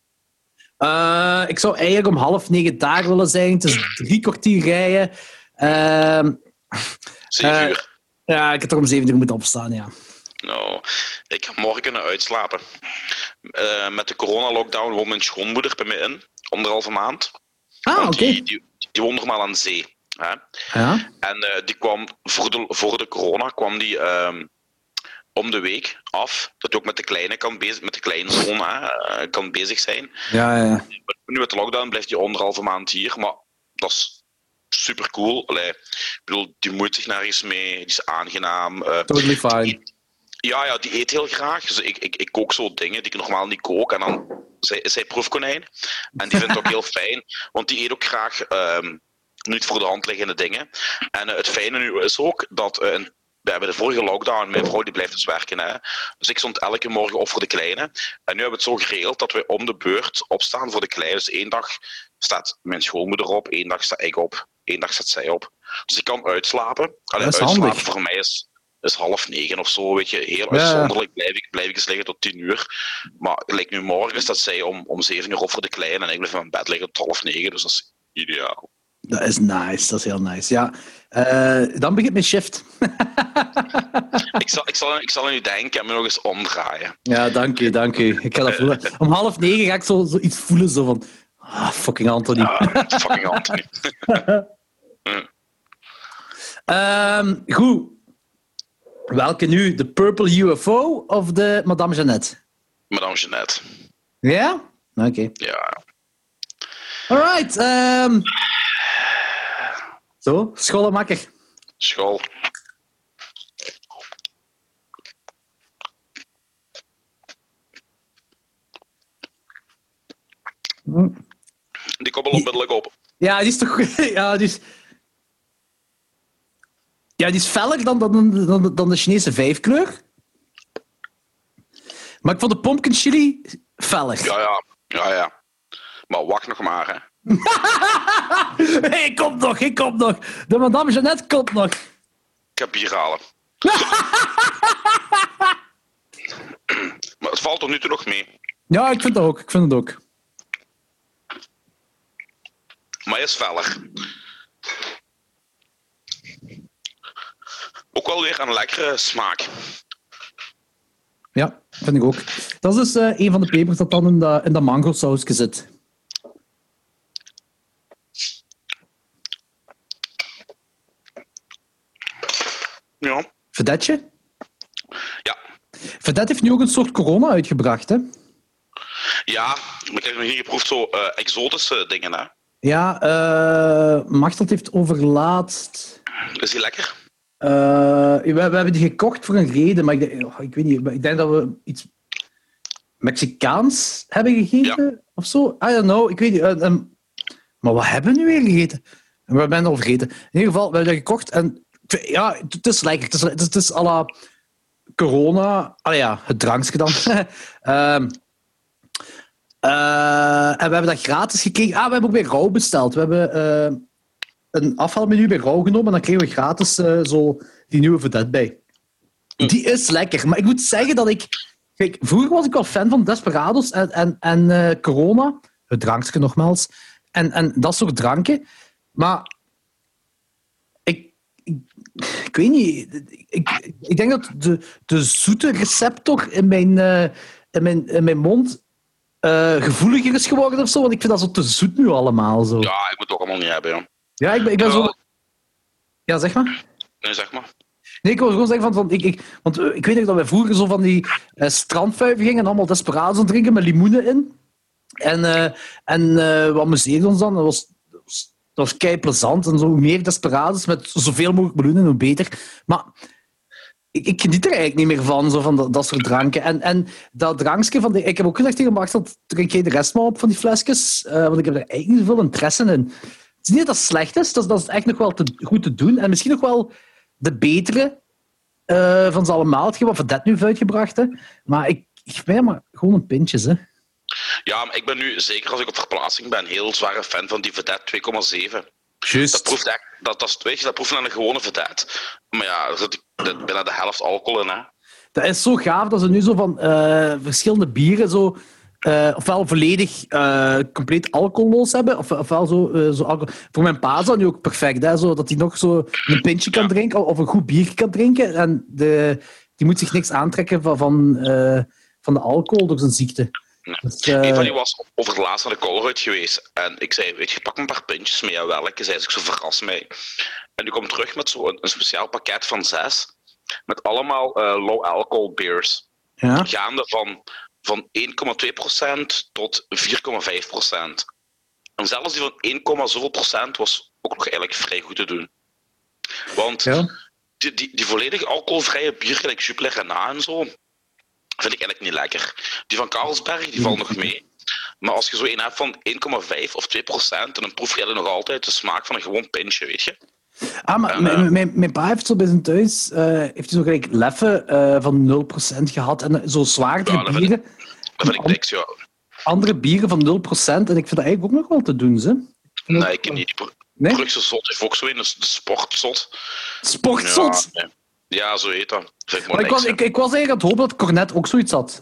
Speaker 1: Ik zou eigenlijk om 8:30 daar willen zijn. Het is 3 kwartier rijden.
Speaker 2: 7 uur?
Speaker 1: Ja, ik heb er om 7 uur moeten opstaan, ja.
Speaker 2: Nou, ik ga morgen kunnen uitslapen. Met de coronalockdown woont mijn schoonmoeder bij me in. 1,5 maand.
Speaker 1: Oké.
Speaker 2: Die woont normaal aan zee. Hè?
Speaker 1: Ja.
Speaker 2: En die kwam voor de corona kwam die om de week af. Dat hij ook met de kleinzoon kan bezig zijn.
Speaker 1: Ja.
Speaker 2: Nu met de lockdown blijft hij 1,5 maand hier. Maar dat is super cool. Ik bedoel, die moeit zich nergens mee. Die is aangenaam.
Speaker 1: Totally fine.
Speaker 2: Ja, die eet heel graag. Dus ik kook zo dingen die ik normaal niet kook. En dan is hij proefkonijn. En die vindt het ook heel fijn. Want die eet ook graag niet voor de hand liggende dingen. En het fijne nu is ook dat... we hebben de vorige lockdown, mijn vrouw die blijft dus werken. Hè. Dus ik stond elke morgen op voor de kleine. En nu hebben we het zo geregeld dat we om de beurt opstaan voor de kleine. Dus 1 dag staat mijn schoonmoeder op, 1 dag sta ik op, 1 dag staat zij op. Dus ik kan uitslapen.
Speaker 1: Dat is
Speaker 2: uitslapen
Speaker 1: handig.
Speaker 2: voor mij is 8:30 of zo, weet je. Heel uitzonderlijk blijf ik eens liggen tot 10 uur. Maar gelijk nu morgen staat zij om 7 uur op voor de kleine en ik blijf in mijn bed liggen tot 8:30. Dus dat is ideaal.
Speaker 1: Dat is nice, dat is heel nice. Ja. Dan begint mijn shift.
Speaker 2: ik zal aan u denken en me nog eens omdraaien.
Speaker 1: Ja, dank u. Ik ga dat voelen. Om 8:30 ga ik zoiets voelen, zo van... fucking Anthony.
Speaker 2: Fucking Anthony.
Speaker 1: Goed. Welke nu? De Purple UFO of de Madame Jeannette?
Speaker 2: Madame Jeannette.
Speaker 1: Ja? Oké.
Speaker 2: Ja.
Speaker 1: Alright. Zo, schoolmakker.
Speaker 2: School. Die koppel onmiddellijk op.
Speaker 1: Ja, die is toch... Ja, die is feller dan de Chinese 5-kleur. Maar ik vond de pumpkin chili feller.
Speaker 2: Ja. Maar wacht nog maar, hè.
Speaker 1: Hey, komt nog. De Madame Jeannette komt nog.
Speaker 2: Ik heb bier halen. Maar het valt tot nu toe nog mee.
Speaker 1: Ja, ik vind het ook.
Speaker 2: Maar hij is feller. Ook wel weer een lekkere smaak.
Speaker 1: Ja, vind ik ook. Dat is dus een van de pepers dat dan in dat mangosausje zit.
Speaker 2: Ja.
Speaker 1: Vedetje?
Speaker 2: Ja.
Speaker 1: Vedette heeft nu ook een soort corona uitgebracht, hè?
Speaker 2: Ja, maar ik heb nog niet geproefd zo exotische dingen, hè.
Speaker 1: Ja, Machteld heeft overlaatst...
Speaker 2: Is die lekker?
Speaker 1: We hebben die gekocht voor een reden, maar ik weet niet. Ik denk dat we iets Mexicaans hebben gegeten of zo. I don't know, ik weet niet. Maar wat hebben we nu weer gegeten? We hebben het al vergeten. In ieder geval, we hebben dat gekocht en ja, het is lekker. Het is à la corona. Het drankje dan. En we hebben dat gratis gekregen. We hebben ook bij Rauw besteld. We hebben een afhaalmenu bij Rauw genomen en dan kregen we gratis zo die nieuwe vedette bij. Die is lekker. Maar ik moet zeggen dat ik Kijk, vroeger was ik wel fan van Desperados en Corona. Het drankje nogmaals. En dat soort dranken. Maar ik weet niet. Ik denk dat de zoete receptor in mijn mond gevoeliger is geworden of zo. Want ik vind dat zo te zoet nu allemaal. Zo.
Speaker 2: Ja, ik moet het ook allemaal niet hebben, ja.
Speaker 1: Ja, ik ben zo... Ja, zeg maar.
Speaker 2: Nee, zeg maar.
Speaker 1: Nee, ik wil gewoon zeggen, want ik weet nog dat wij vroeger zo van die strandvuiven gingen en allemaal Desperados aan drinken met limoenen in. En we amuseerden ons dan. Dat was kei plezant. En zo hoe meer Desperados met zoveel mogelijk meloenen, hoe beter. Maar ik geniet er eigenlijk niet meer van, zo van dat soort dranken. En dat drankje van... Ik heb ook gezegd tegen Max, dat drink jij de rest maar op van die flesjes. Want ik heb er eigenlijk niet zoveel interesse in. Het is niet dat dat slecht is. Dat is echt nog wel goed te doen. En misschien nog wel de betere van ze allemaal. Hetgeen wat Vedette nu heeft uitgebracht. Hè. Maar ik ben maar gewoon een pintjes, hè.
Speaker 2: Ja, maar ik ben nu, zeker als ik op verplaatsing ben, heel zware fan van die Vedette 2,7.
Speaker 1: Juist.
Speaker 2: Dat proeft echt, dat proeft naar een gewone Vedette. Maar ja, er zit bijna de helft alcohol in, hè.
Speaker 1: Dat is zo gaaf dat ze nu zo van verschillende bieren zo... ofwel volledig compleet alcoholloos hebben, ofwel zo alcohol. Voor mijn pa is dat nu ook perfect, hè? Zo, dat hij nog zo een pintje kan drinken of een goed bier kan drinken. En die moet zich niks aantrekken van de alcohol door zijn ziekte.
Speaker 2: Nee.
Speaker 1: Dus,
Speaker 2: Een van die was over het laatst naar de Colruyt geweest. En ik zei, weet je, pak een paar pintjes mee. Ja, welke? Zei ze, ik zo verras mij. En die komt terug met zo'n een speciaal pakket van 6. Met allemaal low alcohol beers.
Speaker 1: ja.
Speaker 2: Gaande van 1,2% tot 4,5%. En zelfs die van 1,zoveel% was ook nog eigenlijk vrij goed te doen. Want
Speaker 1: Ja.
Speaker 2: die volledig alcoholvrije bier, gelijk Jupiler Renat en zo, vind ik eigenlijk niet lekker. Die van Carlsberg, die valt nog mee. Maar als je zo een hebt van 1,5 of 2%, dan proef je nog altijd de smaak van een gewoon pintje, weet je.
Speaker 1: Ah, maar mijn pa heeft zo bij zijn thuis heeft hij zo gelijk Leffe van 0% gehad. En zo zwaardere
Speaker 2: Ja,
Speaker 1: bieren.
Speaker 2: Dat vind ik niks, ja.
Speaker 1: Andere bieren van 0%. En ik vind dat eigenlijk ook nog wel te doen, ze.
Speaker 2: Nee, ik ken niet.
Speaker 1: Nee?
Speaker 2: Brugse Zot heeft ook zo een, de sportzot.
Speaker 1: Sportzot?
Speaker 2: Ja, nee. Ja, zo heet dat. Vind ik
Speaker 1: Maar
Speaker 2: niks,
Speaker 1: ik was eigenlijk aan het hopen dat Cornet ook zoiets had.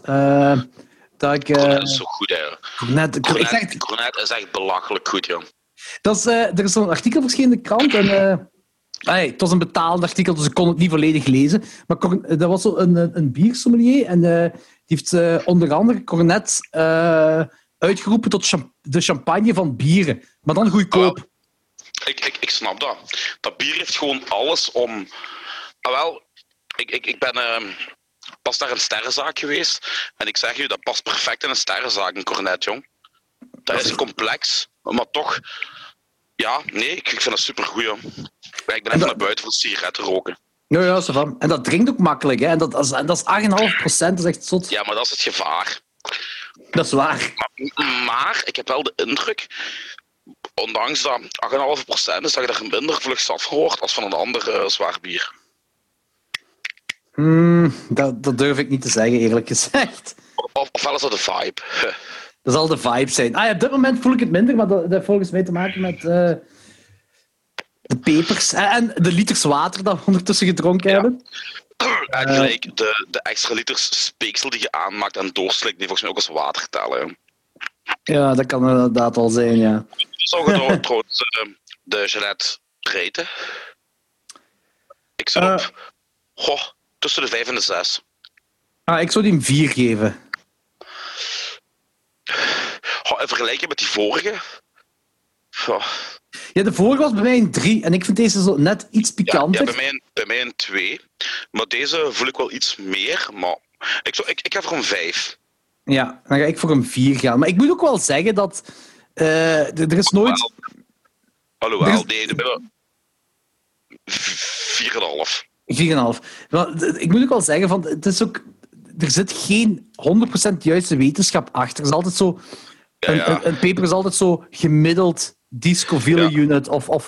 Speaker 2: Cornet is zo goed, hè.
Speaker 1: Cornet
Speaker 2: is echt belachelijk goed, ja.
Speaker 1: Er is zo'n artikel verschenen in de krant. En, het was een betaald artikel, dus ik kon het niet volledig lezen. Maar dat was zo een biersommelier. En die heeft onder andere Cornet uitgeroepen tot de champagne van bieren. Maar dan goedkoop.
Speaker 2: Ik snap dat. Dat bier heeft gewoon alles om... Ik ben pas naar een sterrenzaak geweest. En ik zeg u, dat past perfect in een sterrenzaak, een Cornet, jong. Dat is complex, maar toch... Ja, nee, ik vind dat supergoed, joh. Ik ben even naar buiten voor sigaretten roken.
Speaker 1: Ja, zo van. En dat drinkt ook makkelijk, hè. En dat is 8,5%, dat is echt zot.
Speaker 2: Ja, maar dat is het gevaar.
Speaker 1: Dat is waar.
Speaker 2: Maar ik heb wel de indruk, ondanks dat 8,5% is, dat je er minder vlug zat van wordt als van een ander zwaar bier.
Speaker 1: Dat durf ik niet te zeggen, eerlijk gezegd.
Speaker 2: Ofwel is dat de vibe.
Speaker 1: Dat zal de vibe zijn. Op dit moment voel ik het minder, maar dat heeft volgens mij te maken met de pepers en de liters water dat we ondertussen gedronken hebben.
Speaker 2: En gelijk de extra liters speeksel die je aanmaakt en doorslikt, die volgens mij ook als water tellen.
Speaker 1: Ja, dat kan inderdaad wel zijn, ja.
Speaker 2: Zou je trouwens de Gillette reten? Ik zit op tussen de 5 en de 6.
Speaker 1: Ik zou die een 4 geven.
Speaker 2: In vergelijking met die vorige...
Speaker 1: Ja, de vorige was bij mij een 3 en ik vind deze zo net iets pikanter.
Speaker 2: Ja, bij mij een 2. Maar deze voel ik wel iets meer. Maar ik ga voor een 5.
Speaker 1: Ja, dan ga ik voor een 4 gaan. Maar ik moet ook wel zeggen dat er is nooit...
Speaker 2: Alhoewel, nee, 4,5.
Speaker 1: 4,5. Ik moet ook wel zeggen, van, het is ook, er zit geen 100% juiste wetenschap achter. Er is altijd zo... Een peper is altijd zo gemiddeld die Scoville unit. Of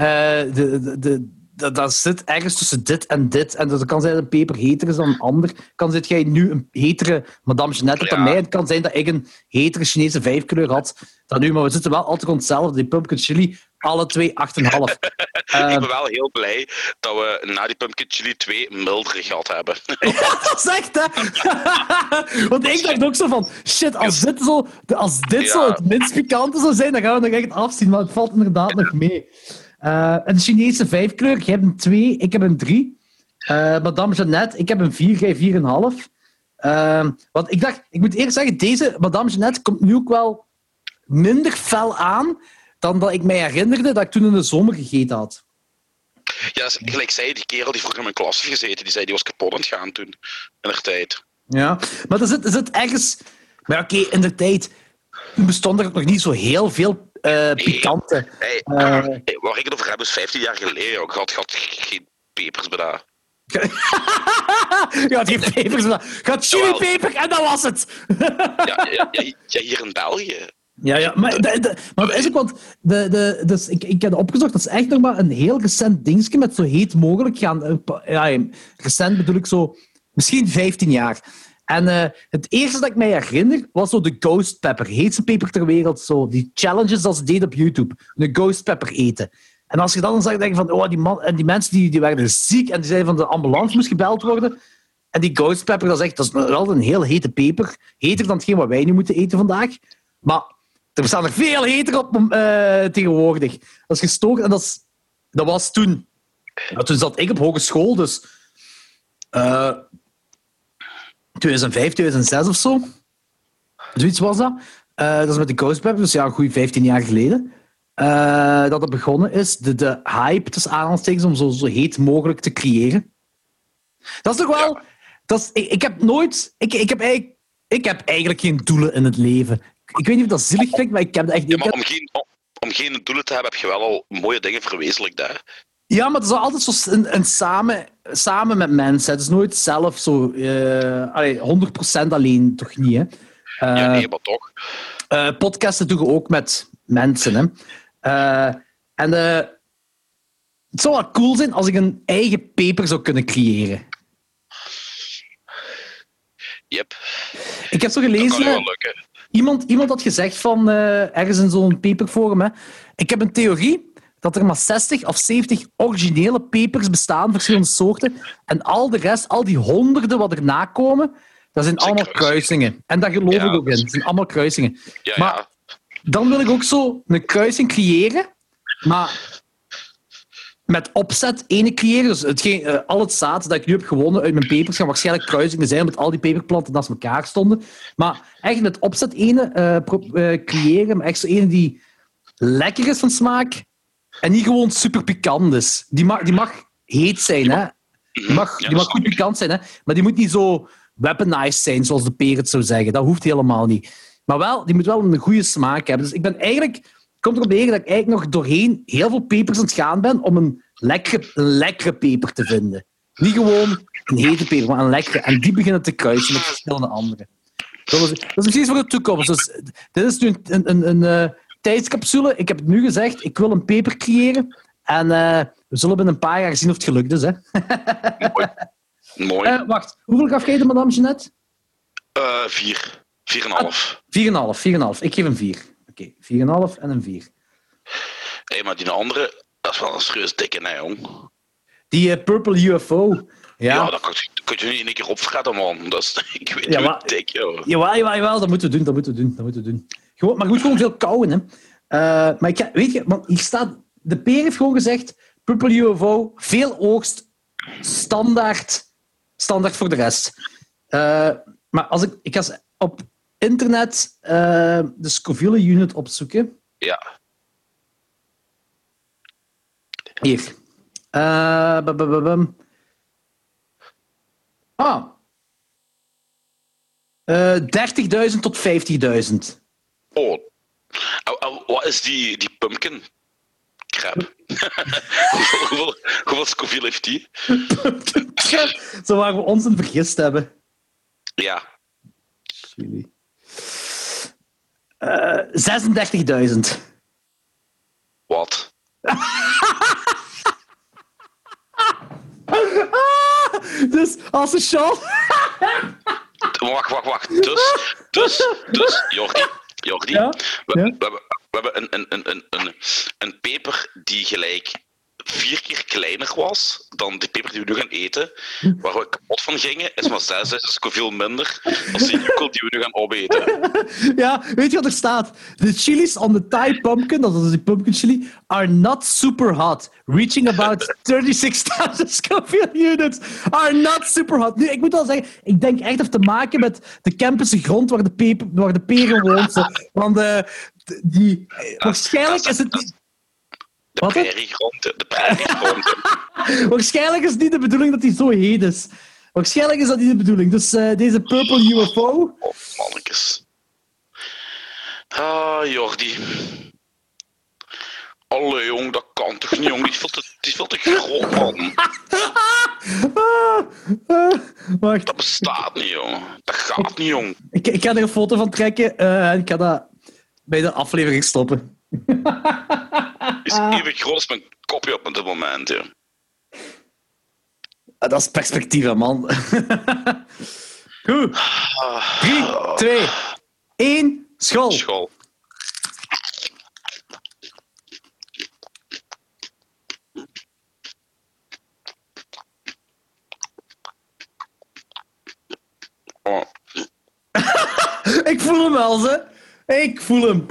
Speaker 1: dat zit ergens tussen dit en dit. En dat kan zijn dat een peper heter is dan een ander. Kan zijn dat jij nu een hetere Madame Jeannette hebt dan mij. Het kan zijn dat ik een hetere Chinese 5-kleur had dan nu. Maar we zitten wel altijd rond hetzelfde. Die pumpkin chili alle twee 8,5.
Speaker 2: Ik ben wel heel blij dat we na die Pumpkin Chili 2 mildere gehad hebben.
Speaker 1: Ja, dat is echt, hè? Want ik dacht ook zo van, shit, als dit zo het minst pikante zou zijn, dan gaan we nog echt afzien. Maar het valt inderdaad nog mee. En de Chinese 5-kleur, jij hebt een 2, ik heb een 3. Madame Jeannette, ik heb een 4, jij 4,5. Want ik dacht, ik moet eerst zeggen, deze Madame Jeannette komt nu ook wel minder fel aan dan dat ik mij herinnerde dat ik toen in de zomer gegeten had.
Speaker 2: Ja, gelijk zei die kerel die vroeger in mijn klas heeft gezeten, die zei die was kapot aan het gaan toen, in der tijd.
Speaker 1: Ja, maar er zit ergens... Maar oké, in de tijd bestond er ook nog niet zo heel veel pikante...
Speaker 2: Waar ik het over heb is 15 jaar geleden. Ik had geen pepers bij dat.
Speaker 1: Je had geen pepers bij dat. Je had chilipeper en dat was het.
Speaker 2: Ja, hier in België.
Speaker 1: Ja, maar dat is ook, want dus ik heb opgezocht, dat is echt nog maar een heel recent dingetje met zo heet mogelijk gaan. Recent bedoel ik zo, misschien 15 jaar. En het eerste dat ik mij herinner, was zo de Ghost Pepper. Heetste peper ter wereld. Zo. Die challenges dat ze deden op YouTube. Een Ghost Pepper eten. En als je dan zag, denk je van, die mensen die werden ziek en die zeiden van de ambulance moest gebeld worden. En die Ghost Pepper, dat is wel een heel hete peper. Heter dan hetgeen wat wij nu moeten eten vandaag. Maar er bestaan er veel heter op tegenwoordig. Dat is gestoord. En dat was toen... Toen zat ik op hogeschool, dus... 2005, 2006 of zo. Zoiets was dat. Dat is met de Ghost Pepper, dus ja, een goede 15 jaar geleden. Dat het begonnen is. De hype tussen aanhalingstekens om zo heet mogelijk te creëren. Dat is toch wel... Ik heb nooit... Ik heb eigenlijk geen doelen in het leven. Ik weet niet of dat zielig klinkt, maar ik heb dat echt...
Speaker 2: Ja, maar om geen doelen te hebben, heb je wel al mooie dingen verwezenlijkt daar.
Speaker 1: Ja, maar het is altijd zo samen met mensen. Het is nooit zelf zo... 100% alleen, toch niet, hè?
Speaker 2: Ja, nee, maar toch.
Speaker 1: Podcasten doe je ook met mensen, hè. Het zou wel cool zijn als ik een eigen paper zou kunnen creëren.
Speaker 2: Yep.
Speaker 1: Ik heb zo gelezen...
Speaker 2: Dat kan wel lukken.
Speaker 1: Iemand had gezegd van... ergens in zo'n paperforum, hè. Ik heb een theorie... dat er maar 60 of 70 originele pepers bestaan, verschillende soorten. En al de rest, al die honderden wat erna komen, dat zijn allemaal kruisingen. En daar geloof ik ook in. Dat zijn allemaal kruisingen.
Speaker 2: Ja,
Speaker 1: maar dan wil ik ook zo een kruising creëren, maar met opzet ene creëren. Dus al het zaad dat ik nu heb gewonnen uit mijn pepers gaan waarschijnlijk kruisingen zijn, omdat al die peperplanten naast elkaar stonden. Maar echt met opzet ene creëren, maar echt zo ene die lekker is van smaak. En niet gewoon super pikant is. Die mag heet zijn, hè. Die mag goed pikant zijn, hè. Maar die moet niet zo weaponized zijn, zoals de peer het zou zeggen. Dat hoeft helemaal niet. Maar wel, die moet wel een goede smaak hebben. Dus ik ben eigenlijk... Het komt erop neer dat ik eigenlijk nog doorheen heel veel pepers aan het gaan ben om een lekkere peper te vinden. Niet gewoon een hete peper, maar een lekkere. En die beginnen te kruisen met verschillende andere. Dat is precies voor de toekomst. Dus dit is nu een tijdscapsule. Ik heb het nu gezegd, ik wil een peper creëren. En we zullen binnen een paar jaar zien of het gelukt is. Hè?
Speaker 2: Mooi.
Speaker 1: Wacht, hoeveel gaf jij de Madame Jeannette?
Speaker 2: 4. 4,5.
Speaker 1: 4,5. Ik geef een 4. Oké, 4,5 en een 4.
Speaker 2: Hé, maar die andere, dat is wel een serieus dikke, hè, jong.
Speaker 1: Die Purple UFO. Ja,
Speaker 2: dat kun je niet in één keer opvragen, man. Dat is, ik weet niet hoe dik, joh.
Speaker 1: Jawel, dat moeten we doen. Gewoon, maar je moet gewoon veel kauwen, hè. Maar weet je, want hier staat... De peer heeft gewoon gezegd, Purple UFO, veel oogst, standaard voor de rest. Maar als ik ga op internet de Scoville Unit opzoeken.
Speaker 2: Ja.
Speaker 1: Hier. 30.000 tot 50.000.
Speaker 2: Oh. Wat is die pumpkin crap? hoeveel Scoville heeft die?
Speaker 1: Zo waar we ons in vergist hebben.
Speaker 2: Ja.
Speaker 1: 36.000.
Speaker 2: Wat?
Speaker 1: Dus als een show.
Speaker 2: Wacht. Dus Jordi.
Speaker 1: Ja?
Speaker 2: We We hebben een peper die gelijk 4 keer kleiner was dan de peper die we nu gaan eten, waar we kapot van gingen, is maar 6 Scoville minder dan de joekel die we nu gaan opeten.
Speaker 1: Ja, weet je wat er staat? The chilies on the Thai pumpkin, dat is die pumpkin chili, are not super hot, reaching about 36,000 Scoville units. Are not super hot. Nu, ik moet wel zeggen, ik denk echt dat het te maken met de Kempische grond waar de peren woont. Want waarschijnlijk is het niet...
Speaker 2: De prairiegrond.
Speaker 1: Waarschijnlijk is het niet de bedoeling dat hij zo heet is. Waarschijnlijk is dat niet de bedoeling. Dus deze Purple UFO...
Speaker 2: Oh, mannetjes. Ah, Jordi. Allee, jong, dat kan toch niet, jong? Die is veel te groot, man.
Speaker 1: Wacht.
Speaker 2: Dat bestaat niet, jong. Dat gaat niet, jong.
Speaker 1: Ik ga er een foto van trekken en ik ga dat bij de aflevering stoppen.
Speaker 2: Het is even groot als mijn kopje op dit moment, ja.
Speaker 1: Dat is perspectief, hè, man. Goed. 3, 2, 1, school.
Speaker 2: School. Oh.
Speaker 1: Ik voel hem wel, ze. Ik voel hem.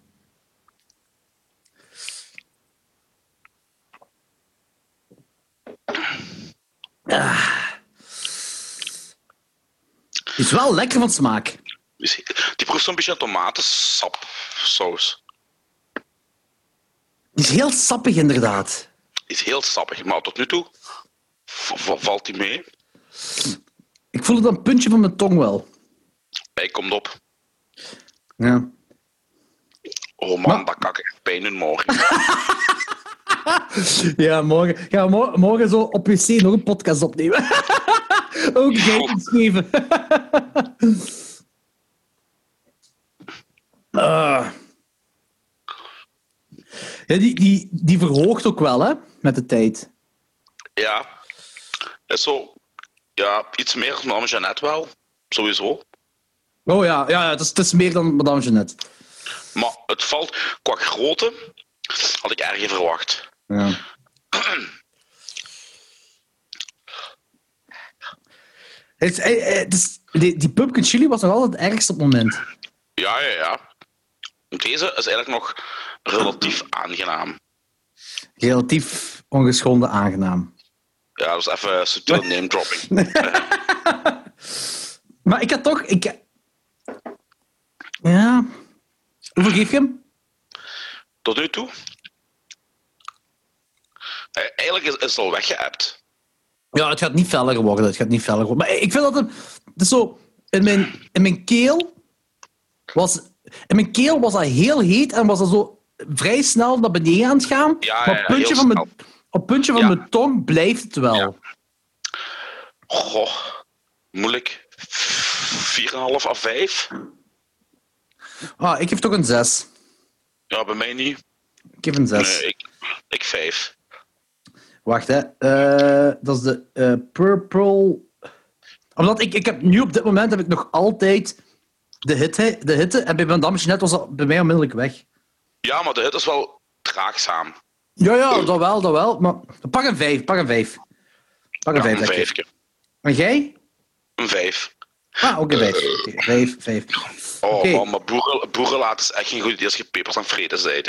Speaker 1: Is wel lekker van smaak.
Speaker 2: Die proeft zo'n beetje tomatensapsaus.
Speaker 1: Die is heel sappig, inderdaad.
Speaker 2: Is heel sappig, maar tot nu toe valt die mee.
Speaker 1: Ik voel het aan het puntje van mijn tong wel.
Speaker 2: Hij komt op.
Speaker 1: Ja.
Speaker 2: Oh man, dat kan ik echt pijn doen morgen.
Speaker 1: Ja, morgen gaan we morgen zo op wc nog een podcast opnemen. Ook geitens geven. Ja, die verhoogt ook wel, hè, met de tijd.
Speaker 2: Ja. Is zo... Ja, iets meer dan Madame Jeannette wel. Sowieso.
Speaker 1: Oh ja, het is meer dan Madame Jeannette.
Speaker 2: Maar het valt... Qua grootte had ik erger verwacht.
Speaker 1: Ja. Die pumpkin chili was nog altijd het ergste op het moment.
Speaker 2: Ja. Deze is eigenlijk nog relatief aangenaam.
Speaker 1: Relatief ongeschonden aangenaam.
Speaker 2: Ja, dat is even subtiele name dropping.
Speaker 1: Maar ik had toch... Ja... Hoeveel geef je hem?
Speaker 2: Tot nu toe? Eigenlijk is het al weggeëpt.
Speaker 1: Ja, het gaat niet feller worden. Maar ik vind dat het is zo... In mijn keel was... In mijn keel was dat heel heet en was dat zo vrij snel naar beneden aan het gaan.
Speaker 2: Ja,
Speaker 1: maar op het puntje van mijn tong blijft het wel.
Speaker 2: Ja. Goh, moeilijk. 4,5 à 5?
Speaker 1: Ik geef toch een 6.
Speaker 2: Ja, bij mij niet.
Speaker 1: Ik geef een 6.
Speaker 2: Nee, ik 5.
Speaker 1: Wacht, hè. Dat is de Purple... Omdat ik heb nu op dit moment heb ik nog altijd de hitte. En bij Madame Jeannette was dat bij mij onmiddellijk weg.
Speaker 2: Ja, maar de hit is wel traagzaam.
Speaker 1: Ja, dat wel. Maar pak een 5. Pak een 5.
Speaker 2: Een 5.
Speaker 1: En jij?
Speaker 2: Een 5.
Speaker 1: Ook een 5. 5.
Speaker 2: Oh
Speaker 1: Okay.
Speaker 2: man, maar boerenlaat is echt geen goed idee als je pepers aan vreten bent.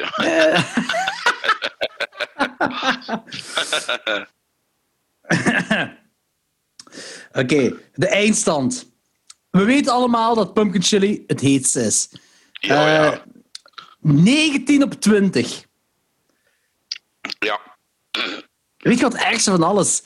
Speaker 1: Oké, de eindstand. We weten allemaal dat pumpkin chili het heetste is.
Speaker 2: Ja.
Speaker 1: 19 op 20.
Speaker 2: Ja.
Speaker 1: Weet je wat het ergste van alles?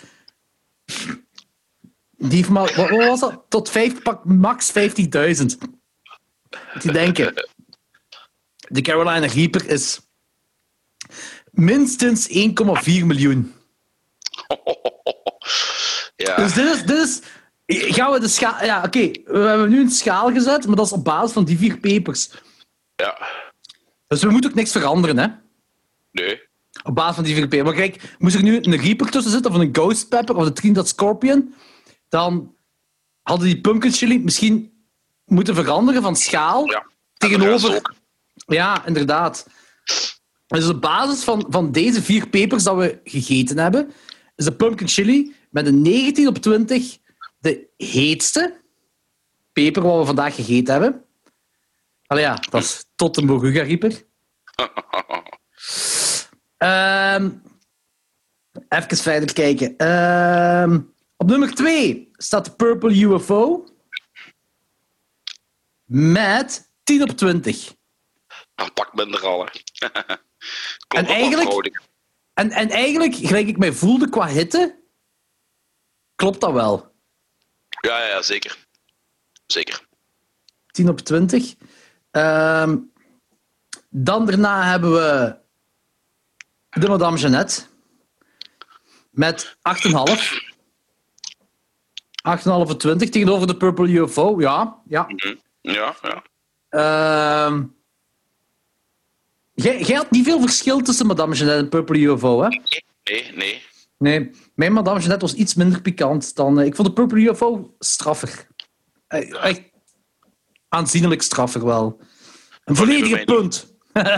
Speaker 1: Die heeft maar, wat was dat? Tot 5, max 50.000. Die denken. De Carolina Reaper is minstens 1,4 miljoen.
Speaker 2: Ja.
Speaker 1: Dus dit is gaan we de schaal... Ja, oké. We hebben nu een schaal gezet, maar dat is op basis van die 4 pepers.
Speaker 2: Ja.
Speaker 1: Dus we moeten ook niks veranderen, hè?
Speaker 2: Nee.
Speaker 1: Op basis van die 4 pepers. Maar kijk, moest er nu een Reaper tussen zitten, of een Ghost Pepper, of de Trinidad Scorpion, dan hadden die pumpkin chili misschien moeten veranderen van schaal
Speaker 2: Ja.
Speaker 1: tegenover... Ja, inderdaad. Dus op basis van deze 4 pepers dat we gegeten hebben, is de pumpkin chili met een 19 op 20 de heetste peper wat we vandaag gegeten hebben. Allee ja, dat is tot de Moruga-rieper. Even verder kijken. Op nummer 2 staat de Purple UFO met 10 op 20.
Speaker 2: Een pak minder al, hè.
Speaker 1: En eigenlijk, gelijk ik mij voelde qua hitte, klopt dat wel.
Speaker 2: Ja, zeker. Zeker.
Speaker 1: 10 op 20. Dan daarna hebben we de Madame Jeannette met 8,5. 8,5 op 20 tegenover de Purple UFO. Ja.
Speaker 2: Ja.
Speaker 1: Jij had niet veel verschil tussen Madame Jeannette en Purple UFO, hè? Nee, mijn Madame Jeannette was iets minder pikant dan... ik vond de Purple UFO straffer. Echt aanzienlijk straffer wel. Een volledige punt.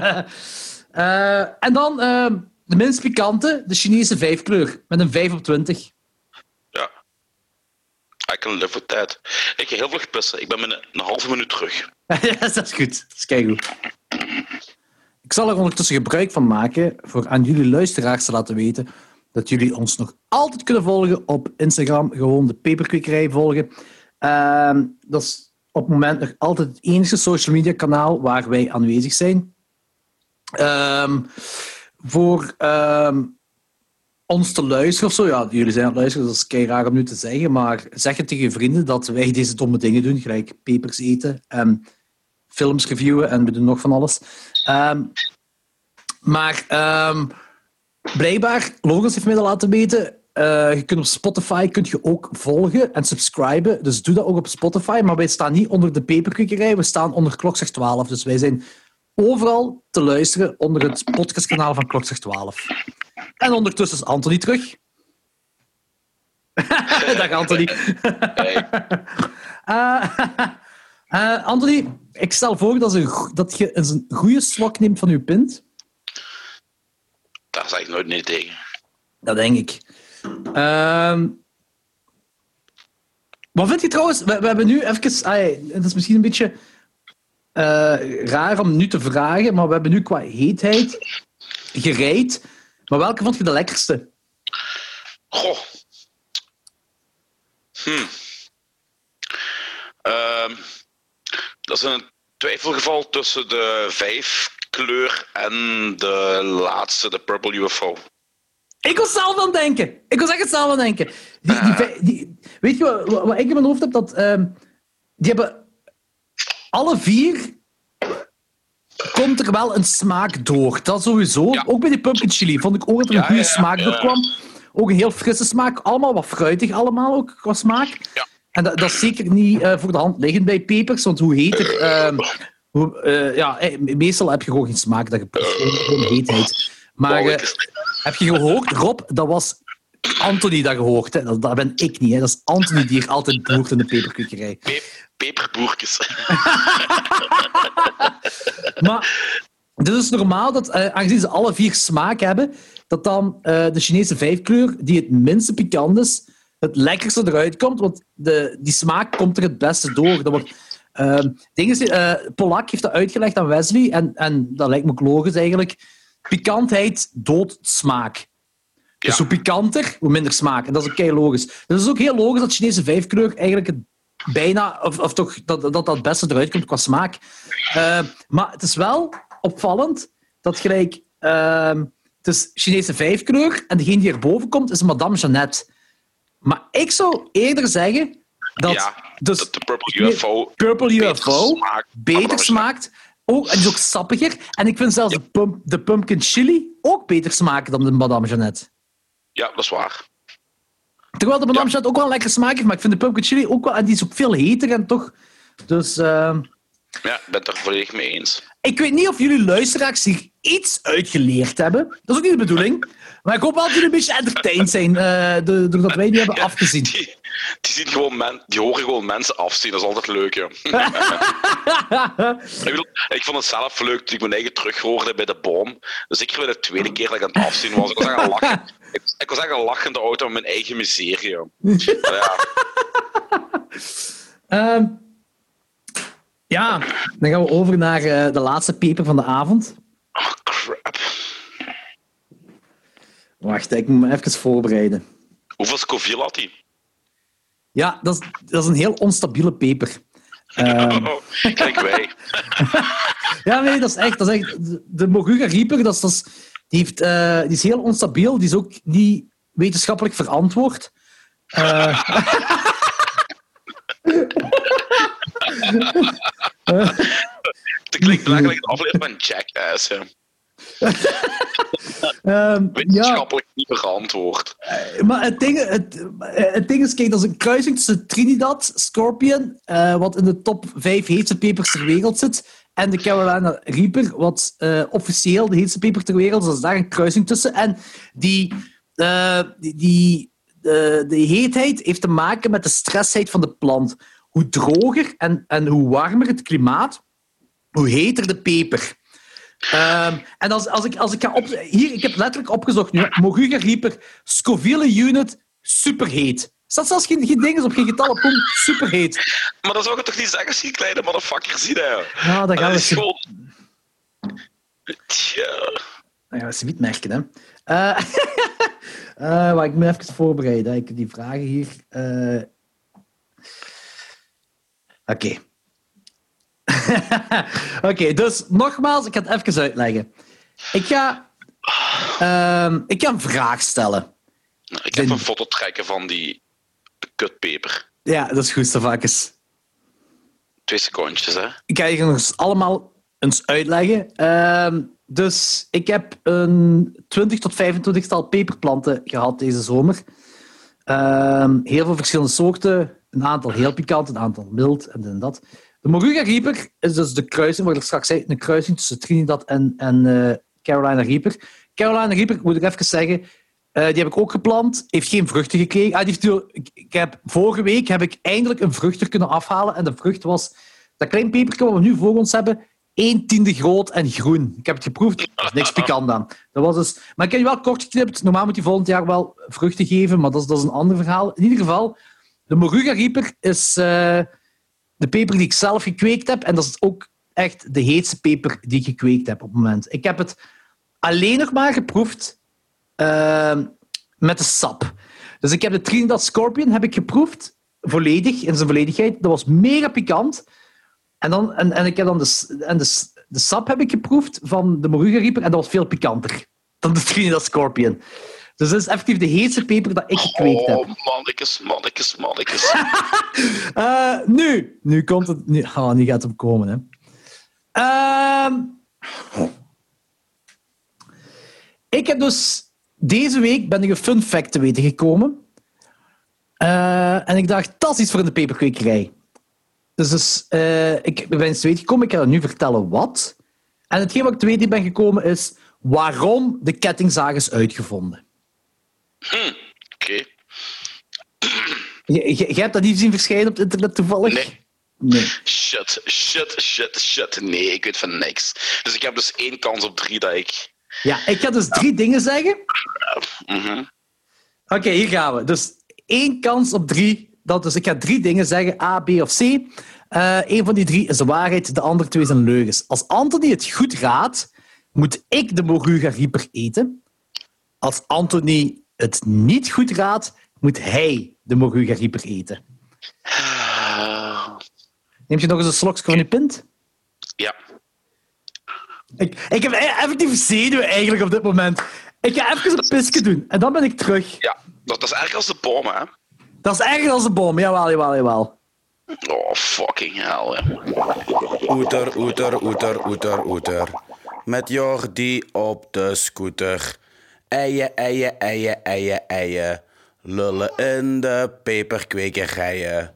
Speaker 1: En dan de minst pikante, de Chinese 5-kleur, met een 5 op 20.
Speaker 2: Ja. I can live with that. Ik ga heel vlug pissen. Ik ben binnen een halve minuut terug.
Speaker 1: Dat is goed. Dat is keigoed. Ik zal er ondertussen gebruik van maken voor aan jullie luisteraars te laten weten dat jullie ons nog altijd kunnen volgen op Instagram. Gewoon de Peperkwekerij volgen. Dat is op het moment nog altijd het enige social media kanaal waar wij aanwezig zijn. Voor ons te luisteren of zo. Ja, jullie zijn aan het luisteren, dat is kei raar om nu te zeggen. Maar zeg het tegen je vrienden dat wij deze domme dingen doen. Gelijk pepers eten en films reviewen en we doen nog van alles. Maar blijkbaar, Logos heeft mij dat laten weten, je kunt op Spotify ook volgen en subscriben. Dus doe dat ook op Spotify. Maar wij staan niet onder de Peperkwekerij, we staan onder Klokslag 12. Dus wij zijn overal te luisteren onder het podcastkanaal van Klokslag 12. En ondertussen is Anthony terug. Dag Anthony. Anthony, ik stel voor dat je eens een goede slok neemt van je pint.
Speaker 2: Daar zeg ik nooit nee tegen.
Speaker 1: Dat denk ik. Wat vind je trouwens? We hebben nu even... Het is misschien een beetje raar om nu te vragen, maar we hebben nu qua heetheid gereid. Maar welke vond je de lekkerste?
Speaker 2: Goh. Dat is een twijfelgeval tussen de 5-kleur en de laatste, de Purple UFO.
Speaker 1: Ik was zelf aan het denken. Ik was echt hetzelfde aan het denken. Weet je wat ik in mijn hoofd heb? Die hebben alle 4... komt er wel een smaak door. Dat sowieso. Ja. Ook bij die pumpkin chili vond ik ook dat er een goede smaak door kwam. Ook een heel frisse smaak. Allemaal wat fruitig allemaal ook qua smaak. Ja. En dat is zeker niet voor de hand liggend bij pepers, want hoe heter... meestal heb je gewoon geen smaak. Dat je gewoon heetheid. Maar heb je gehoord, Rob, dat was Anthony dat gehoord. Hè? Dat ben ik niet. Hè? Dat is Anthony die hier altijd boert in de peperkwekerij.
Speaker 2: Peperboertjes.
Speaker 1: Maar het is dus normaal dat, aangezien ze alle 4 smaak hebben, dat dan de Chinese 5-kleur, die het minste pikant is, het lekkerste eruit komt, want die smaak komt er het beste door. Dat wordt, Polak heeft dat uitgelegd aan Wesley, en dat lijkt me ook logisch eigenlijk. Pikantheid doodt smaak. Ja. Dus hoe pikanter, hoe minder smaak. En dat is ook kei logisch. Dus het is ook heel logisch dat Chinese 5-kleur eigenlijk bijna, of toch dat het beste eruit komt qua smaak. Maar het is wel opvallend dat gelijk... het is Chinese 5-kleur en degene die erboven komt is Madame Jeannette. Maar ik zou eerder zeggen dat
Speaker 2: de Purple UFO
Speaker 1: beter smaakt. Ook, en die is ook sappiger. En ik vind zelfs de pumpkin chili ook beter smaken dan de Madame Jeannette.
Speaker 2: Ja, dat is waar.
Speaker 1: Terwijl de Madame Jeannette ook wel een lekker smaak heeft, maar ik vind de pumpkin chili ook wel... En die is ook veel heter en toch... Dus...
Speaker 2: Ja, ik ben het er volledig mee eens.
Speaker 1: Ik weet niet of jullie luisteraars zich iets uitgeleerd hebben. Dat is ook niet de bedoeling. Maar ik hoop wel dat jullie een beetje entertained zijn doordat wij nu hebben afgezien.
Speaker 2: Die horen gewoon mensen afzien. Dat is altijd leuk, ja. Ik vond het zelf leuk toen ik mijn eigen terughoorde bij de boom. Dus zeker bij de tweede keer dat ik aan het afzien was. Ik was echt aan het lachen. Ik was echt aan het lachen in de auto met mijn eigen miserie.
Speaker 1: Ja, dan gaan we over naar de laatste paper van de avond.
Speaker 2: Oh, crap.
Speaker 1: Wacht, ik moet me even voorbereiden.
Speaker 2: Hoeveel Scoville had hij?
Speaker 1: Ja, dat is een heel onstabiele paper.
Speaker 2: Kijk wij.
Speaker 1: Ja, nee, dat is echt... De Moruga Reaper, die is heel onstabiel. Die is ook niet wetenschappelijk verantwoord.
Speaker 2: Het klinkt eigenlijk een aflevering van Jackass. Wetenschappelijk niet verantwoord.
Speaker 1: Maar het ding is, kijk, dat is een kruising tussen Trinidad Scorpion, wat in de top 5 heetste pepers ter wereld zit, en de Carolina Reaper, wat officieel de heetste peper ter wereld is. Dus daar een kruising tussen. En de heetheid heeft te maken met de stressheid van de plant. Hoe droger en hoe warmer het klimaat, hoe heter de peper. En als ik ga hier, ik heb letterlijk opgezocht nu, Moruga Reaper, Scoville unit, superheet. Er staat zelfs geen dingen op, geen getallen, gewoon superheet.
Speaker 2: Maar dan zou je toch niet zeggen als je kleine motherfucker ziet, hè?
Speaker 1: Ja, dat gaan we
Speaker 2: gewoon... Tja.
Speaker 1: Dat gaan we niet merken, hè. Maar ik moet even voorbereiden. Ik heb die vragen hier. Oké. Oké, dus nogmaals, ik ga het even uitleggen. Ik ga een vraag stellen.
Speaker 2: Ik heb een foto trekken van die kutpeper.
Speaker 1: Ja, dat is goed, Stavakis.
Speaker 2: 2 secondjes, hè.
Speaker 1: Ik ga je nog eens allemaal eens uitleggen. Dus ik heb een 20 tot 25-tal peperplanten gehad deze zomer. Heel veel verschillende soorten. Een aantal heel pikant, een aantal mild en dat. De Moruga Reaper is dus de kruising, wat ik straks zei, een kruising tussen Trinidad en Carolina Reaper. Carolina Reaper, moet ik even zeggen, die heb ik ook geplant. Heeft geen vruchten gekregen. Vorige week heb ik eindelijk een vrucht er kunnen afhalen. En de vrucht was dat klein pepertje wat we nu voor ons hebben, 1/10 groot en groen. Ik heb het geproefd, er is niks pikant aan. Dat was dus... Maar ik heb die wel kort geknipt. Normaal moet hij volgend jaar wel vruchten geven, maar dat is een ander verhaal. In ieder geval, de Moruga Reaper is de peper die ik zelf gekweekt heb. En dat is ook echt de heetste peper die ik gekweekt heb op het moment. Ik heb het alleen nog maar geproefd met de sap. Dus ik heb de Trinidad Scorpion heb ik geproefd, volledig, in zijn volledigheid. Dat was mega pikant. En ik heb dan de sap heb ik geproefd van de Moruga Reaper en dat was veel pikanter dan de Trinidad Scorpion. Dus dat is effectief de heetste peper dat ik gekweekt heb.
Speaker 2: Oh, mannetjes.
Speaker 1: Nu komt het... Nu gaat het komen, hè. Ik heb dus... Deze week ben ik een fun fact te weten gekomen. En ik dacht, dat is iets voor in de peperkwekerij. Dus ik ben eens te weten gekomen. Ik ga nu vertellen wat. En hetgeen wat ik te weten ben gekomen is waarom de kettingzaag is uitgevonden.
Speaker 2: Oké.
Speaker 1: Jij hebt dat niet zien verschijnen op het internet toevallig? Nee.
Speaker 2: Shit. Nee, ik weet van niks. Dus ik heb dus 1 kans op 3 dat ik...
Speaker 1: Ja, ik ga dus 3 dingen zeggen. Oké, hier gaan we. Dus 1 kans op 3. Dus ik ga 3 dingen zeggen, A, B of C. Eén van die 3 is de waarheid, de andere 2 zijn leugens. Als Anthony het goed raadt, moet ik de Moruga Reaper eten. Als Anthony het niet goed raadt, moet hij de Moruga Reaper eten. Neem je nog eens een slokje van je pint?
Speaker 2: Ja.
Speaker 1: Ik heb effectief zenuwen eigenlijk op dit moment. Ik ga even een pisje doen en dan ben ik terug.
Speaker 2: Ja, dat is erg als de bom, hè?
Speaker 1: Dat is erger als de bom, jawel.
Speaker 2: Oh, fucking hell, hè.
Speaker 3: Oeter. Met Jordi op de scooter. Eien. Lullen in de peperkwekerijen.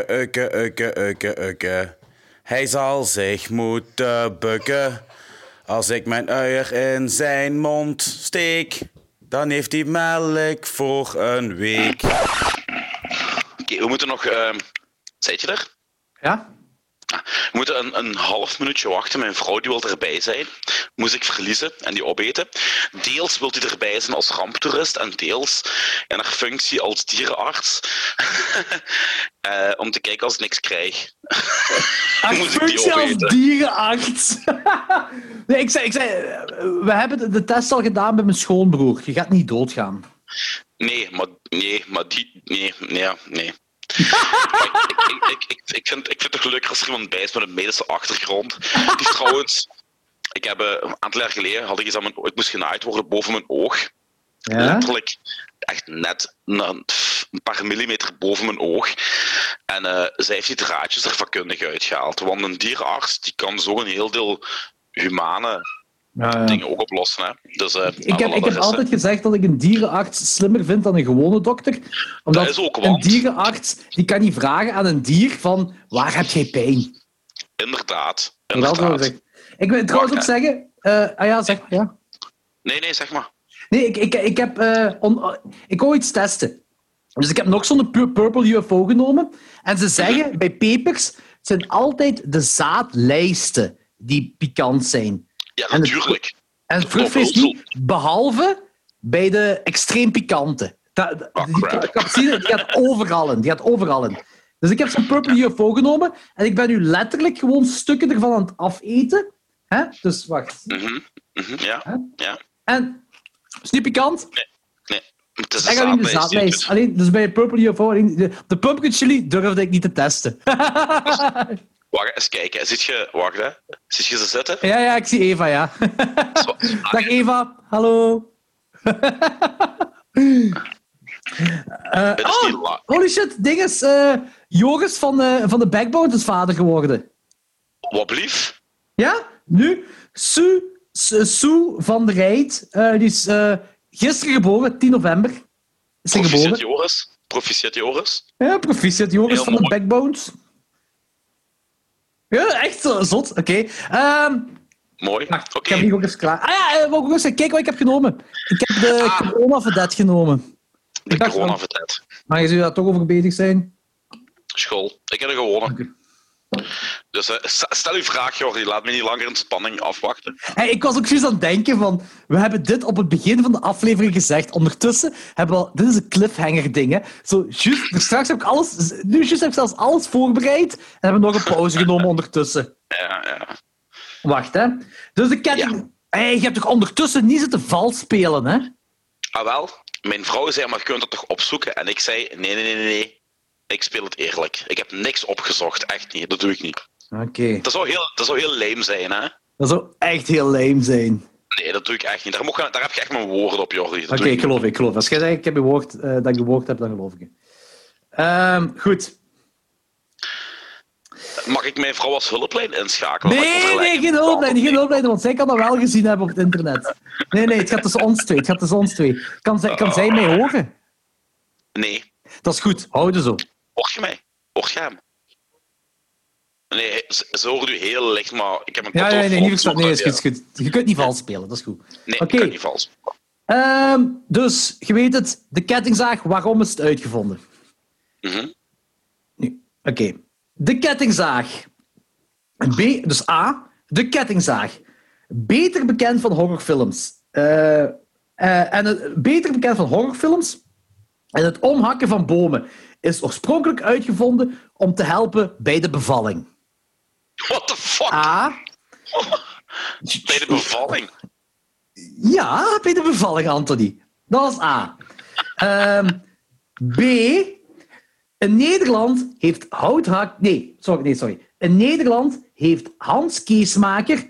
Speaker 3: Ukke. Hij zal zich moeten bukken Als ik mijn uier in zijn mond steek, dan heeft hij melk voor een week.
Speaker 2: Oké, we moeten nog... Zit je er?
Speaker 1: Ja?
Speaker 2: We moeten een half minuutje wachten. Mijn vrouw die wil erbij zijn. Moest ik verliezen en die opeten. Deels wil hij erbij zijn als ramptoerist en deels in haar functie als dierenarts. Om te kijken als ik niks krijg. Moet ik die
Speaker 1: Functie als
Speaker 2: opeten.
Speaker 1: dierenarts. Nee, ik zei, we hebben de test al gedaan met mijn schoonbroer. Je gaat niet doodgaan.
Speaker 2: Nee. Ik vind het toch leuker als er iemand bij is met een medische achtergrond. Die trouwens... Ik heb een aantal jaar geleden had ik iets aan ik moest genaaid worden boven mijn oog.
Speaker 1: Ja?
Speaker 2: Letterlijk echt net een paar millimeter boven mijn oog. En zij heeft die draadjes er vakkundig uitgehaald. Want een dierenarts die kan zo een heel deel humane dingen ook oplossen. Hè. Dus,
Speaker 1: Ik heb altijd gezegd dat ik een dierenarts slimmer vind dan een gewone dokter. Omdat
Speaker 2: dat is ook,
Speaker 1: een
Speaker 2: want...
Speaker 1: dierenarts die kan niet vragen aan een dier van waar heb jij pijn?
Speaker 2: Inderdaad.
Speaker 1: Ik wil trouwens ook zeggen... zeg maar, ja.
Speaker 2: Nee, zeg maar.
Speaker 1: Nee, ik wou iets testen. Dus ik heb nog zo'n Purple UFO genomen. En ze zeggen, bij pepers, het zijn altijd de zaadlijsten die pikant zijn.
Speaker 2: Ja, natuurlijk.
Speaker 1: En het vruchtvlees niet, behalve bij de extreem pikante. Die capsine die gaat overal in. Dus ik heb zo'n Purple UFO genomen en ik ben nu letterlijk gewoon stukken ervan aan het afeten. Hè? Dus wacht.
Speaker 2: Ja.
Speaker 1: En, is het niet pikant?
Speaker 2: Nee. Het is
Speaker 1: Ik ga niet de zaadlijst. Alleen, dus bij Purple UFO, de pumpkin chili durfde ik niet te testen.
Speaker 2: Wacht, eens kijken. Wacht, hè. Ziet je ze zitten?
Speaker 1: Ja, ik zie Eva, ja. Dag Eva, hallo. Holy shit, ding is... Joris van de Backbone is vader geworden.
Speaker 2: Wat blief?
Speaker 1: Ja, nu. Sue van der Rijt, die is gisteren geboren, 10 november. Is hij geboren.
Speaker 2: Proficiat Joris.
Speaker 1: Ja, proficiat Joris
Speaker 2: heel
Speaker 1: van
Speaker 2: mooi.
Speaker 1: de Backbones. Ja, echt zot. Oké.
Speaker 2: Mooi.
Speaker 1: Ik
Speaker 2: Oké.
Speaker 1: heb hier ook eens klaar. wou ik ook zeggen, kijk wat ik heb genomen. Ik heb de corona-vedette genomen.
Speaker 2: De corona-vedette.
Speaker 1: Maar je zou daar toch over bezig zijn?
Speaker 2: School. Ik heb er gewonnen. Dus stel uw vraag, Jordi. Laat me niet langer in spanning afwachten.
Speaker 1: Hey, ik was ook juist aan het denken van... We hebben dit op het begin van de aflevering gezegd. Ondertussen hebben we... Dit is een cliffhanger-ding, hè. Zo, juist, straks heb ik alles... Nu juist heb ik zelfs alles voorbereid. En hebben we nog een pauze genomen ondertussen.
Speaker 2: Ja.
Speaker 1: Wacht, hè. Dus de ketting...
Speaker 2: Ja.
Speaker 1: Hey, je hebt toch ondertussen niet zitten vals spelen, hè?
Speaker 2: Ah, wel. Mijn vrouw zei, maar je kunt dat toch opzoeken? En ik zei, nee. Ik speel het eerlijk. Ik heb niks opgezocht. Echt niet. Dat doe ik niet.
Speaker 1: Oké.
Speaker 2: Dat zou heel lame zijn, hè?
Speaker 1: Dat zou echt heel lame zijn.
Speaker 2: Nee, dat doe ik echt niet. Daar heb je echt mijn woorden op, Jordi.
Speaker 1: Oké, ik geloof. Als jij zegt, ik heb je woord, dat ik je woord heb, dan geloof ik je. Goed.
Speaker 2: Mag ik mijn vrouw als hulplijn inschakelen?
Speaker 1: Nee, geen hulplijn, want zij kan dat wel gezien hebben op het internet. Nee, het gaat tussen ons twee. Kan zij mij horen?
Speaker 2: Nee.
Speaker 1: Dat is goed, houden zo.
Speaker 2: Hoort je mij? Hoort je hem? Nee, ze hoort u heel licht, maar ik heb een
Speaker 1: niet verstaan. Nee, is goed. Je kunt niet vals spelen, dat is goed.
Speaker 2: Nee, ik kan niet vals.
Speaker 1: Dus, je weet het, de kettingzaag, waarom is het uitgevonden? Oké. De kettingzaag. Dus A, de kettingzaag. Beter bekend van horrorfilms. Beter bekend van horrorfilms en het omhakken van bomen is oorspronkelijk uitgevonden om te helpen bij de bevalling.
Speaker 2: What the fuck?
Speaker 1: A.
Speaker 2: Bij de bevalling?
Speaker 1: Ja, bij de bevalling, Anthony. Dat was A. B. In Nederland heeft In Nederland heeft Hans Keesmaker,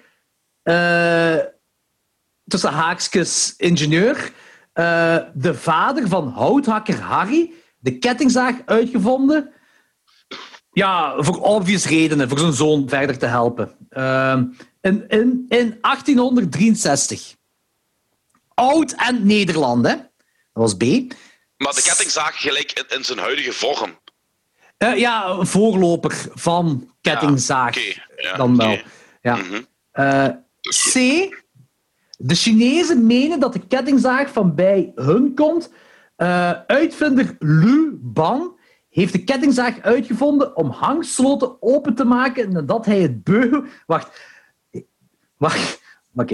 Speaker 1: tussen haakjes ingenieur, de vader van houthakker Harry, de kettingzaag uitgevonden. Ja, voor obvious redenen, voor zijn zoon verder te helpen. In 1863. Oud en Nederland, hè? Dat was B.
Speaker 2: Maar de kettingzaag gelijk in zijn huidige vorm.
Speaker 1: Ja, voorloper van kettingzaag.
Speaker 2: Ja,
Speaker 1: dan wel.
Speaker 2: Okay.
Speaker 1: Ja. C. De Chinezen menen dat de kettingzaag van bij hun komt. Uitvinder Lu Ban heeft de kettingzaag uitgevonden om hangsloten open te maken nadat hij het beugel... Wacht. Oké.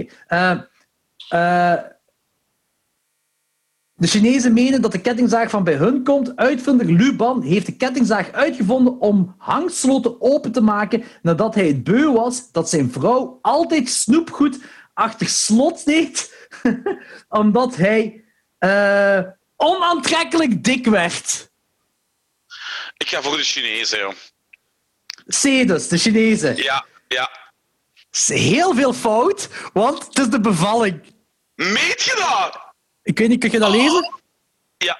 Speaker 1: De Chinezen menen dat de kettingzaag van bij hun komt. Uitvinder Lu Ban heeft de kettingzaag uitgevonden om hangsloten open te maken nadat hij het beu was dat zijn vrouw altijd snoepgoed achter slot deed, omdat hij onaantrekkelijk dik werd.
Speaker 2: Ik ga voor de Chinezen, joh.
Speaker 1: C dus, de Chinezen.
Speaker 2: Ja.
Speaker 1: Is heel veel fout, want het is de bevalling.
Speaker 2: Meet je dat?
Speaker 1: Ik weet niet, kun je dat lezen?
Speaker 2: Ja.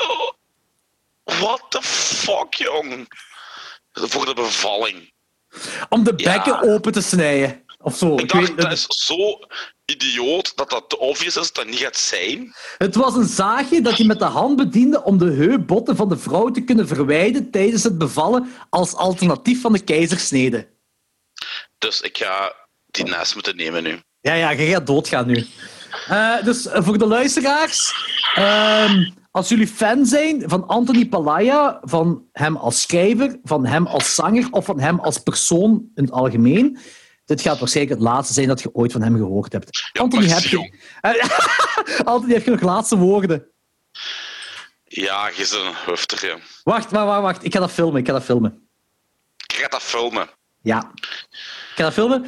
Speaker 2: What the fuck, jong? Voor de bevalling.
Speaker 1: Om de bekken open te snijden. Of zo.
Speaker 2: Ik dacht, dat is zo idioot dat dat te obvious is dat dat niet gaat zijn.
Speaker 1: Het was een zaagje dat je met de hand bediende om de heupbotten van de vrouw te kunnen verwijderen tijdens het bevallen als alternatief van de keizersnede.
Speaker 2: Dus ik ga die naast moeten nemen nu.
Speaker 1: Ja, je gaat doodgaan nu. Dus voor de luisteraars, als jullie fan zijn van Anthony Palaya, van hem als schrijver, van hem als zanger of van hem als persoon in het algemeen, dit gaat waarschijnlijk het laatste zijn dat je ooit van hem gehoord hebt.
Speaker 2: Ja,
Speaker 1: Anthony, Anthony, heb je nog laatste woorden?
Speaker 2: Ja, je is een hufter, ja.
Speaker 1: Wacht. Ik ga dat filmen.
Speaker 2: Ik ga dat filmen.
Speaker 1: Ja. Ik ga dat filmen.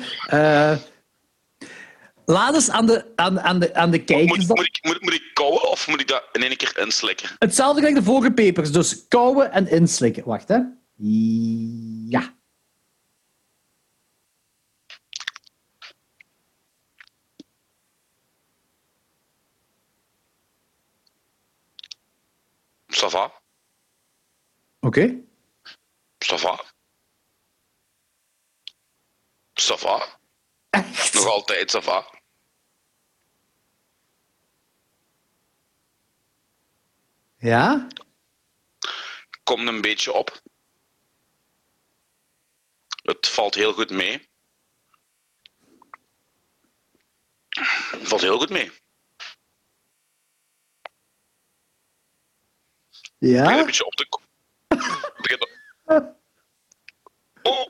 Speaker 1: Laat eens aan de kijkers...
Speaker 2: Moet ik kauwen of moet ik dat in één keer inslikken?
Speaker 1: Hetzelfde gelijk de vorige papers. Dus kauwen en inslikken. Wacht, hè. Ja.
Speaker 2: Ça va.
Speaker 1: Oké.
Speaker 2: Ça va. Ça va.
Speaker 1: Echt?
Speaker 2: Nog altijd ça va.
Speaker 1: Ja?
Speaker 2: Komt een beetje op. Het valt heel goed mee. Het valt heel goed mee. Het begint
Speaker 1: Ja?
Speaker 2: een beetje op te komen. Oh.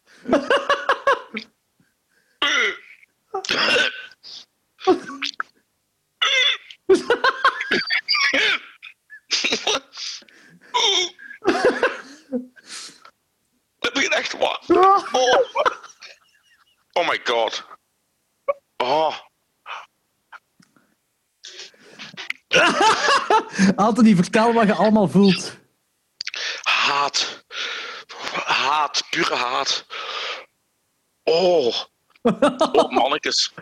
Speaker 2: Dat begint echt wat. Oh my god. Oh.
Speaker 1: Anthony, vertel wat je allemaal voelt.
Speaker 2: Haat. Haat. Pure haat. Oh. Oh, mannetjes.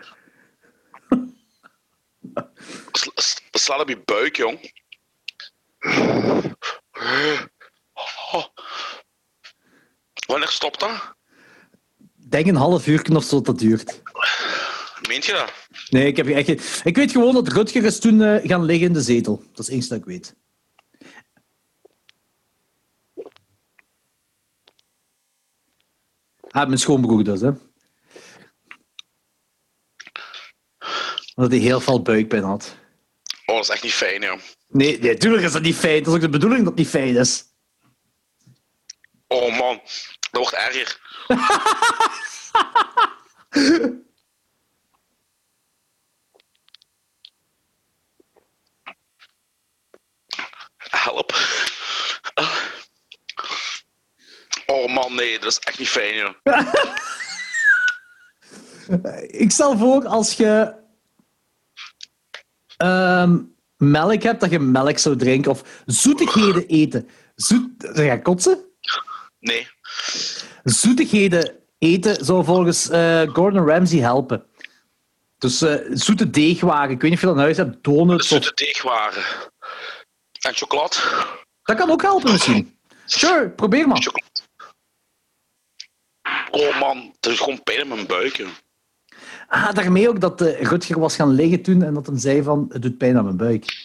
Speaker 2: Sla op je buik, jong. Oh. Wanneer stopt dat?
Speaker 1: Denk een half uur of zo dat duurt.
Speaker 2: Meent je dat?
Speaker 1: Nee, ik heb echt geen... Ik weet gewoon dat Rutger is toen gaan liggen in de zetel. Dat is het enige dat ik weet. Mijn schoonbroer dus, hè. Omdat hij heel veel buikpijn had.
Speaker 2: Oh, dat is echt niet fijn, joh.
Speaker 1: Nee, natuurlijk is dat niet fijn. Dat is ook de bedoeling dat het niet fijn is.
Speaker 2: Oh man, dat wordt erger. Help. Oh man, nee, dat is echt niet fijn, joh.
Speaker 1: Ik stel voor, als je melk hebt, dat je melk zou drinken. Of zoetigheden eten. Ga je kotsen?
Speaker 2: Nee.
Speaker 1: Zoetigheden eten zou volgens Gordon Ramsay helpen. Dus zoete deegwaren. Ik weet niet of je dat in huis hebt. Donuts.
Speaker 2: Zoete deegwaren. En chocolade.
Speaker 1: Dat kan ook helpen misschien. Sure, probeer maar.
Speaker 2: Chocolade. Oh man, er is gewoon pijn in mijn buik, joh.
Speaker 1: Daarmee ook dat Rutger was gaan liggen toen en dat hij zei van, het doet pijn aan mijn buik.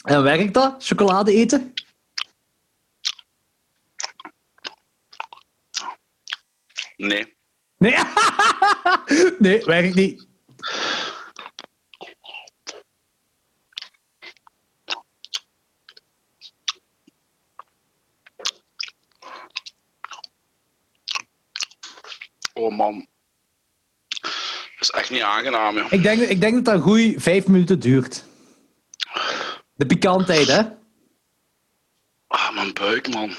Speaker 1: En werkt dat, chocolade eten?
Speaker 2: Nee.
Speaker 1: Nee, nee, werkt niet.
Speaker 2: Oh man. Dat is echt niet aangenaam, joh.
Speaker 1: Ik denk dat dat een goeie 5 minuten duurt. De pikantheid, hè?
Speaker 2: Ah, mijn buik, man.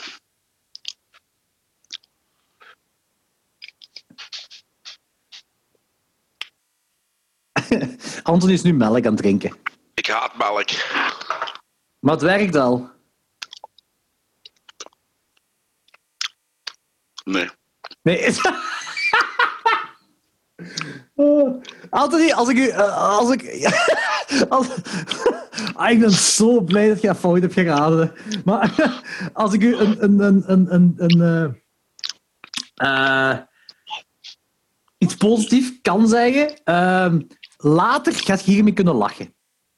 Speaker 1: Anthony is nu melk aan het drinken.
Speaker 2: Ik haat melk.
Speaker 1: Maar het werkt al.
Speaker 2: Nee.
Speaker 1: Nee. Oh, Anthony, ik ben zo blij dat je fout hebt geraden. Maar als ik u iets positiefs kan zeggen, later gaat je hiermee kunnen lachen.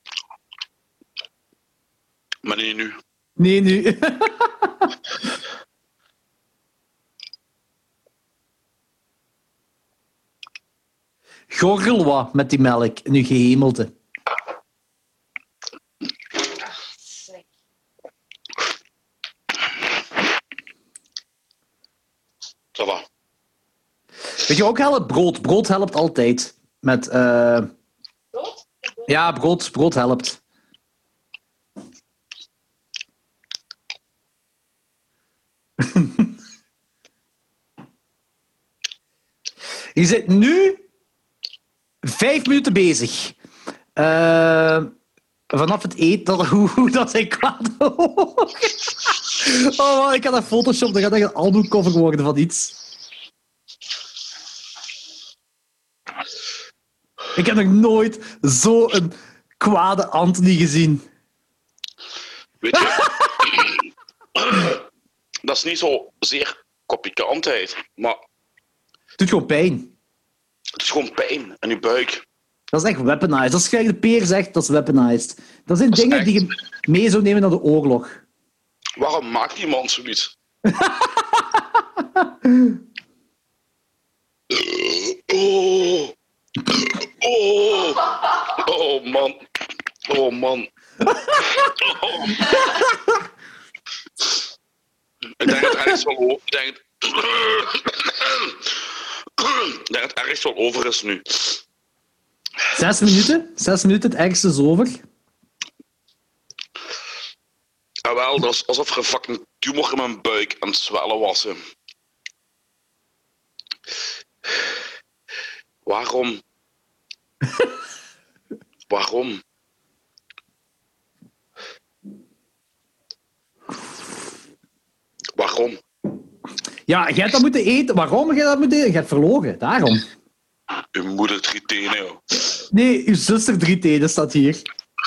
Speaker 2: Maar niet nu.
Speaker 1: Nee, nu. Gorgel wat met die melk, nu gehemelte.
Speaker 2: Ça va.
Speaker 1: Weet je ook helpt? Brood. Brood helpt altijd. Met,
Speaker 4: Brood?
Speaker 1: ja, brood helpt. Je zit nu 5 minuten bezig. Vanaf het eten, hoe dat zijn kwaad ogen. Oh man, ik had een Photoshop, dat gaat echt een albumcover worden van iets. Ik heb nog nooit zo'n kwade Anthony gezien.
Speaker 2: Weet je, dat is niet zo zeer kopikantheid, maar
Speaker 1: Het doet gewoon pijn.
Speaker 2: het is gewoon pijn in je buik.
Speaker 1: Dat is echt weaponized. Dat is gelijk de peer zegt, dat is weaponized. Dat zijn
Speaker 2: Dat is
Speaker 1: dingen
Speaker 2: echt-
Speaker 1: die je mee zou nemen naar de oorlog.
Speaker 2: Waarom maakt die man zoiets? Oh. Oh. Oh man. Oh man. Oh. Ik denk dat het ergens wel over. Ik denk dat het ergens wel over is nu.
Speaker 1: 6 minuten? 6 minuten, het ergste is over.
Speaker 2: Jawel, dat is alsof er een fucking tumor in mijn buik aan het zwellen was. Hè. Waarom? Waarom? Waarom?
Speaker 1: Ja, jij hebt dat moeten eten. Waarom heb je dat moeten eten? Je hebt verlogen, daarom.
Speaker 2: Uw moeder 3 tenen, joh.
Speaker 1: Nee, uw zuster 3 tenen staat hier.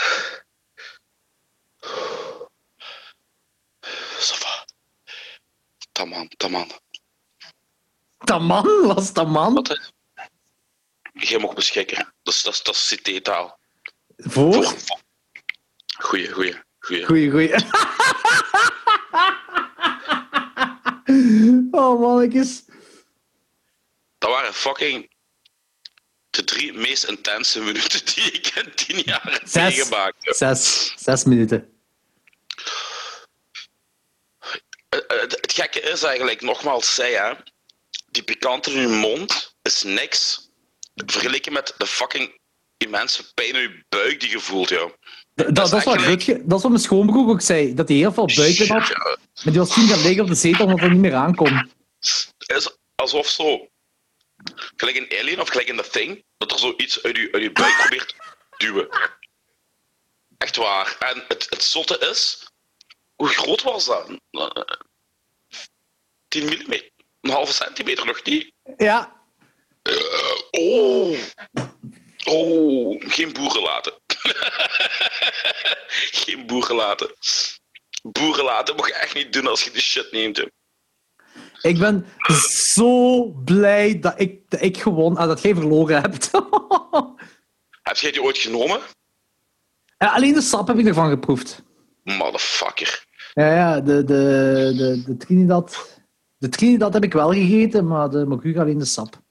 Speaker 2: Ça va. Taman, taman.
Speaker 1: Taman? Was Taman?
Speaker 2: Wat, hè? Jij mag beschikken. Dat is citeertaal.
Speaker 1: Voor?
Speaker 2: Goeie.
Speaker 1: Goeie. Oh, mannetjes.
Speaker 2: Dat waren fucking de 3 meest intense minuten die ik in 10 jaar heb
Speaker 1: 6.
Speaker 2: meegemaakt heb.
Speaker 1: 6 minuten.
Speaker 2: Het gekke is eigenlijk, nogmaals zei, hè, die pikante in je mond is niks vergeleken met de fucking immense pijn in je buik die je voelt, joh.
Speaker 1: Dat is wat mijn schoonbroer ook zei, dat hij heel veel buikpijn had.
Speaker 2: Ja,
Speaker 1: Maar die was toen gaan liggen op de zetel omdat hij niet meer aankomt.
Speaker 2: het is alsof zo, gelijk in Alien of gelijk in The Thing, dat er zoiets uit je buik probeert te duwen. Echt waar. En het zotte is, hoe groot was dat? 10 millimeter? Een halve centimeter nog niet?
Speaker 1: Ja.
Speaker 2: Oh, geen boeren laten. Geen boeren laten. Boeren laten mag je echt niet doen als je die shit neemt. Hè.
Speaker 1: Ik ben zo blij dat ik gewonnen, dat jij verloren hebt.
Speaker 2: Heb jij die ooit genomen?
Speaker 1: Alleen de sap heb ik ervan geproefd.
Speaker 2: Motherfucker.
Speaker 1: Ja, de Trinidad... De Trinidad heb ik wel gegeten, maar de Mokuga alleen de sap.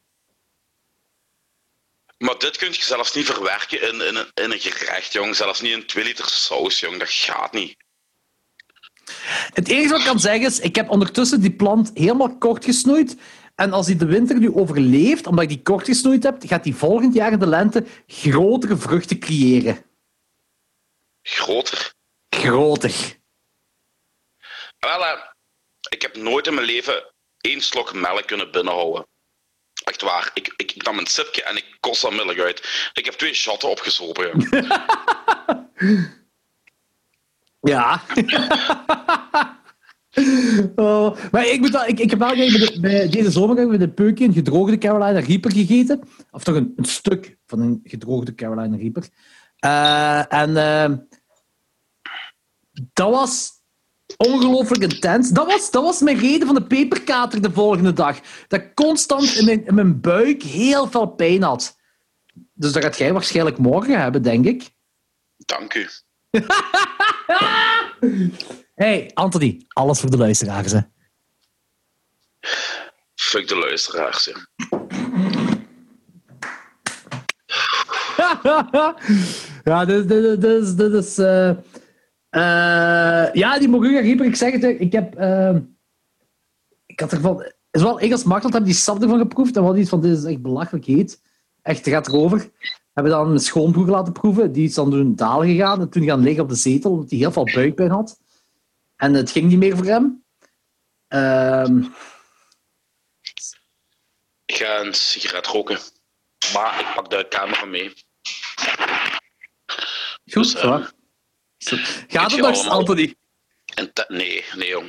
Speaker 2: Maar dit kun je zelfs niet verwerken in een gerecht, jong. Zelfs niet in 2 liter saus, jong. Dat gaat niet.
Speaker 1: Het enige wat ik kan zeggen is, ik heb ondertussen die plant helemaal kort gesnoeid. En als hij de winter nu overleeft, omdat ik die kort gesnoeid heb, gaat hij volgend jaar in de lente grotere vruchten creëren.
Speaker 2: Groter.
Speaker 1: Groter.
Speaker 2: Wel, ik heb nooit in mijn leven 1 slok melk kunnen binnenhouden. Echt waar. Ik nam een sipje en ik kost dat melk uit. Ik heb 2 shotten opgezopen.
Speaker 1: Ja. Oh, maar ik heb wel bij deze zomer bij de Peukje een gedroogde Carolina Reaper gegeten. Of toch een stuk van een gedroogde Carolina Reaper. Dat was ongelooflijk intens. Dat was mijn reden van de peperkater de volgende dag. Dat ik constant in mijn buik heel veel pijn had. Dus dat gaat jij waarschijnlijk morgen hebben, denk ik.
Speaker 2: Dank u.
Speaker 1: Hey, Anthony, alles voor de luisteraars, hè.
Speaker 2: Fuck de luisteraars, ja.
Speaker 1: Ja, dit is... ja, die Mokuga Reaper, ik zeg het, ik had ervan... Is wel, ik als Machteld heb die sap ervan geproefd en we hadden iets van, dit is echt belachelijk heet. Echt, het gaat erover. Hebben dan mijn schoonbroer laten proeven, die is dan door een daal gegaan en toen gaan liggen op de zetel, omdat hij heel veel buikpijn had. En het ging niet meer voor hem.
Speaker 2: Ik ga een sigaret roken. Maar ik pak de camera mee.
Speaker 1: Goed,
Speaker 2: Dus,
Speaker 1: zo. Gaat het nog, Anthony?
Speaker 2: Nee, jong.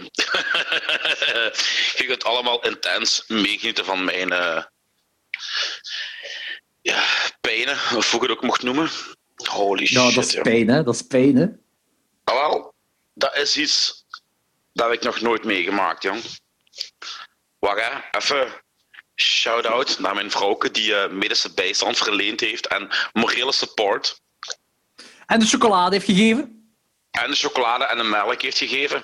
Speaker 2: Je kunt allemaal intens meegenieten van mijn pijnen, of hoe je het ook mocht noemen. Holy shit.
Speaker 1: Ja, dat is pijn, hè. Dat is pijn, hè.
Speaker 2: Wel, dat is iets dat heb ik nog nooit meegemaakt, jong. Wacht, hè. Even shout-out naar mijn vrouwke die medische bijstand verleend heeft en morele support.
Speaker 1: En de chocolade heeft gegeven?
Speaker 2: En de chocolade en de melk heeft gegeven.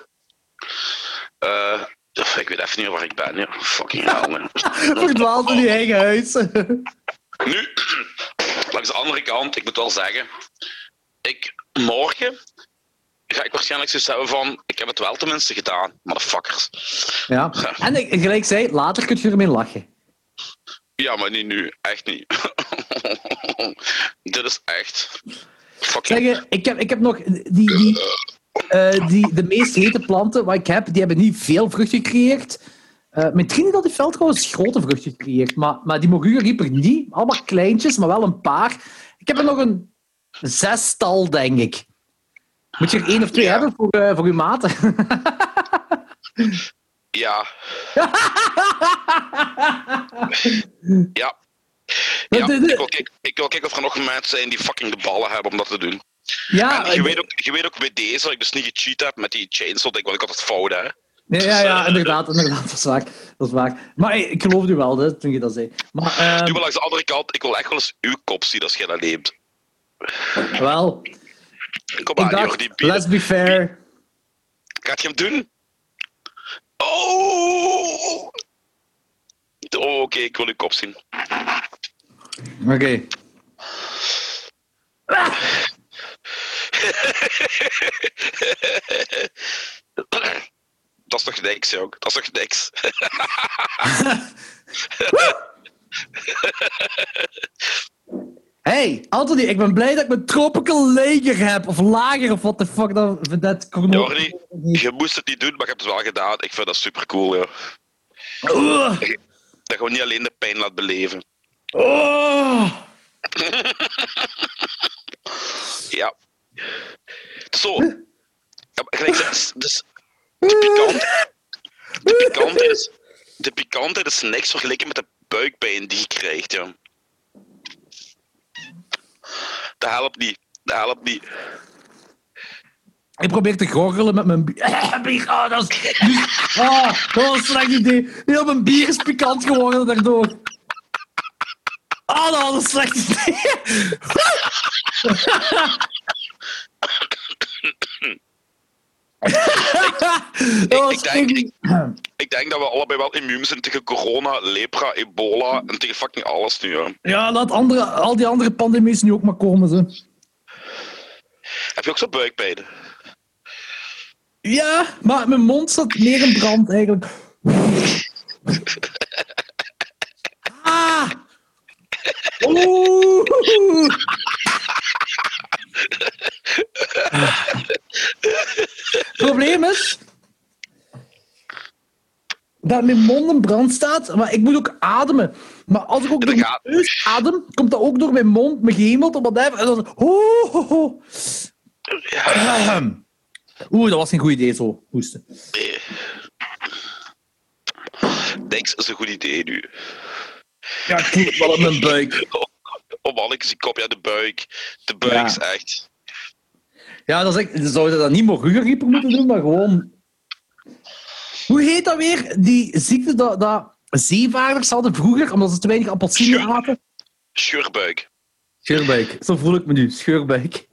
Speaker 2: Ik weet even niet waar ik ben. Ja. Fucking hell, man.
Speaker 1: Verdwaald in je eigen huis.
Speaker 2: Nu, langs de andere kant, ik moet wel zeggen, morgen ga ik waarschijnlijk zoiets hebben van, ik heb het wel tenminste gedaan, motherfuckers.
Speaker 1: Ja, en gelijk zei, later kun je ermee lachen.
Speaker 2: Ja, maar niet nu, echt niet. Dit is echt...
Speaker 1: Zeg, ik heb nog de meest hete planten wat ik heb, die hebben niet veel vrucht gecreëerd. Mijn Trinidad heeft wel trouwens grote vruchten gecreëerd, maar die Mokuga Reaper niet. Allemaal kleintjes, maar wel een paar. Ik heb er nog een 6-tal, denk ik. Moet je er 1 of 2 hebben voor uw maten?
Speaker 2: Ja. Ja. Ik wil kijken of er nog mensen zijn die fucking de ballen hebben om dat te doen.
Speaker 1: Ja,
Speaker 2: en je weet ook bij deze dat ik dus niet gecheat heb met die chainsaw, want ik had het fout, hè.
Speaker 1: Ja, inderdaad, dat is waar. Maar ik geloof u wel, hè, toen je dat zei. Maar,
Speaker 2: nu, langs de andere kant, ik wil echt wel eens uw kop zien als jij dat neemt.
Speaker 1: Wel,
Speaker 2: Kom aan,
Speaker 1: dacht,
Speaker 2: die bieden.
Speaker 1: let's be fair.
Speaker 2: Gaat je hem doen? Oh, oké, ik wil uw kop zien.
Speaker 1: Oké.
Speaker 2: Dat is toch niks, jong. Dat is toch niks.
Speaker 1: Hey, Anthony, ik ben blij dat ik mijn tropical lager heb. Of lager, of wat de fuck dat
Speaker 2: Jordi, je moest het niet doen, maar je hebt het wel gedaan. Ik vind dat super cool, joh. Dat je niet alleen de pijn laat beleven. Ja. Zo. Dus de pikante is niks vergeleken met de buikpijn die je krijgt, ja. Dat helpt niet.
Speaker 1: Ik probeer te gorgelen met mijn bier. Dat was een slecht idee. Heel mijn bier is pikant geworden daardoor. Dat was een slecht idee.
Speaker 2: Ik denk dat we allebei wel immuun zijn tegen corona, lepra, ebola en tegen fucking alles nu. Hè.
Speaker 1: Ja, laat al die andere pandemies nu ook maar komen. Ze.
Speaker 2: Heb je ook zo'n buikpijn?
Speaker 1: Ja, maar mijn mond staat meer in brand eigenlijk. Ah! Oeh! Het probleem is dat mijn mond in brand staat, maar ik moet ook ademen. Maar als ik ook door mijn neus adem, komt dat ook door mijn mond, mijn gehemeld of whatever. En dan zo... Oeh, dat was geen goed idee, zo hoesten.
Speaker 2: Niks is een goed idee nu.
Speaker 1: Ja, ik voel het wel in mijn buik.
Speaker 2: Oh man, ik zie kopje aan de buik. De buik is echt...
Speaker 1: Ja, dat is echt, zouden dat niet morguggerieper moeten doen, maar gewoon... Hoe heet dat weer? Die ziekte dat zeevaarders hadden vroeger, omdat ze te weinig appelsinen aten?
Speaker 2: Scheurbuik.
Speaker 1: Scheurbuik. Zo voel ik me nu. Scheurbuik.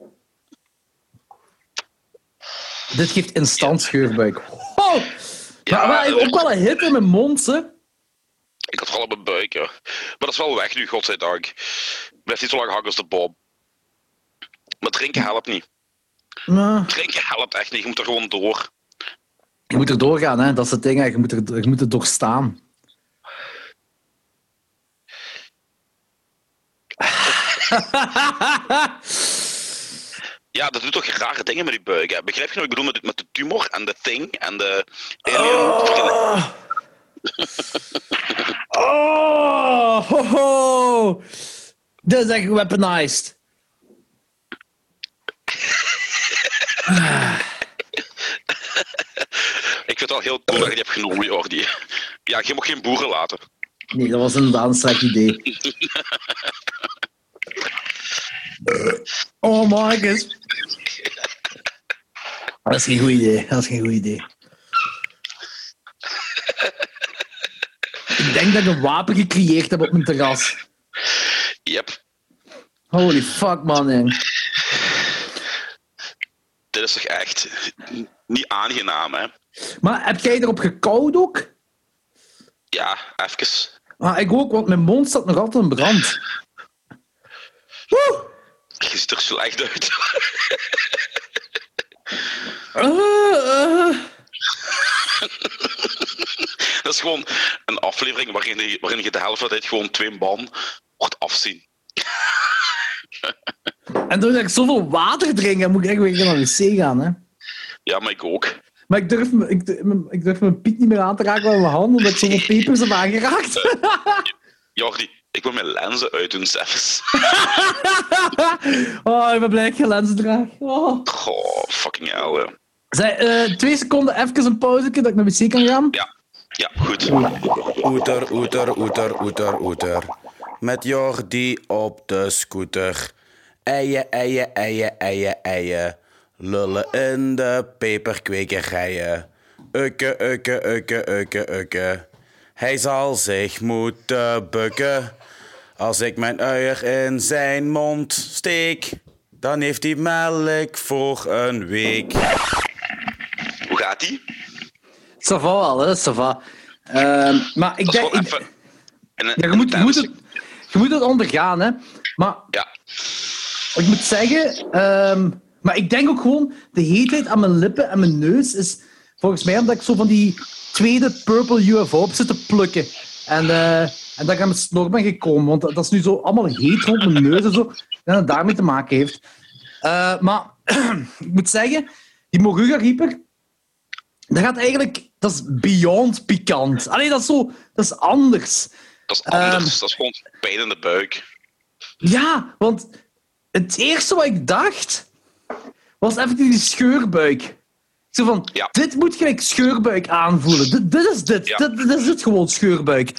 Speaker 1: Dit geeft instant scheurbuik. Oh!
Speaker 2: Ja,
Speaker 1: maar ook wel een hit in mijn mond, hè.
Speaker 2: Ik had vooral op mijn buik, ja. Maar dat is wel weg nu, godzijdank. Blijft niet zo lang hangen als de bom. Maar drinken helpt niet. Drinken helpt echt niet, je moet er gewoon door.
Speaker 1: Je moet er doorgaan, hè. Dat is het ding, hè. Je moet er doorstaan.
Speaker 2: Ja, dat doet toch rare dingen met die buik, hè. Begrijp je nou wat ik bedoel met de tumor en de thing en de alien?
Speaker 1: Oh! Dit is echt weaponized.
Speaker 2: Ik vind het wel heel cool dat je die hebt genomen, Jordi. Ja, je mag geen boeren laten.
Speaker 1: Nee, dat was inderdaad een slecht idee. Oh, Marcus. Dat is geen goed idee. Dat is geen goed idee. Ik denk dat ik een wapen gecreëerd heb op mijn terras.
Speaker 2: Yep.
Speaker 1: Holy fuck, man.
Speaker 2: Dit is toch echt niet aangenaam, hè?
Speaker 1: Maar heb jij erop gekauwd ook?
Speaker 2: Ja, even.
Speaker 1: Ah, ik ook, want mijn mond staat nog altijd in brand. Woe!
Speaker 2: Je ziet er slecht uit. Dat is gewoon een aflevering waarin je de helft van de tijd gewoon 2 man wordt afzien.
Speaker 1: En doordat ik zoveel water drink, moet ik echt weer naar de wc gaan, hè.
Speaker 2: Ja, maar ik ook.
Speaker 1: Maar ik durf mijn piek niet meer aan te raken met mijn hand, omdat ik zoveel pepers heb aangeraakt.
Speaker 2: Jordi, ik wil mijn lenzen uitdoen, zelfs.
Speaker 1: Oh, ik ben blij dat je lenzen draagt. Oh.
Speaker 2: Goh, fucking hell.
Speaker 1: Zij, 2 seconden, even een pauze, dat ik naar de wc kan gaan.
Speaker 2: Ja, goed.
Speaker 3: Oeter, oeter, oeter, oeter, oeter. Met Jordi op de scooter. Eien, eien, eien, eien, eien. Lullen in de peperkwekerijen. Ukke, ukke, ukke, ukke, ukke. Hij zal zich moeten bukken. Als ik mijn uier in zijn mond steek, dan heeft hij melk voor een week.
Speaker 2: Hoe gaat die?
Speaker 1: Ça va wel, hè, ça va. Maar ik denk... je moet het ondergaan, hè. Maar...
Speaker 2: Ja.
Speaker 1: Ik moet zeggen... maar ik denk ook gewoon... De heetheid aan mijn lippen en mijn neus is... Volgens mij omdat ik zo van die tweede purple UFO op zit te plukken. En dat ik aan mijn snor ben gekomen. Want dat is nu zo allemaal heet rond mijn neus en zo. En dat het daarmee te maken heeft. Maar ik moet zeggen... Die Moruga Reaper... Dat gaat eigenlijk... Dat is beyond pikant. Allee, dat is anders.
Speaker 2: Dat is anders. Dat is gewoon pijn in de buik.
Speaker 1: Ja, want het eerste wat ik dacht... was even die scheurbuik. Zo van, dit moet gelijk scheurbuik aanvoelen. Dit is dit. Ja. Dit is het gewoon, scheurbuik.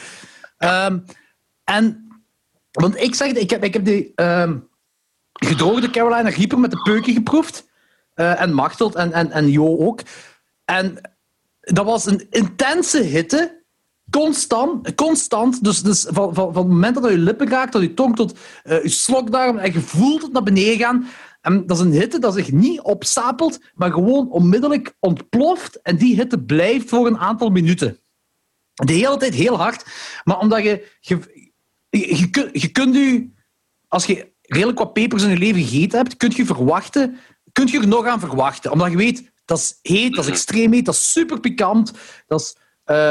Speaker 1: Want ik zeg... Ik heb die gedroogde Carolina Reaper met de peuken geproefd. En Machteld en Jo ook. En dat was een intense hitte. Constant. Dus van het moment dat je lippen raakt, tot je tong, tot je slokdarm, en je voelt het naar beneden gaan. En dat is een hitte dat zich niet opstapelt, maar gewoon onmiddellijk ontploft. En die hitte blijft voor een aantal minuten. De hele tijd heel hard. Maar omdat je kunt je... Als je redelijk wat pepers in je leven gegeten hebt, kun je er nog aan verwachten. Omdat je weet, dat is heet, dat is extreem heet, dat is super pikant, dat is...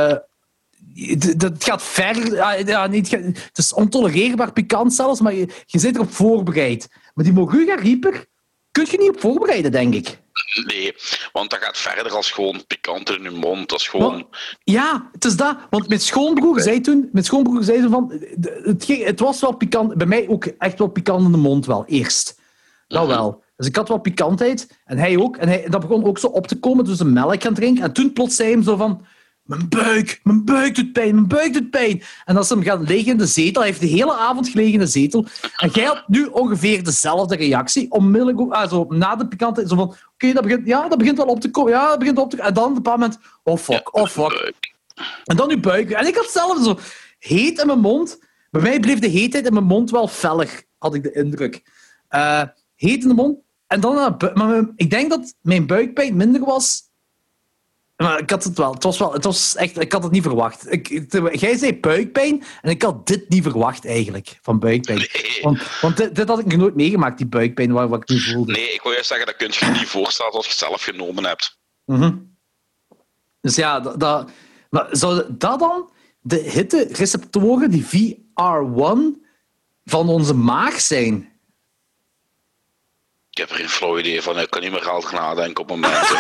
Speaker 1: Dat gaat ver. Het is ontolereerbaar pikant zelfs, maar je zit erop voorbereid. Maar die Moruga Reaper kun je niet op voorbereiden, denk ik.
Speaker 2: Nee, want dat gaat verder als gewoon pikant in je mond. Dat is gewoon...
Speaker 1: Ja, het is dat. Want mijn schoonbroer zei toen van... Het was wel pikant. Bij mij ook echt wel pikant in de mond wel, eerst. Dat wel. Dus ik had wel pikantheid. En hij ook. En dat begon ook zo op te komen, dus een melk gaan drinken. En toen plots zei hij hem zo van... Mijn buik doet pijn. En als hij hem gaat liggen in de zetel, hij heeft de hele avond gelegen in de zetel. En jij had nu ongeveer dezelfde reactie. Onmiddellijk ook, zo, na de pikantheid, zo van... Oké, dat begint wel op te komen. Ja, dat begint op te komen. En dan op een bepaald moment... Oh, fuck. En dan uw buik. En ik had hetzelfde zo... Heet in mijn mond. Bij mij bleef de heetheid in mijn mond wel feller, had ik de indruk. Heet in de mond. En dan... Maar ik denk dat mijn buikpijn minder was... Maar ik had het wel. Het was echt... Ik had het niet verwacht. Jij zei buikpijn en ik had dit niet verwacht eigenlijk, van buikpijn.
Speaker 2: Nee.
Speaker 1: Want dit had ik nog nooit meegemaakt, die buikpijn wat ik nu voelde.
Speaker 2: Nee, ik wil juist zeggen, dat kun je niet voorstellen als je het zelf genomen hebt.
Speaker 1: Dus ja, maar zou dat dan de hittereceptoren, die VR1, van onze maag zijn?
Speaker 2: Ik heb er geen flauw idee van. Ik kan niet meer hard nadenken op momenten.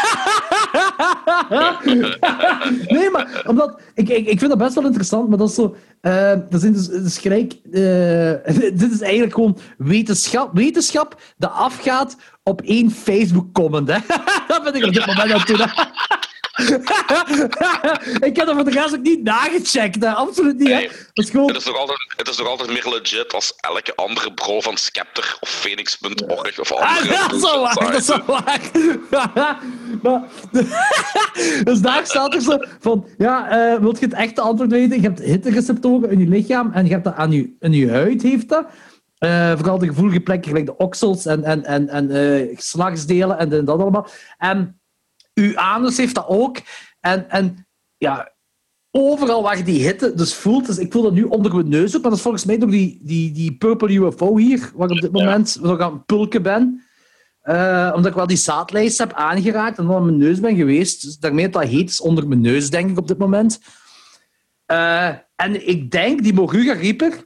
Speaker 1: Nee, maar omdat... Ik vind dat best wel interessant, maar dat is zo... Dat is dus gelijk... dit is eigenlijk gewoon wetenschap dat afgaat op 1 Facebook-comment. Dat ben ik op dit moment aan het doen. Ik heb dat voor de rest ook niet nagecheckt. Hè. Absoluut niet. Hè.
Speaker 2: Nee,
Speaker 1: dat is gewoon...
Speaker 2: het is nog altijd meer legit als elke andere bro van Scepter of Phoenix.org of andere...
Speaker 1: dat is wel waar. Maar, dus daar staat er zo van... Ja, wilt je het echte antwoord weten? Je hebt hittereceptoren in je lichaam en je hebt dat in je huid, heeft dat. Vooral de gevoelige plekken, gelijk de oksels en geslachtsdelen en dat allemaal. En uw anus heeft dat ook. En ja, overal waar je die hitte dus voelt... Dus ik voel dat nu onder mijn neus ook, maar dat is volgens mij door die Purple UFO hier, waar ik op dit moment nog aan het pulken ben. Omdat ik wel die zaadlijst heb aangeraakt en dan aan mijn neus ben geweest. Dus daarmee dat heet is onder mijn neus, denk ik, op dit moment. En ik denk, die Moruga Reaper...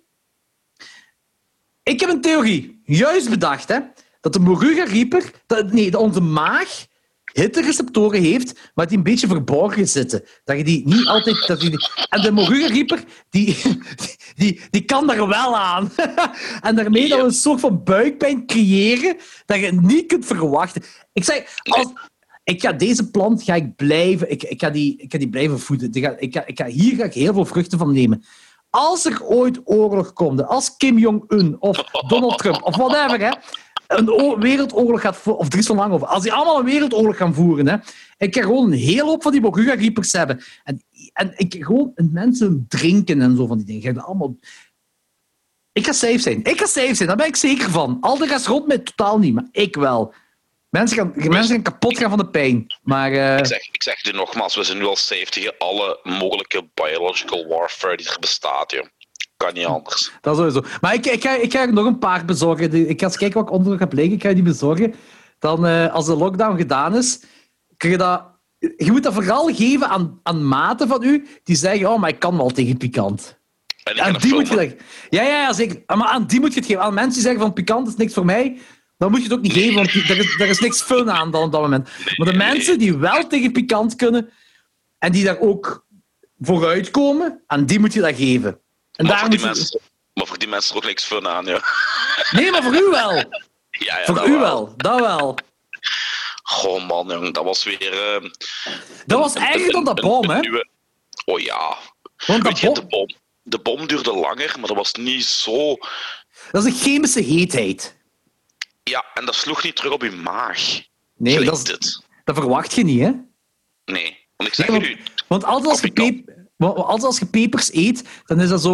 Speaker 1: Ik heb een theorie, juist bedacht, hè, dat de Moruga Reaper... dat onze maag hittereceptoren heeft, maar die een beetje verborgen zitten. Dat je die niet altijd... En de Moruga Reaper, die kan daar wel aan. En daarmee dat we een soort van buikpijn creëren dat je niet kunt verwachten. Ik zeg... Deze plant ga ik blijven... Ik ga die blijven voeden. Hier ga ik heel veel vruchten van nemen. Als er ooit oorlog komt, als Kim Jong-un of Donald Trump of whatever, hè, een wereldoorlog gaat voeren, of Dries van Langhoven, als die allemaal een wereldoorlog gaan voeren, hè, ik ga gewoon een hele hoop van die Moruga Reapers hebben. En ik ga gewoon mensen drinken en zo van die dingen. Ik ga safe zijn. Daar ben ik zeker van. Al de rest rond mij totaal niet, maar ik wel. Mensen gaan kapot gaan van de pijn. Maar,
Speaker 2: Ik zeg het nogmaals, we zijn nu al safe tegen alle mogelijke biological warfare die er bestaat. Joh. Kan niet anders.
Speaker 1: Dat sowieso. Maar ik ga er nog een paar bezorgen. Ik ga eens kijken wat ik onder heb liggen. Ik ga die bezorgen. Dan, als de lockdown gedaan is, kun je dat... Je moet dat vooral geven aan maten van u die zeggen, oh, maar ik kan wel tegen pikant.
Speaker 2: En die moet je
Speaker 1: dat... Ja, zeker. Maar aan die moet je het geven. Aan mensen die zeggen van pikant is niks voor mij, dan moet je het ook niet geven, want er is niks fun aan dan op dat moment. Maar de mensen die wel tegen pikant kunnen en die daar ook vooruit komen, aan die moet je dat geven. En
Speaker 2: maar, voor die mensen er ook niks fun aan, ja.
Speaker 1: Nee, maar voor u wel.
Speaker 2: Ja,
Speaker 1: voor u wel. Dat wel.
Speaker 2: Goh, man, jong, dat was weer...
Speaker 1: dat was eigenlijk dan dat bom, hè?
Speaker 2: Oh ja.
Speaker 1: Want
Speaker 2: weet je, de bom duurde langer, maar dat was niet zo...
Speaker 1: Dat is een chemische heetheid.
Speaker 2: Ja, en dat sloeg niet terug op je maag.
Speaker 1: Nee, dat verwacht je niet, hè?
Speaker 2: Nee, want ik zeg u...
Speaker 1: Want altijd als je pepers eet, dan is dat zo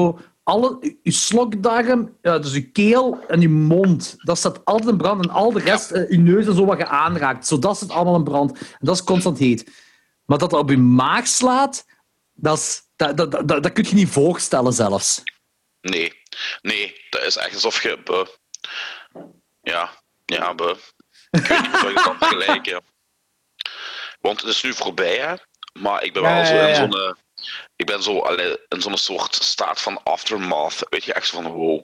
Speaker 1: je slokdarm, dus je keel en je mond, dat staat altijd in brand. En al de rest, je neus en zo wat je aanraakt. Zodat het allemaal in brand. En dat is constant heet. Maar dat op je maag slaat, dat kun je niet voorstellen zelfs.
Speaker 2: Nee, dat is echt alsof je... Ik weet niet of ik het kan vergelijken. Want het is nu voorbij, hè. Maar ik ben wel zo in zo'n... Ik ben zo in zo'n soort staat van aftermath. Weet je, echt zo van wow.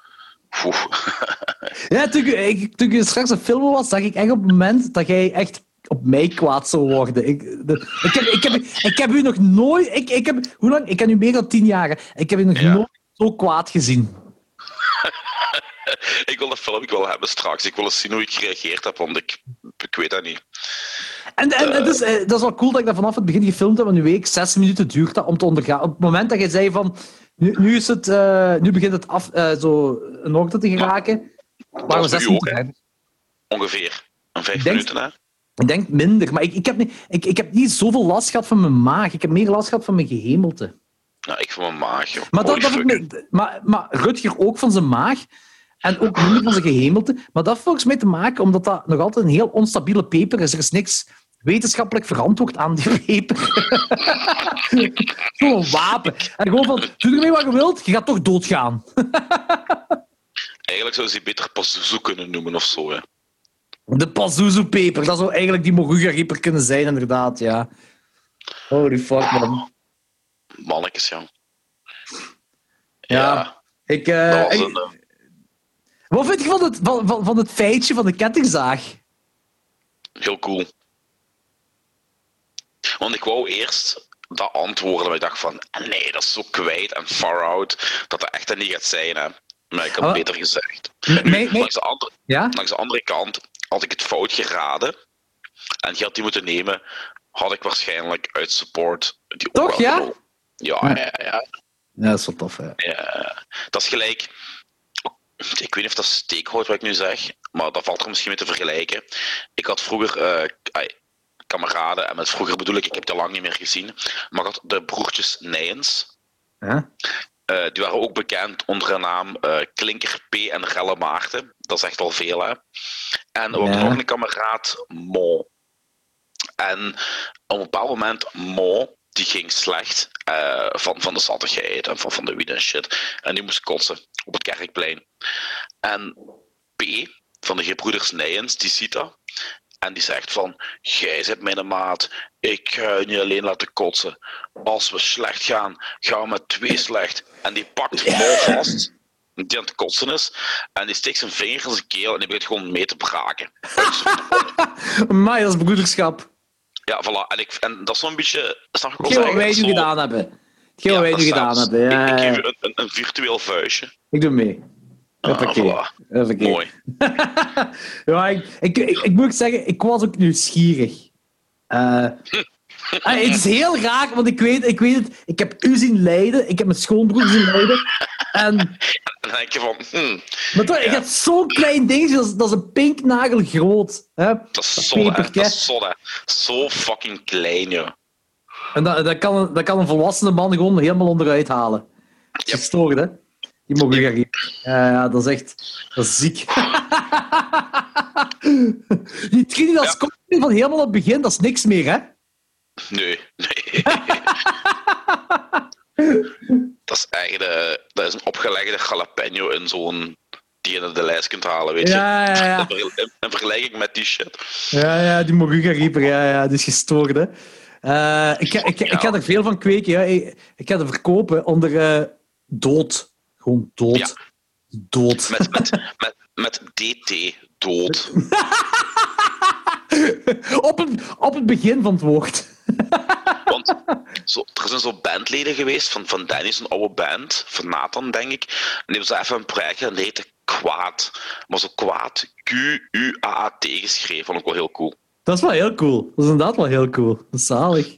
Speaker 1: Ja, toen je straks een film was, zag ik echt op het moment dat jij echt op mij kwaad zou worden. Ik heb u nog nooit... Hoe lang? Ik ken u meer dan 10 jaar. Ik heb u nog nooit zo kwaad gezien.
Speaker 2: Ik wil dat filmpje wel hebben straks. Ik wil eens zien hoe ik gereageerd heb, want ik weet dat niet.
Speaker 1: En dat is wel cool dat ik dat vanaf het begin gefilmd heb, want nu week 6 minuten duurt dat om te ondergaan. Op het moment dat je zei van, nu begint het zo in orde te geraken, waren we 6 minuten verder.
Speaker 2: Ongeveer. Een 5 minuten, hè?
Speaker 1: Ik denk minder, maar ik heb niet zoveel last gehad van mijn maag. Ik heb meer last gehad van mijn gehemelte.
Speaker 2: Nou, ik van mijn maag, joh.
Speaker 1: Maar Rutger ook van zijn maag. En ook minder van zijn gehemelte. Maar dat heeft volgens mij te maken omdat dat nog altijd een heel onstabiele peper is. Er is niks wetenschappelijk verantwoord aan die peper. Gewoon een wapen. En gewoon van, doe ermee wat je wilt, je gaat toch doodgaan.
Speaker 2: Eigenlijk zou ze die beter Pazuzu kunnen noemen of zo, hè.
Speaker 1: De Pazuzu-peper, dat zou eigenlijk die Moruga-rieper kunnen zijn, inderdaad, ja. Holy fuck, man.
Speaker 2: Mannetjes, ja.
Speaker 1: Ja. Wat vind je van het feitje van de kettingzaag?
Speaker 2: Heel cool. Want ik wou eerst dat antwoorden, maar ik dacht van, nee, dat is zo kwijt en far out, dat echt niet gaat zijn, hè. Maar ik had het beter gezegd. Langs de andere kant had ik het fout geraden en je had die moeten nemen, had ik waarschijnlijk uit support die ook
Speaker 1: toch, ja?
Speaker 2: Ja.
Speaker 1: Ja, dat is wel tof, hè.
Speaker 2: Ja, dat is gelijk... Ik weet niet of dat steekhout wat ik nu zeg, maar dat valt er misschien mee te vergelijken. Ik had vroeger kameraden, en met vroeger bedoel ik heb die lang niet meer gezien, maar ik had de broertjes Nijens.
Speaker 1: Ja?
Speaker 2: Die waren ook bekend onder de naam Klinker P. en Relle Maarten. Dat is echt al veel, hè. En we hadden nog een kameraad, Mo. En op een bepaald moment, Mo, die ging slecht van de zattigheid en van de wiet en shit. En die moest kotsen op het Kerkplein. En P, van de gebroeders Nijens, die ziet dat. En die zegt van, jij zit mijn maat, ik ga je niet alleen laten kotsen. Als we slecht gaan, gaan we met 2 slecht. En die pakt Mo vast, die aan het kotsen is, en die steekt zijn vinger in zijn keel en die begint gewoon mee te braken.
Speaker 1: Maar dat is broederschap.
Speaker 2: Ja, voilà. En dat is zo'n beetje...
Speaker 1: Hetgeen wat wij nu gedaan hebben. Ja, ik
Speaker 2: geef je een virtueel vuistje.
Speaker 1: Ik doe mee. Voilà.
Speaker 2: Mooi.
Speaker 1: Ja, ik moet zeggen, ik was ook nieuwsgierig. Het is heel raar, want ik weet het. Ik heb u zien lijden. Ik heb mijn schoonbroer zien lijden. En
Speaker 2: dan denk je van...
Speaker 1: Maar toch, ik heb zo'n klein dingetje, dat is een pinknagel groot. Hè?
Speaker 2: Dat is zot, hè. Dat is zot, hè. Zo fucking klein, joh.
Speaker 1: En dat kan een volwassene man gewoon helemaal onderuit halen. Dat is gestoord, hè. Die mogen gaan geven. Ja, dat is echt... Dat is ziek. Die Trinidad Cocktail van helemaal op het begin, dat is niks meer, hè?
Speaker 2: Nee. Dat is eigenlijk dat is een opgelegde jalapeno in zo'n... die je naar de lijst kunt halen, weet je.
Speaker 1: Ja.
Speaker 2: In vergelijking met die shit.
Speaker 1: Ja, die Moruga Reaper, ja, die is gestoord, hè. Ik ga er veel van kweken, ja. Ik ga er verkopen onder dood. Gewoon dood. Ja. Dood.
Speaker 2: Met DT, dood.
Speaker 1: op het begin van het woord.
Speaker 2: Want er zijn zo bandleden geweest van Danny, zo'n oude band, van Nathan, denk ik. En die hebben zo even een project en die heette Kwaad. Maar zo Kwaad, Q-U-A-A-T geschreven, vond ik wel heel cool.
Speaker 1: Dat is wel heel cool. Dat is inderdaad wel heel cool. Dat is zalig.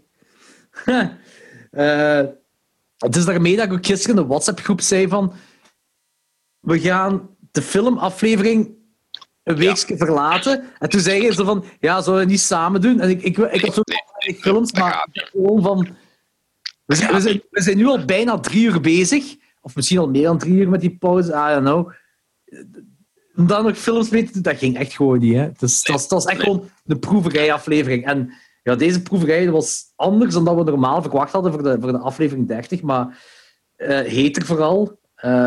Speaker 1: Het is daarmee dat ik ook gisteren in de WhatsApp-groep zei van... We gaan de filmaflevering een weekje verlaten. En toen zei je zo van... Ja, zullen we niet samen doen? En ik heb zo weinig films, maar gewoon van... We zijn nu al bijna 3 uur bezig Of misschien al meer dan 3 uur met die pauze, I don't know. Om dan nog films mee te doen, dat ging echt gewoon niet. Hè. Dus dat was echt gewoon de proeverijaflevering. En ja, deze proeverij was anders dan dat we normaal verwacht hadden voor de aflevering 30, maar heter vooral.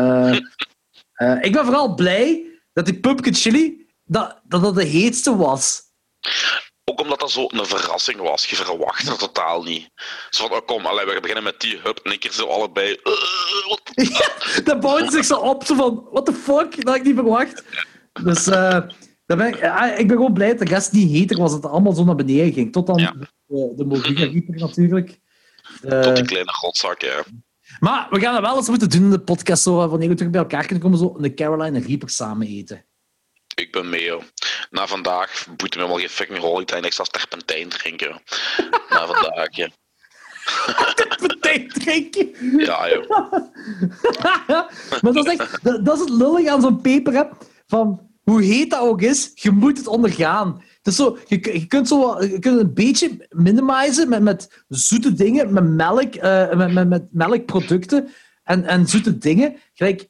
Speaker 1: Ik ben vooral blij dat die pumpkin chili dat de heetste was.
Speaker 2: Ook omdat dat zo een verrassing was. Je verwacht het totaal niet. Zo van, kom, we beginnen met die, hup, en ik keer zo allebei.
Speaker 1: Dat bouwde zich zo op, zo van, what the fuck? Dat had ik niet verwacht. Dus ik ben gewoon blij dat de rest niet heter was, dat het allemaal zo naar beneden ging. Tot dan de Moruga Reaper natuurlijk.
Speaker 2: Tot die kleine godzak, ja.
Speaker 1: Maar we gaan dat wel eens moeten doen in de podcast, zo, wanneer we terug bij elkaar kunnen komen, zo een Carolina Reaper samen eten.
Speaker 2: Ik ben mee, joh. Na vandaag boeit me helemaal geen fucking rol. Ik denk dat ik zelfs terpentijn drinken. Na vandaag, ja.
Speaker 1: Terpentijn drinken?
Speaker 2: Ja, joh.
Speaker 1: Maar dat is echt... Dat is het lullig aan zo'n peper, hè. Van, hoe heet dat ook is, je moet het ondergaan. Het is zo, je kunt een beetje minimizen met zoete dingen, met melk, met melkproducten en zoete dingen. Gelijk...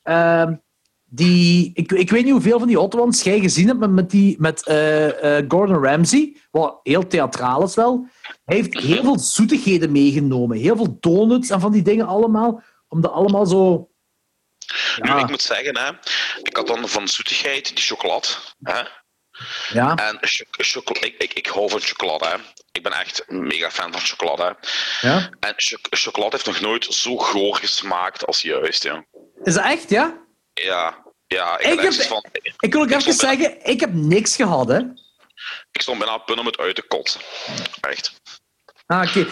Speaker 1: Ik weet niet hoeveel van die hot ones jij gezien hebt met Gordon Ramsay, wat heel theatraal is wel. Hij heeft heel veel zoetigheden meegenomen. Heel veel donuts en van die dingen allemaal. Om dat allemaal zo...
Speaker 2: Ja. Nu, ik moet zeggen, hè, ik had dan van zoetigheid die chocolade. Hè?
Speaker 1: Ja.
Speaker 2: En ik hou van chocolade. Hè. Ik ben echt een mega fan van chocolade. Hè.
Speaker 1: Ja.
Speaker 2: En chocolade heeft nog nooit zo goor gesmaakt als juist. Ja.
Speaker 1: Is dat echt, ja?
Speaker 2: Ja,
Speaker 1: ik wil ook even zeggen, ik heb niks gehad, hè.
Speaker 2: Ik stond bijna op punt om het uit te kotsen. Echt.
Speaker 1: Oké.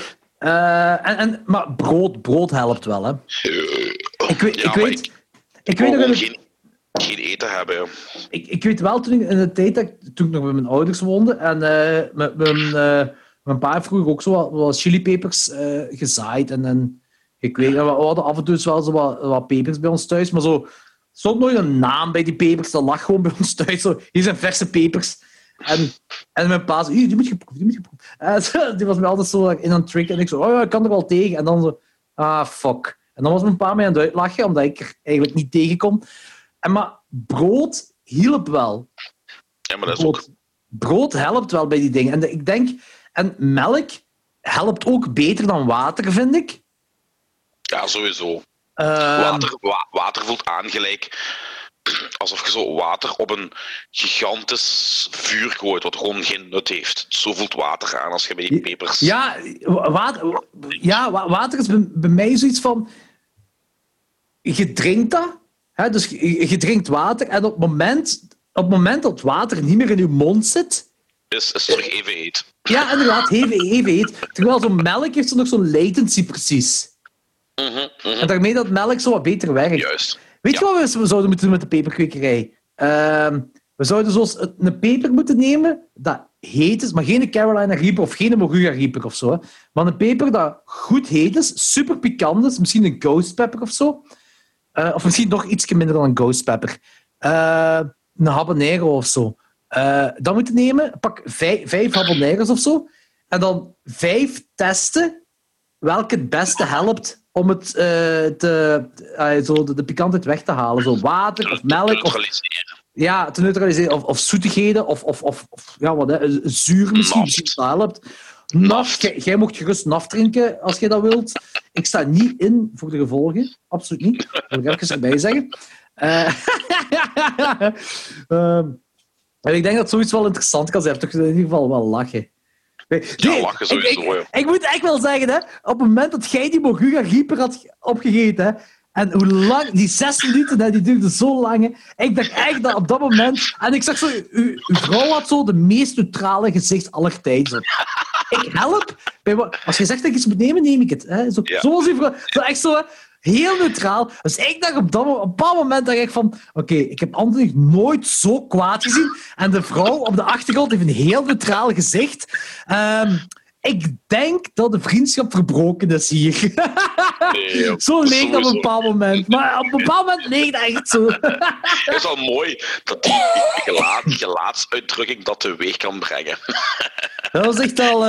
Speaker 1: Maar brood helpt wel, hè. Ik weet nog
Speaker 2: geen eten hebben. Joh.
Speaker 1: Ik weet wel, toen in de tijd toen ik nog met mijn ouders woonde en mijn pa vroeger ook zo wat chilipepers gezaaid. En ik weet, we hadden af en toe wel zo wat pepers bij ons thuis, maar zo stond nooit een naam bij die pepers. Dat lag gewoon bij ons thuis. Zo, hier zijn verse pepers. En mijn pa zei, die moet je proeven. Die was me altijd zo in aan het tricken. En ik zo, ja, ik kan er wel tegen. En dan zo, fuck. En dan was mijn pa mij aan het uitlachen, omdat ik er eigenlijk niet tegen kon. Maar brood hielp wel.
Speaker 2: Ja, maar dat is ook...
Speaker 1: Brood helpt wel bij die dingen. En ik denk... En melk helpt ook beter dan water, vind ik.
Speaker 2: Ja, sowieso. Water voelt aan gelijk alsof je zo water op een gigantisch vuur gooit, wat gewoon geen nut heeft. Zo voelt water aan als je bij die pepers...
Speaker 1: Ja, water is bij mij zoiets van... Je drinkt dat, hè, dus je drinkt water, en op het moment dat water niet meer in je mond zit...
Speaker 2: Is terug even heet.
Speaker 1: Ja, inderdaad, even heet. Terwijl zo'n melk heeft nog zo'n latency precies. En daarmee dat melk zo wat beter werkt.
Speaker 2: Juist.
Speaker 1: Weet je wat we zouden moeten doen met de peperkwekerij? We zouden zoals een peper moeten nemen dat heet is, maar geen Carolina Reaper of geen Moruga Reaper of zo. Hè. Maar een peper dat goed heet is, super pikant is, misschien een ghost pepper of zo. Of misschien nog iets minder dan een ghost pepper. Een habanero of zo. Dat moeten nemen, pak 5 habaneros of zo. En dan 5 testen welke het beste helpt om het de pikantheid weg te halen. Zo water of melk. Te neutraliseren. Of zoetigheden. Of zuur misschien helpt. Naft. Jij mocht gerust naft drinken als jij dat wilt. Ik sta niet in voor de gevolgen. Absoluut niet. Dat wil ik even erbij zeggen. En ik denk dat zoiets wel interessant kan zijn. Toch in ieder geval wel lachen.
Speaker 2: Ja, lachen sowieso.
Speaker 1: Ik moet echt wel zeggen, hè, op het moment dat jij die Moruga Reaper had opgegeten, hè, en hoe lang, die 6 minuten, hè, die duurde zo lang. Hè, ik dacht echt dat op dat moment... En ik zag zo, uw vrouw had zo de meest neutrale gezicht aller tijden. Ik help. Als je zegt dat je iets moet nemen, neem ik het. Hè. Zoals uw vrouw. Zo echt zo... Heel neutraal. Dus ik dacht op een bepaald moment dacht ik van... Oké, ik heb Anthony nooit zo kwaad gezien. En de vrouw op de achtergrond heeft een heel neutraal gezicht. Ik denk dat de vriendschap verbroken is hier.
Speaker 2: Nee,
Speaker 1: zo leek dat op een bepaald moment. Maar op een bepaald moment leek dat echt zo.
Speaker 2: Het is wel mooi dat die gelaatsuitdrukking dat teweeg kan brengen.
Speaker 1: Dat was echt al...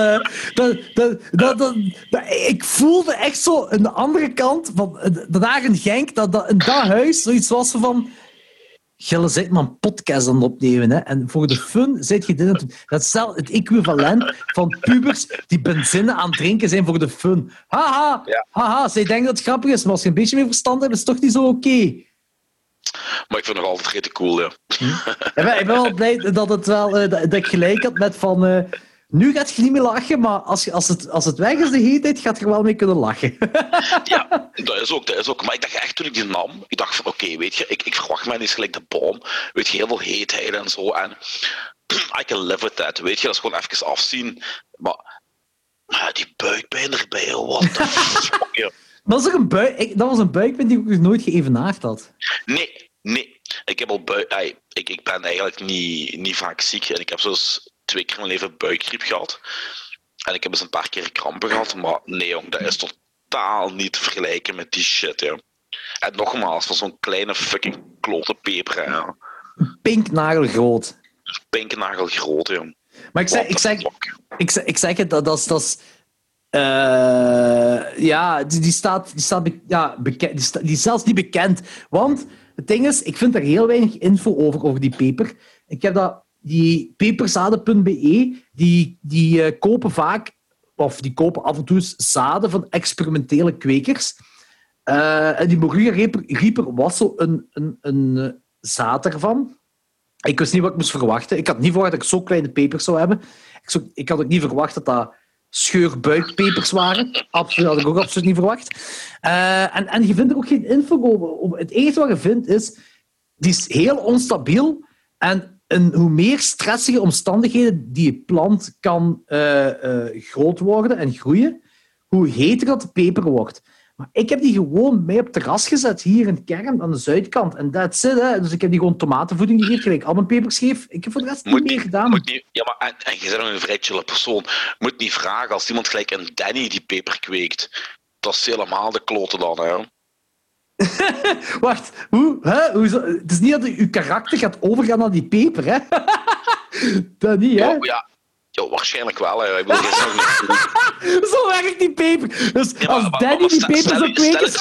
Speaker 1: ik voelde echt zo aan de andere kant, van, daar in Genk, dat in dat huis zoiets was van... Gille zit maar een podcast aan het opnemen. Hè? En voor de fun zit je dit aan het doen. Dat is het equivalent van pubers die benzine aan het drinken zijn voor de fun. Haha, haha, zij denken dat het grappig is, maar als je een beetje meer verstand hebt, is het toch niet zo oké.
Speaker 2: Maar ik vind het nog altijd redelijk cool, ja.
Speaker 1: Ik ben wel blij dat, dat ik gelijk had met van... nu gaat je niet meer lachen, maar als het weg is de hele tijd, gaat je er wel mee kunnen lachen.
Speaker 2: Ja, dat is ook. Maar ik dacht echt toen ik die nam, ik dacht van oké, weet je, ik verwacht mij niet gelijk de bom. Weet je, heel veel heetheid en zo. En I can live with that, weet je, dat is gewoon even afzien. Maar die buikpijn erbij, what the fuck, ja.
Speaker 1: Dat was een buikpijn die ik nog nooit geëvenaard had.
Speaker 2: Nee. Ik heb al ik ben eigenlijk niet vaak ziek. En ik heb zo'n 2 keer in mijn leven buikgriep gehad. En ik heb eens een paar keer krampen gehad. Maar nee, jong, dat is totaal niet te vergelijken met die shit, ja. En nogmaals, van zo'n kleine fucking klote peper, ja.
Speaker 1: Pinknagelgroot.
Speaker 2: Pinknagelgroot, ja.
Speaker 1: Maar ik zeg het, dat is... ja, die staat bekend. Die is zelfs niet bekend. Want het ding is, ik vind er heel weinig info over die peper. Ik heb die peperzaden.be, die kopen vaak, of die kopen af en toe zaden van experimentele kwekers. En die Moruga Reaper was zo een zaad ervan. Ik wist niet wat ik moest verwachten. Ik had niet verwacht dat ik zo'n kleine pepers zou hebben. Ik had ook niet verwacht dat scheurbuikpepers waren. Absoluut, had ik ook absoluut niet verwacht. En je vindt er ook geen info over. Het enige wat je vindt is, die is heel onstabiel. En hoe meer stressige omstandigheden die je plant kan groot worden en groeien, hoe heter dat de peper wordt. Maar ik heb die gewoon mee op het terras gezet, hier in Kerm, aan de zuidkant. En that's it, hè. Dus ik heb die gewoon tomatenvoeding gegeven, gelijk al mijn pepers geef. Ik heb voor de rest niet meer gedaan.
Speaker 2: Ja, maar en je bent nog een vrij chille persoon. Moet niet vragen, als iemand gelijk een Danny die peper kweekt, dat is helemaal de klote dan, hè.
Speaker 1: Wacht, het is niet dat je karakter gaat overgaan naar die peper, hè? Dat niet, hè?
Speaker 2: Ja, waarschijnlijk wel, hè. Ik bedoel, je nog niet.
Speaker 1: Zo werkt die peper. Dus ja, als Danny die peper zou kweken...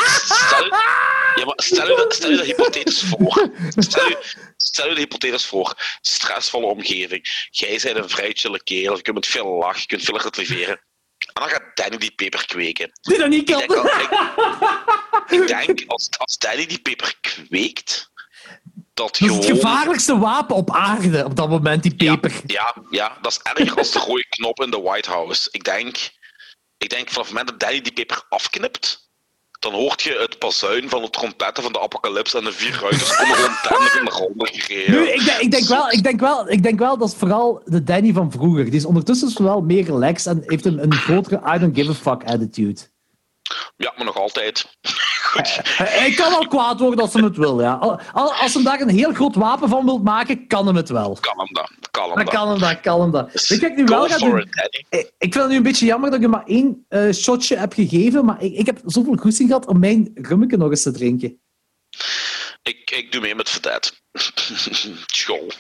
Speaker 2: Stel je dat hypothetisch voor. Stel je de hypothetisch voor. Stressvolle omgeving. Jij bent een vrij chille kerel. Je kunt met veel lachen, je kunt veel relativeren. En dan gaat Danny die peper kweken.
Speaker 1: Die dat niet kan.
Speaker 2: Ik denk, als Danny die peper kweekt... Dat
Speaker 1: is het gevaarlijkste wapen op aarde op dat moment, die peper.
Speaker 2: Ja, dat is erger als de rode knop in de White House. Ik denk vanaf het moment dat Danny die peper afknipt, dan hoort je het bazuin van de trompetten van de apocalypse en de 4 ruiters komen gewoon tendig in de ronde gereden.
Speaker 1: Nu, ik denk wel dat is vooral de Danny van vroeger. Die is ondertussen wel meer relaxed en heeft een grotere I don't give a fuck attitude.
Speaker 2: Ja, maar nog altijd. Goed.
Speaker 1: Hij kan wel kwaad worden als hij het wil, ja. Als hij daar een heel groot wapen van wil maken, kan hem het wel. Kan hem dat. Weet je wat ik nu wel ga doen? Ik vind het nu een beetje jammer dat ik je maar 1 shotje heb gegeven, maar ik heb zoveel goesting gehad om mijn rummetje nog eens te drinken.
Speaker 2: Ik doe mee met verdet. School.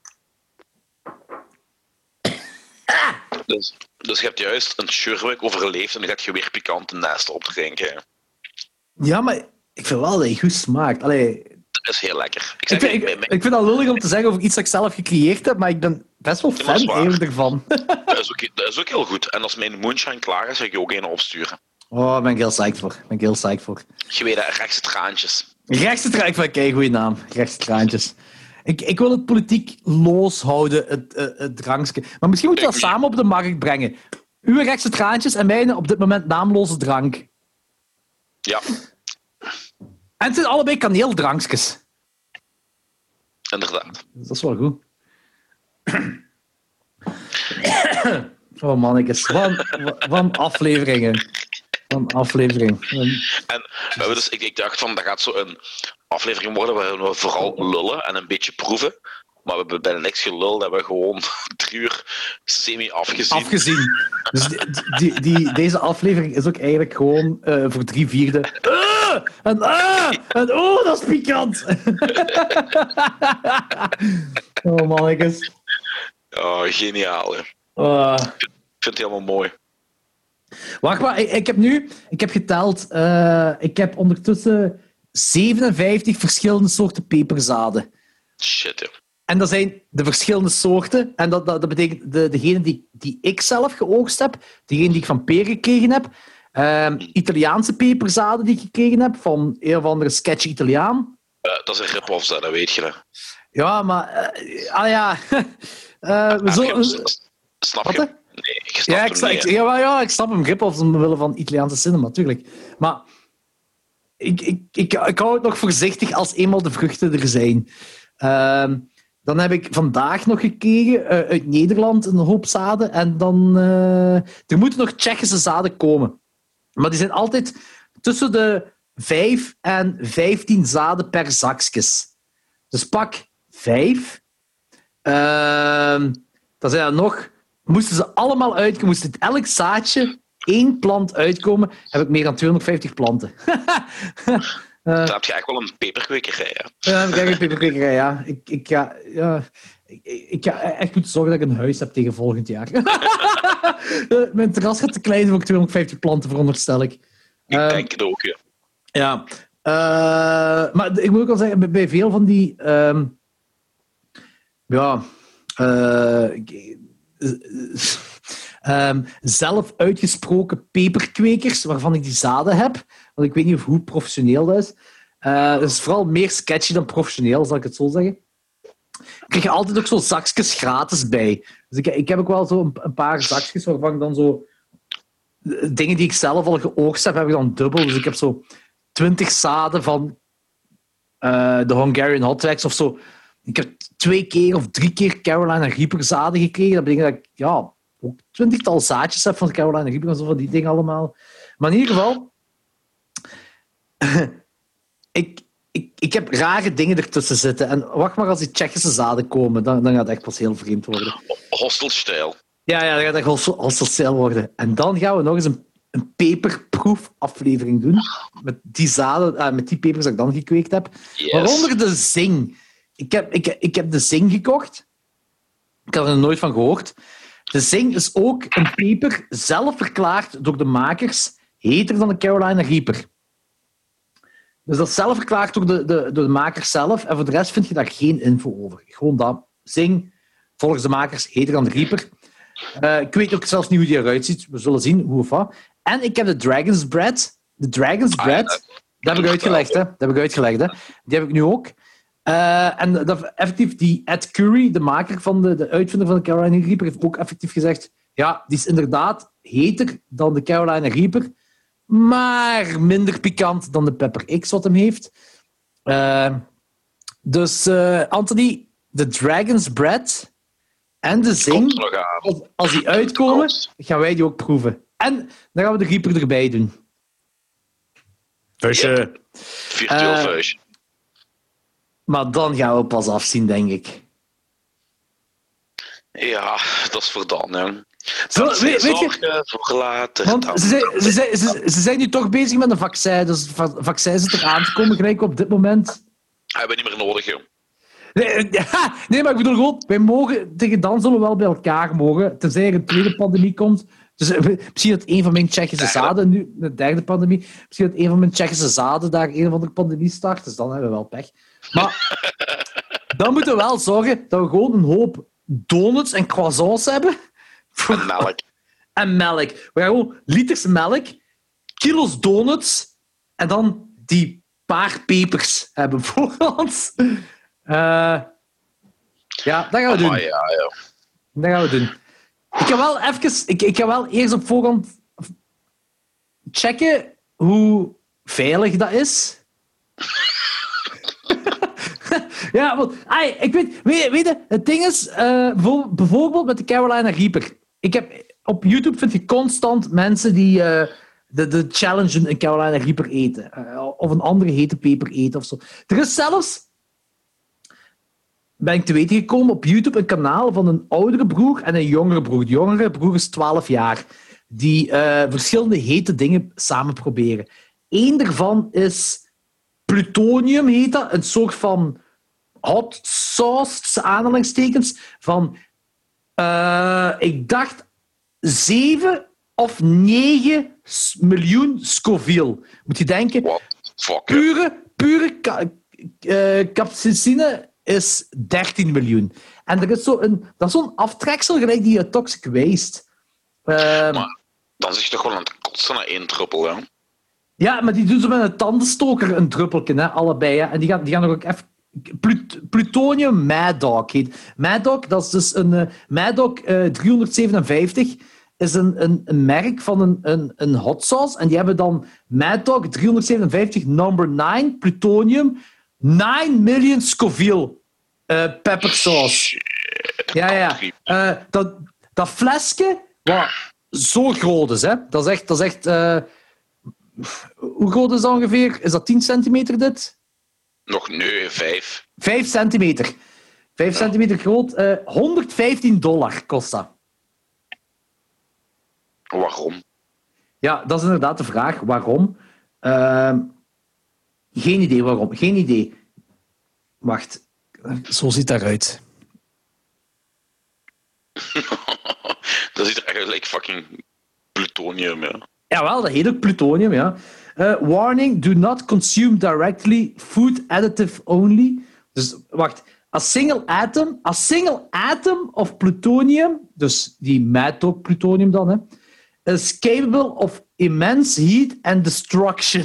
Speaker 2: Dus je hebt juist een Sherwick overleefd en dan gaat je weer pikante nesten opdrinken.
Speaker 1: Ja, maar ik vind wel dat je goed smaakt. Allee,
Speaker 2: dat is heel lekker.
Speaker 1: Ik vind dat lullig om te zeggen over iets dat ik zelf gecreëerd heb, maar ik ben best wel fan eigenlijk ervan.
Speaker 2: Dat is ook heel goed. En als mijn moonshine klaar is, ga ik je ook een opsturen.
Speaker 1: Oh, daar ben ik heel psyched voor.
Speaker 2: Je weet dat, rechtse traantjes.
Speaker 1: Rechtse traantjes, kijk, goeie naam. Rechtse traantjes. Ik wil het politiek loshouden, het drankje. Maar misschien moeten we dat samen op de markt brengen. Uw rechtse traantjes en mijn op dit moment naamloze drank.
Speaker 2: Ja.
Speaker 1: En het zijn allebei kaneeldrankjes.
Speaker 2: Inderdaad.
Speaker 1: Dat is wel goed. Oh mannetjes, van afleveringen. Van aflevering.
Speaker 2: En we hebben dus, ik dacht van, dat gaat zo een aflevering worden waar we vooral lullen en een beetje proeven. Maar we hebben bijna niks gelul, dat we gewoon 3 uur semi-afgezien.
Speaker 1: Dus deze aflevering is ook eigenlijk gewoon voor 3/4. En oh, dat is pikant! Oh, mannetjes.
Speaker 2: Oh, geniaal, hè. Ik vind het helemaal mooi.
Speaker 1: Wacht maar, ik heb geteld. Ik heb ondertussen 57 verschillende soorten peperzaden.
Speaker 2: Shit, joh.
Speaker 1: En dat zijn de verschillende soorten. En dat betekent degene die ik zelf geoogst heb, degene die ik van Peer gekregen heb, Italiaanse peperzaden die ik gekregen heb, van een of andere sketchy Italiaan.
Speaker 2: Dat is een rip-off, dat weet je.
Speaker 1: Ja, maar...
Speaker 2: Snap je?
Speaker 1: Wat?
Speaker 2: Nee, ik snap hem niet.
Speaker 1: Ik snap hem. Rip-off omwille van Italiaanse cinema, natuurlijk. Maar ik hou het nog voorzichtig als eenmaal de vruchten er zijn. Dan heb ik vandaag nog gekregen uit Nederland een hoop zaden. En dan... er moeten nog Tsjechische zaden komen. Maar die zijn altijd tussen de 5 en 15 zaden per zakjes. Dus pak 5. Dan zijn er nog... Moesten ze allemaal uitkomen, moest het elk zaadje 1 plant uitkomen, heb ik meer dan 250 planten.
Speaker 2: Dan heb je eigenlijk wel een peperkwekerij, hè?
Speaker 1: Ja, ik heb een peperkwekerij, ja. Ik ga echt moeten zorgen dat ik een huis heb tegen volgend jaar. Mijn terras gaat te klein voor 250 planten, veronderstel ik.
Speaker 2: Ik denk het ook, ja.
Speaker 1: Ja. Maar ik moet ook wel zeggen, bij veel van die... zelf uitgesproken peperkwekers, waarvan ik die zaden heb. Want ik weet niet hoe professioneel dat is. Het is vooral meer sketchy dan professioneel, zal ik het zo zeggen. Krijg je altijd ook zo zakjes gratis bij. Dus ik heb ook wel zo een paar zakjes waarvan ik dan zo... Dingen die ik zelf al geoogst heb, heb ik dan dubbel. Dus ik heb zo 20 zaden van de Hungarian Hot Wax of zo. Ik heb 2 keer of 3 keer Carolina Reaper zaden gekregen. Dat betekent dat ik ook 20-tal zaadjes heb van Carolina Reaper en zo van die dingen allemaal. Maar in ieder geval... ik heb rare dingen ertussen zitten. En wacht maar als die Tsjechische zaden komen, dan gaat het echt pas heel vreemd worden.
Speaker 2: Hostelstijl.
Speaker 1: Ja, dat gaat echt hostelstijl worden. En dan gaan we nog eens een peperproefaflevering doen. Met die zaden, met die pepers dat ik dan gekweekt heb.
Speaker 2: Yes.
Speaker 1: Waaronder de zing. Ik heb de zing gekocht. Ik had er nog nooit van gehoord. De zing is ook een peper, zelf verklaard door de makers, heter dan de Carolina Reaper. Dus dat is zelf verklaard door de makers zelf. En voor de rest vind je daar geen info over. Gewoon dat. Zing, volgens de makers, heter dan de Reaper. Ik weet ook zelfs niet hoe die eruit ziet. We zullen zien hoe of wat. En ik heb de Dragon's Bread. De Dragon's Bread, dat heb ik uitgelegd. Hè. Die heb ik nu ook. En dat, effectief, die Ed Curry, de maker van de uitvinder van de Carolina Reaper, heeft ook effectief gezegd, ja, die is inderdaad heter dan de Carolina Reaper, maar minder pikant dan de Pepper X wat hem heeft. Dus Anthony, de Dragon's Bread en de Zing, als die uitkomen, gaan wij die ook proeven. En dan gaan we de Reaper erbij doen.
Speaker 2: Vuistje. Virtueel vuistje.
Speaker 1: Maar dan gaan we pas afzien, denk ik.
Speaker 2: Ja, dat is voor dan, hè.
Speaker 1: Weet je,
Speaker 2: voor later.
Speaker 1: want ze zijn nu toch bezig met een vaccin. Dus het vaccin zit er aan te komen, gelijk op dit moment.
Speaker 2: Hebben we niet meer nodig, joh.
Speaker 1: Nee, maar ik bedoel gewoon, wij mogen, tegen dan zullen we wel bij elkaar mogen, tenzij er een tweede pandemie komt. Dus misschien dat een van mijn Tsjechische zaden nu, de derde pandemie, misschien dat een van mijn Tsjechische zaden daar een of andere pandemie start, dus dan hebben we wel pech. Maar dan moeten we wel zorgen dat we gewoon een hoop donuts en croissants hebben.
Speaker 2: En melk.
Speaker 1: En melk. We gaan gewoon liters melk, kilo's donuts en dan die paar pepers hebben voor ons. Ja, dat gaan we doen.
Speaker 2: Ja.
Speaker 1: Dat gaan we doen. Ik ga wel eerst op voorhand checken hoe veilig dat is. Ja, want ik weet je, het ding is, bijvoorbeeld met de Carolina Reaper. Op YouTube vind je constant mensen die de challenge een Carolina Reaper eten. Of een andere hete peper eten of zo. Er is zelfs, ben ik te weten gekomen, op YouTube een kanaal van een oudere broer en een jongere broer. De jongere broer is 12 jaar. Die verschillende hete dingen samen proberen. Eén daarvan is plutonium, heet dat. Een soort van hot sauce, tussen aanhalingstekens, van Ik dacht 7 of 9 miljoen Scoville. Moet je denken,
Speaker 2: What the fuck?
Speaker 1: pure capsaicine is 13 miljoen. En er is dat is zo'n aftreksel gelijk die toxic waste.
Speaker 2: Maar dan zit je toch wel aan het kotsen naar 1 druppel, hè?
Speaker 1: Ja, maar die doen ze met een tandenstoker een druppeltje, hè, allebei. Hè. En die gaan nog ook even... Plutonium Mad Dog heet. Mad Dog, dat is dus een... Mad Dog 357 is een merk van een hot sauce. En die hebben dan Mad Dog 357 number 9 plutonium 9 million Scoville pepper sauce. Ja. Dat flesje, wat zo groot is, hè. Dat is echt hoe groot is dat ongeveer? Is dat 10 centimeter, dit?
Speaker 2: Nog nee, 5.
Speaker 1: 5 centimeter. 5 centimeter groot. $115 kost dat.
Speaker 2: Waarom?
Speaker 1: Ja, dat is inderdaad de vraag. Waarom? Geen idee waarom. Geen idee. Wacht. Zo ziet dat eruit.
Speaker 2: Dat ziet er echt like fucking plutonium, ja.
Speaker 1: Jawel, dat heet ook plutonium, ja. Warning, do not consume directly, food additive only. Dus, wacht. A single atom of plutonium, dus die Mad Dog plutonium dan, hè, is capable of immense heat and destruction.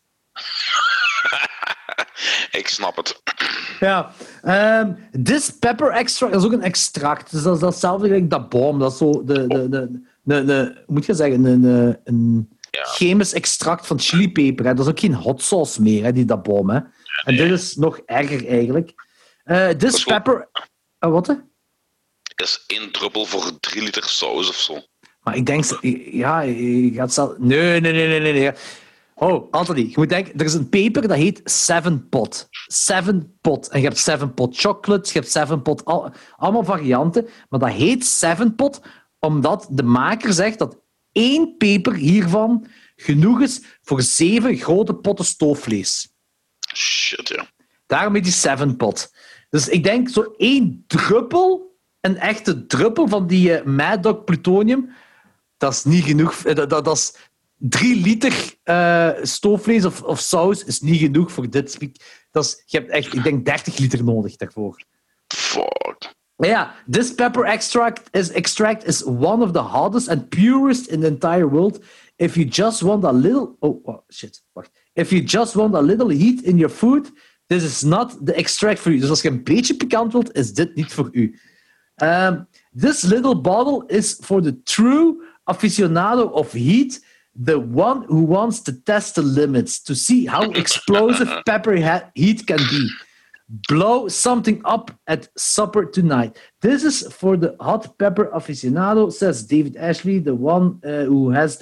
Speaker 2: Ik snap het.
Speaker 1: Ja. This pepper extract, dat is ook een extract. Dus dat is hetzelfde gelijk dat boom. Dat is zo moet je zeggen, een chemisch extract van chilipeper. Dat is ook geen hot sauce meer, hè, die dat boom. Hè. En dit is nog erger eigenlijk. This pepper... wat?
Speaker 2: Is 1 druppel voor 3 liter saus of zo.
Speaker 1: Maar ik denk... Ja, je gaat zelf... Nee. Oh, Anthony, je moet denken, er is een peper dat heet 7-pot. 7-pot. En je hebt 7-pot chocolate, je hebt 7-pot... allemaal varianten. Maar dat heet 7-pot omdat de maker zegt dat 1 peper hiervan genoeg is voor 7 grote potten stoofvlees.
Speaker 2: Shit, ja.
Speaker 1: Daarom heet die 7-pot. Dus ik denk zo 1 druppel, een echte druppel van die Mad Dog plutonium, dat is niet genoeg. Dat is 3 liter stoofvlees of saus is niet genoeg voor dit. Je hebt echt, ik denk, 30 liter nodig daarvoor.
Speaker 2: Fuck.
Speaker 1: Ja, this pepper extract is one of the hottest and purest in the entire world. If you just want a little... Oh, shit. Wacht. If you just want a little heat in your food, this is not the extract for you. Dus als je een beetje pikant wilt, is dit niet voor u. This little bottle is for the true aficionado of heat, the one who wants to test the limits, to see how explosive pepper heat can be. Blow something up at supper tonight. This is for the hot pepper aficionado, says David Ashley, the one who has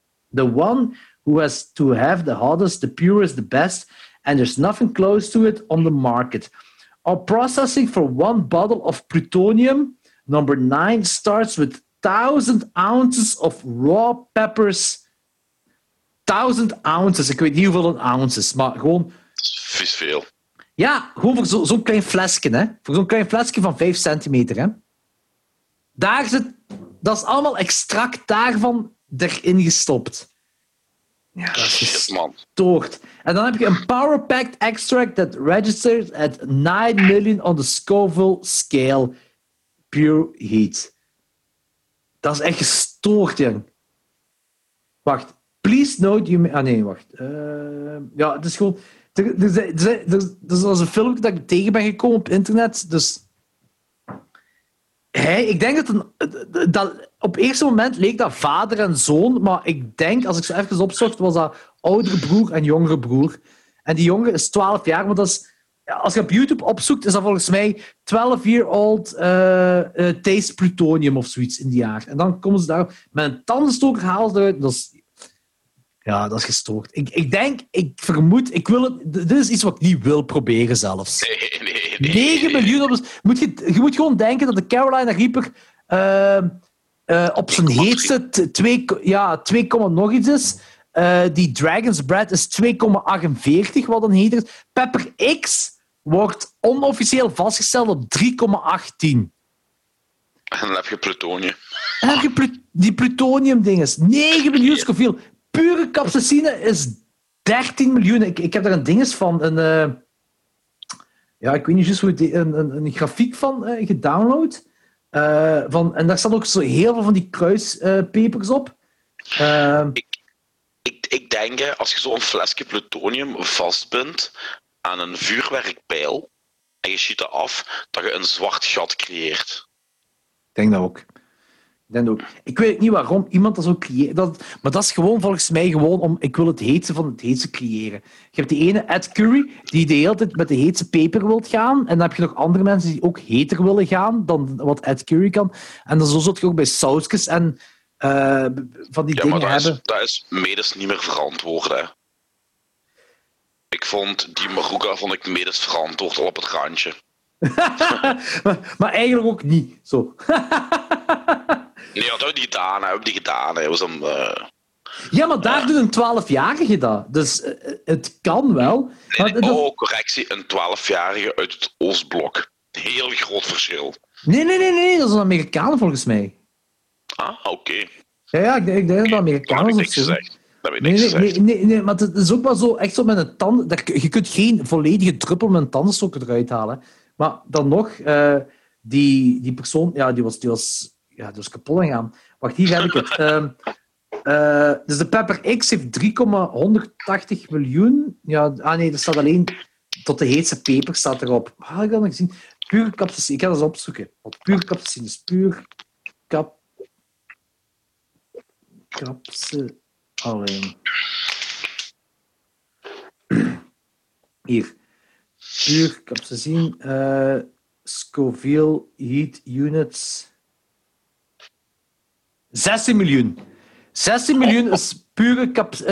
Speaker 1: to have the hottest, the purest, the best, and there's nothing close to it on the market. Our processing for 1 bottle of plutonium, number 9, starts with 1,000 ounces of raw peppers. 1000 ounces. Ik weet niet hoeveel een ounce is, maar gewoon...
Speaker 2: Vies veel.
Speaker 1: Ja, gewoon voor zo'n klein flesje, hè. Voor zo'n klein flesje van 5 centimeter, hè. Dat is allemaal extract daarvan erin gestopt. Ja, dat is gestoord. En dan heb je een power-packed extract that registers at 9 million on the Scoville scale. Pure heat. Dat is echt gestoord, jong. Wacht. Please note you... nee, wacht. Ja, het is gewoon... Er was een filmpje dat ik tegen ben gekomen op internet. Dus... ik denk dat op het eerste moment leek dat vader en zoon, maar ik denk, als ik zo even opzocht, was dat oudere broer en jongere broer. En die jongere is 12 jaar, maar dat is... Als je op YouTube opzoekt, is dat volgens mij 12-year-old taste plutonium of zoiets in die jaar. En dan komen ze daar met een tandenstoker halen eruit. Dat is gestoord. Ik vermoed... dit is iets wat ik niet wil proberen zelfs.
Speaker 2: Nee.
Speaker 1: 9 miljoen... Je moet gewoon denken dat de Carolina Reaper op zijn heetste 2, nog iets is. Die Dragon's Breath is 2,48, wat een heter is. Pepper X wordt onofficieel vastgesteld op 3,18.
Speaker 2: En dan heb je plutonium.
Speaker 1: En dan heb je die plutonium-dinges. 9 miljoen Scoville. Pure capsaicine is 13 miljoen. Ik heb daar een dinges van. Ik weet niet juist hoe een grafiek van gedownload. En daar staan ook zo heel veel van die kruispepers op.
Speaker 2: Ik denk, als je zo'n flesje plutonium vastbindt aan een vuurwerkpijl en je schiet dat af, dat je een zwart gat creëert.
Speaker 1: Ik denk dat ook. Ik weet niet waarom iemand dat zo creëert. Maar dat is gewoon volgens mij gewoon om... Ik wil het heetste van het heetste creëren. Je hebt die ene Ed Curry die de hele tijd met de heetste peper wilt gaan. En dan heb je nog andere mensen die ook heter willen gaan dan wat Ed Curry kan. En dan zo zult je ook bij sausjes en van die dingen hebben.
Speaker 2: Dat is medisch niet meer verantwoord, hè. Ik vond die Maruga medisch verantwoord al op het randje.
Speaker 1: maar eigenlijk ook niet. Zo.
Speaker 2: Nee, dat heb ik gedaan. Hè. Was dan,
Speaker 1: Ja, maar daar doet een 12-jarige dat. Dus het kan wel.
Speaker 2: Correctie. Een 12-jarige uit het Oostblok. Heel groot verschil.
Speaker 1: Nee. Dat is een Amerikaan volgens mij.
Speaker 2: Ah, oké.
Speaker 1: Ja, ik denk dat Amerikanen of zo. Nee, maar het is ook wel zo, echt zo met een tanden... Je kunt geen volledige druppel met een tandenstoker eruit halen. Maar dan nog, die persoon, die was kapot gegaan. Wacht, hier heb ik het. Dus de Pepper X heeft 3,180 miljoen. Er staat alleen tot de heetste peper staat erop. Waar heb ik dat nog gezien? Pure capsaicine. Ik ga dat eens opzoeken. Wat pure capsaicine is. Capsaicine. Alleen. Hier. Pure capsaicine. Scoville Heat Units. 16 miljoen. 16 miljoen is pure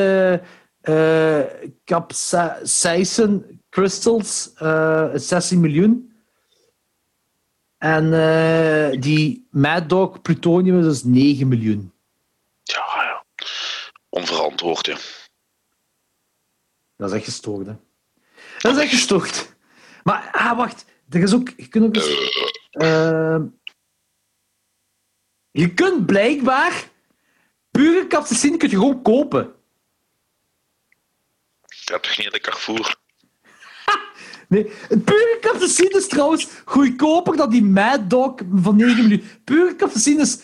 Speaker 1: capsaicin crystals. 16 miljoen. En die Mad Dog plutonium is dus 9 miljoen.
Speaker 2: Ja. Onverantwoord, ja.
Speaker 1: Dat is echt gestoord, hè. Dat is echt gestoord. Maar, wacht. Er is ook... Je kunt ook eens... je kunt blijkbaar... Pure capsaicine kun je gewoon kopen.
Speaker 2: Ja, toch niet de Carrefour?
Speaker 1: Nee, pure capsaicine is trouwens goedkoper dan die Mad Dog van 9 miljoen. Pure capsaicine is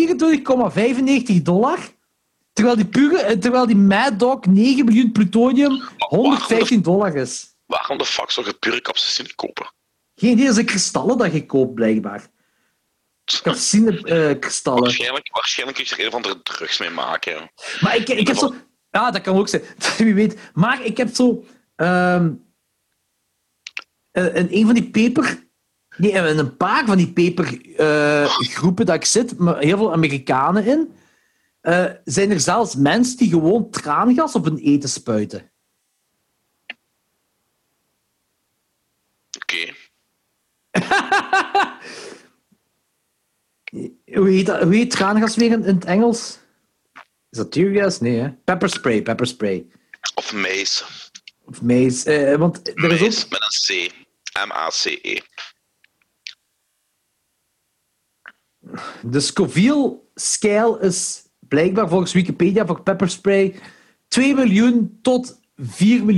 Speaker 1: $24,95. Terwijl die Mad Dog 9 miljoen plutonium $115 is.
Speaker 2: Waarom de fuck zou je pure capsaicine kopen?
Speaker 1: Geen idee, dat zijn kristallen dat je koopt, blijkbaar. Capsaicine-kristallen.
Speaker 2: Waarschijnlijk kun je er een of andere drugs mee maken. Ja.
Speaker 1: Maar ik heb zo... Ja, dat kan ook zijn. Wie weet. Maar ik heb zo... een van die peper... Nee, in een paar van die pepergroepen dat ik zit, met heel veel Amerikanen in, zijn er zelfs mensen die gewoon traangas op hun eten spuiten.
Speaker 2: Oké.
Speaker 1: Hoe heet traangas weer in het Engels? Is dat teargas? Nee, hè? Pepper spray.
Speaker 2: Of mace.
Speaker 1: Want er is
Speaker 2: Mace
Speaker 1: ook...
Speaker 2: met een C. M-A-C-E.
Speaker 1: De Scoville-scale is blijkbaar volgens Wikipedia voor pepperspray 2 miljoen tot 4.500.000.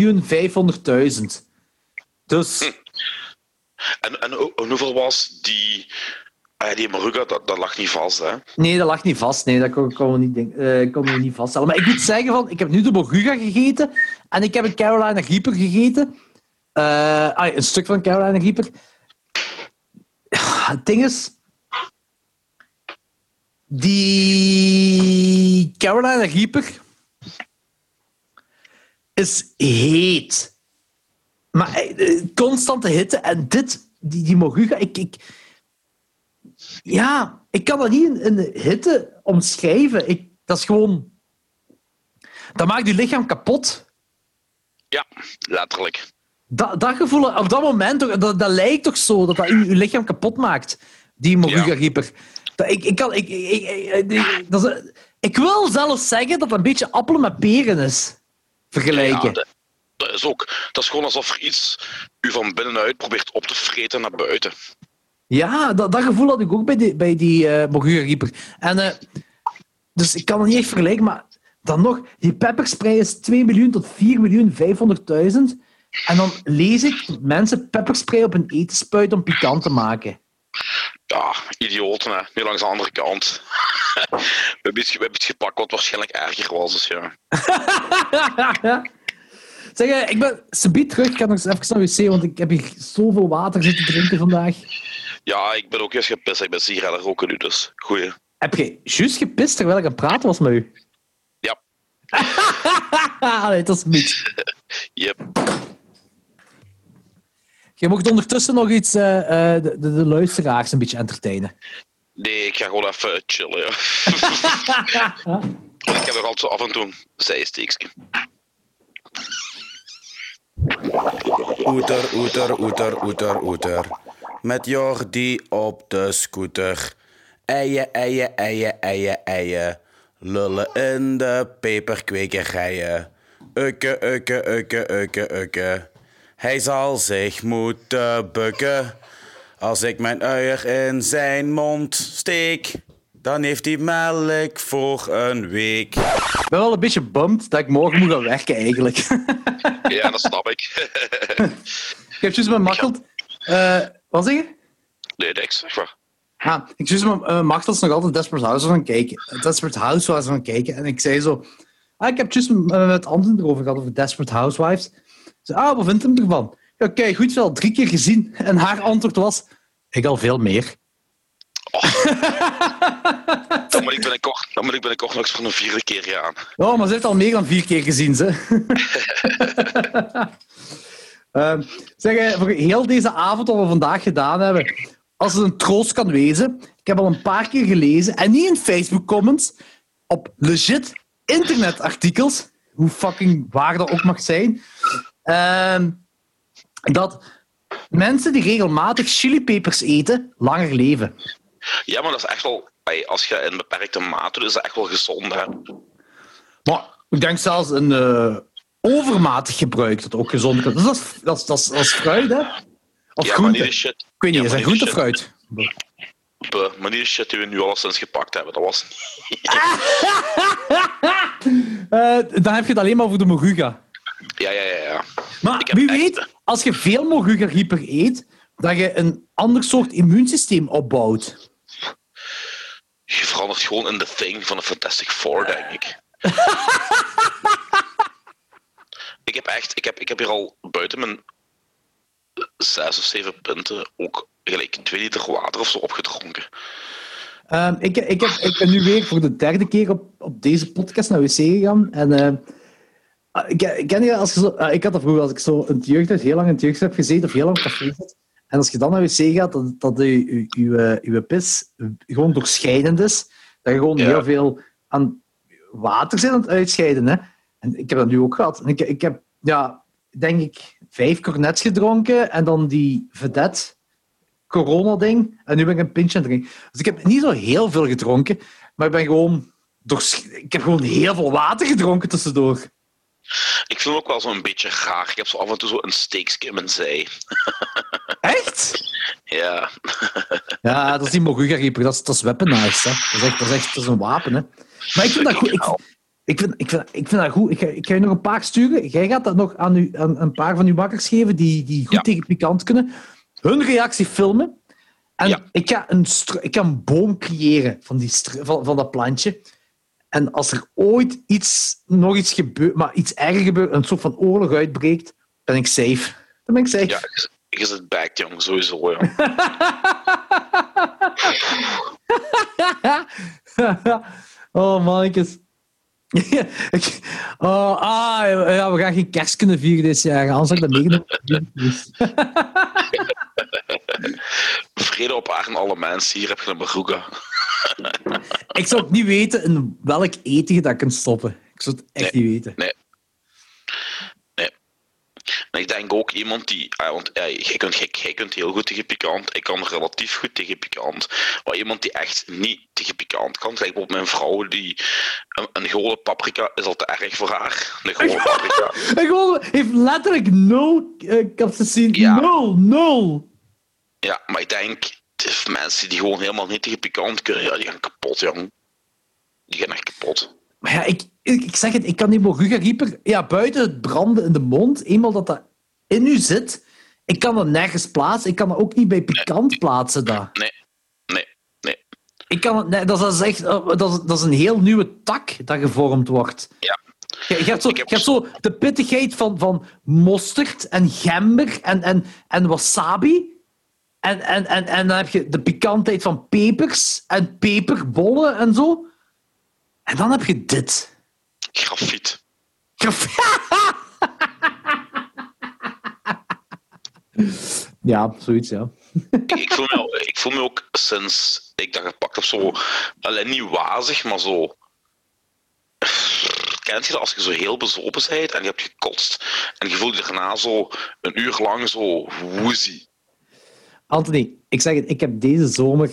Speaker 1: Dus...
Speaker 2: En hoeveel was die Maruga? Dat lag niet vast, hè?
Speaker 1: Nee, dat lag niet vast. Nee, dat kon we niet vaststellen. Maar ik moet zeggen, ik heb nu de Maruga gegeten en ik heb een Carolina Reaper gegeten. Een stuk van Carolina Reaper. Het ding is... Die Carolina Reaper is heet. Maar constante hitte. En die Moruga, ik kan dat niet in hitte omschrijven. Dat is gewoon... Dat maakt je lichaam kapot.
Speaker 2: Ja, letterlijk.
Speaker 1: Dat gevoel, op dat moment, dat lijkt toch zo, dat je lichaam kapot maakt. Die Moruga Reaper. Ik wil zelfs zeggen dat het een beetje appelen met peren is. Vergelijken.
Speaker 2: Ja, dat is ook. Dat is gewoon alsof er iets u van binnenuit probeert op te vreten naar buiten.
Speaker 1: Ja, dat gevoel had ik ook bij die Moguga Reaper. En, dus ik kan het niet echt vergelijken, maar dan nog, die pepperspray is 2 miljoen tot 4.500.000. En dan lees ik dat mensen pepperspray op hun eten spuiten om pikant te maken.
Speaker 2: Ja, idioten, hè. Nu langs de andere kant. We hebben iets gepakt wat waarschijnlijk erger was, dus ja.
Speaker 1: Zeg, ik ben subiet terug. Ik ga nog eens even naar de wc, want ik heb hier zoveel water zitten drinken vandaag.
Speaker 2: Ja, ik ben ook juist gepist. Ik ben sigaretten roken nu, dus goeie.
Speaker 1: Heb je juist gepist terwijl ik aan het praten was met u?
Speaker 2: Ja.
Speaker 1: Allee, dat is niet.
Speaker 2: Yep.
Speaker 1: Je mocht ondertussen nog iets de luisteraars een beetje entertainen.
Speaker 2: Nee, ik ga gewoon even chillen, ja. Ik heb nog altijd zo af en toe een zijsteekje.
Speaker 3: Oeter, oeter, oeter, oeter, oeter. Met Jordi op de scooter. Eien, eien, eien, eien, eien. Lullen in de peperkwekerijen. Ukke, ukke, ukke, ukke, ukke. Hij zal zich moeten bukken. Als ik mijn uier in zijn mond steek, dan heeft hij melk voor een week.
Speaker 1: Ik ben wel een beetje bummed dat ik morgen moet gaan werken, eigenlijk.
Speaker 2: Ja, dat snap ik.
Speaker 1: Ik heb juist met Machteld... wat zeg je?
Speaker 2: Nee, niks, zeg maar.
Speaker 1: Ik juist met Machteld nog altijd Desperate Housewives aan kijken. En ik zei zo... ik heb juist met Anton erover gehad, over Desperate Housewives. Ik zei, wat vindt hem ervan? Ja, kijk, goed, wel 3 keer gezien. En haar antwoord was... Ik al veel meer.
Speaker 2: Oh. Dan moet ik binnenkort nog eens voor een 4e keer gaan.
Speaker 1: Oh, maar ze heeft al meer dan 4 keer gezien, ze. Zeg, voor heel deze avond wat we vandaag gedaan hebben, als het een troost kan wezen, ik heb al een paar keer gelezen, en niet in Facebook-comments, op legit internetartikels, hoe fucking waar dat ook mag zijn, dat mensen die regelmatig chilipepers eten, langer leven.
Speaker 2: Ja, maar dat is echt wel... Als je in beperkte mate doet, is dat echt wel gezond, hè.
Speaker 1: Maar ik denk zelfs een overmatig gebruik dat ook gezond is. Dat is fruit, hè? Of
Speaker 2: ja,
Speaker 1: groente.
Speaker 2: maar niet de shit.
Speaker 1: Ik weet niet, is dat groente of
Speaker 2: shit.
Speaker 1: fruit?
Speaker 2: Maar niet de shit die we nu alleszins gepakt hebben, dat was niet.
Speaker 1: Dan heb je het alleen maar voor de moguga.
Speaker 2: Ja.
Speaker 1: Maar wie weet, als je veel moguga Reaper eet, dat je een ander soort immuunsysteem opbouwt.
Speaker 2: Je verandert gewoon in The Thing van de Fantastic Four, denk ik. Ik heb hier al buiten mijn 6 of 7 punten ook gelijk 2 liter water of zo opgedronken.
Speaker 1: Ik ben nu weer voor de 3e keer op deze podcast naar wc gegaan. En ken je, als je zo, ik had dat vroeger, als ik zo in het jeugdhuis, heel lang in het jeugdhuis heb gezeten, of heel lang op café zit, en als je dan naar wc gaat, dat je pis gewoon doorschijnend is, dat je gewoon heel veel aan water zit aan het uitscheiden. Hè? En ik heb dat nu ook gehad. En ik heb, denk ik, 5 cornets gedronken en dan die vedette corona-ding. En nu ben ik een pintje aan het drinken. Dus ik heb niet zo heel veel gedronken, maar ik heb gewoon heel veel water gedronken tussendoor.
Speaker 2: Ik vind het ook wel zo'n beetje raar. Ik heb zo af en toe zo een steekje in mijn zij.
Speaker 1: Echt?
Speaker 2: Ja.
Speaker 1: Ja, dat is die Moguga Reaper. Dat is weaponized. Hè. Dat is een wapen. Hè. Maar ik vind dat goed. Ik vind dat goed. Ik ga je nog een paar sturen. Jij gaat dat nog aan een paar van uw makkers geven die goed tegen pikant kunnen. Hun reactie filmen. En ik ga een boom creëren van dat plantje. En als er ooit nog iets gebeurt, maar iets erger gebeurt, een soort van oorlog uitbreekt, ben ik safe. Dan ben ik safe.
Speaker 2: Ja, je zit back, jong, sowieso, ja.
Speaker 1: Oh, mannetjes. We gaan geen kerst kunnen vieren dit jaar. Anders had ik dat meegenomen.
Speaker 2: Vrede op aarde alle mensen. Hier heb je een Moguga.
Speaker 1: Ik zou ook niet weten in welk eten je dat kunt stoppen. Ik zou het echt niet weten.
Speaker 2: Nee. En ik denk ook iemand die... want jij kunt heel goed tegen pikant. Ik kan relatief goed tegen pikant. Maar iemand die echt niet tegen pikant kan. Kijk, bijvoorbeeld mijn vrouw, die... Een gewone paprika is al te erg voor haar. Een gewone paprika.
Speaker 1: Hij heeft letterlijk 0 capsaicin.
Speaker 2: Ja.
Speaker 1: 0.
Speaker 2: Ja, maar ik denk mensen die gewoon helemaal niet tegen pikant kunnen, ja, die gaan kapot, jong. Die gaan echt kapot.
Speaker 1: Maar ja, ik zeg het, ik kan die Moruga Reaper... Ja, buiten het branden in de mond, eenmaal dat in u zit, ik kan dat nergens plaatsen. Ik kan dat ook niet bij pikant plaatsen, dat.
Speaker 2: Nee.
Speaker 1: Ik kan het... Nee, dat is echt... Dat is een heel nieuwe tak dat gevormd wordt.
Speaker 2: Ja.
Speaker 1: Je hebt zo de pittigheid van mosterd en gember en wasabi. En dan heb je de pikantheid van pepers en peperbollen en zo. En dan heb je dit.
Speaker 2: Grafiet.
Speaker 1: Ja, zoiets, ja.
Speaker 2: Ik voel me ook sinds ik dat gepakt heb zo... Alleen niet wazig, maar zo... Kent je dat als je zo heel bezopen bent en je hebt gekotst en je voelt je daarna zo een uur lang zo woozy?
Speaker 1: Anthony, ik zeg het, ik heb deze zomer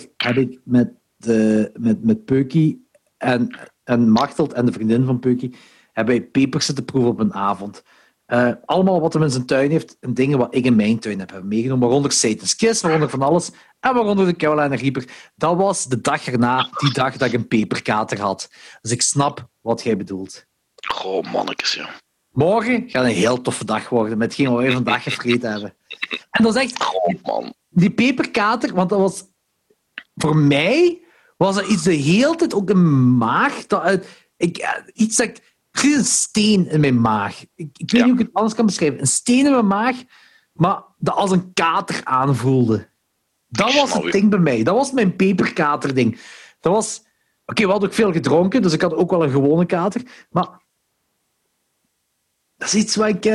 Speaker 1: met Peukie en Machteld en de vriendin van Peukie hebben wij pepers zitten proeven op een avond. Allemaal wat hij in zijn tuin heeft en dingen wat ik in mijn tuin heb meegenomen, waaronder Satan's Kiss, waaronder van alles en waaronder de Carolina Reaper. Dat was de dag erna, die dag dat ik een peperkater had. Dus ik snap wat jij bedoelt.
Speaker 2: Oh, mannetjes, ja.
Speaker 1: Morgen gaat een heel toffe dag worden met hetgeen wat wij vandaag gevreten hebben. En dat is echt...
Speaker 2: Oh, man.
Speaker 1: Die peperkater, want dat was... Voor mij was dat iets de hele tijd ook in mijn maag. Iets dat ik... Een steen in mijn maag. Ik weet niet hoe ik het anders kan beschrijven. Een steen in mijn maag, maar dat als een kater aanvoelde. Dat was het ding bij mij. Dat was mijn peperkater-ding. Dat was... Oké, we hadden ook veel gedronken, dus ik had ook wel een gewone kater. Maar... Dat is iets wat ik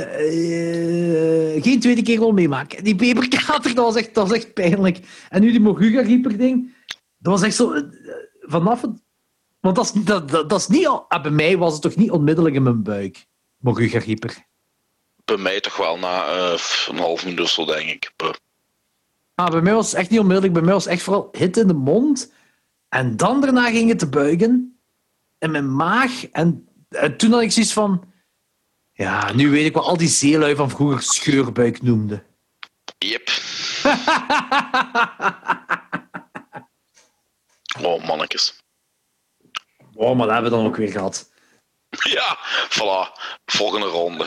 Speaker 1: geen tweede keer wil meemaken. Die peperkater, dat was echt pijnlijk. En nu die Moruga Reaper-ding, dat was echt zo... vanaf het... Want dat is niet... bij mij was het toch niet onmiddellijk in mijn buik, Moruga Reaper.
Speaker 2: Bij mij toch wel na een half minuut of zo, denk ik.
Speaker 1: Bij mij was het echt niet onmiddellijk. Bij mij was het echt vooral hit in de mond. En dan daarna ging het te buigen. In mijn maag. En toen had ik zoiets van... Ja, nu weet ik wat al die zeelui van vroeger scheurbuik noemden.
Speaker 2: Yep. Oh, mannetjes.
Speaker 1: Oh, maar dat hebben we dan ook weer gehad.
Speaker 2: Ja, voilà. Volgende ronde.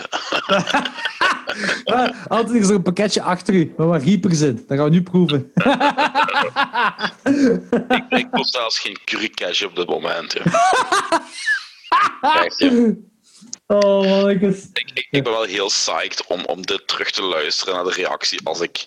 Speaker 1: Altijd is er een pakketje achter u, met wat Reapers in. Dat gaan we nu proeven.
Speaker 2: ik wil zelfs geen currycash op dit moment. Ja. Echt, ja.
Speaker 1: Oh, mannetjes.
Speaker 2: Ik ben wel heel psyched om dit terug te luisteren naar de reactie als ik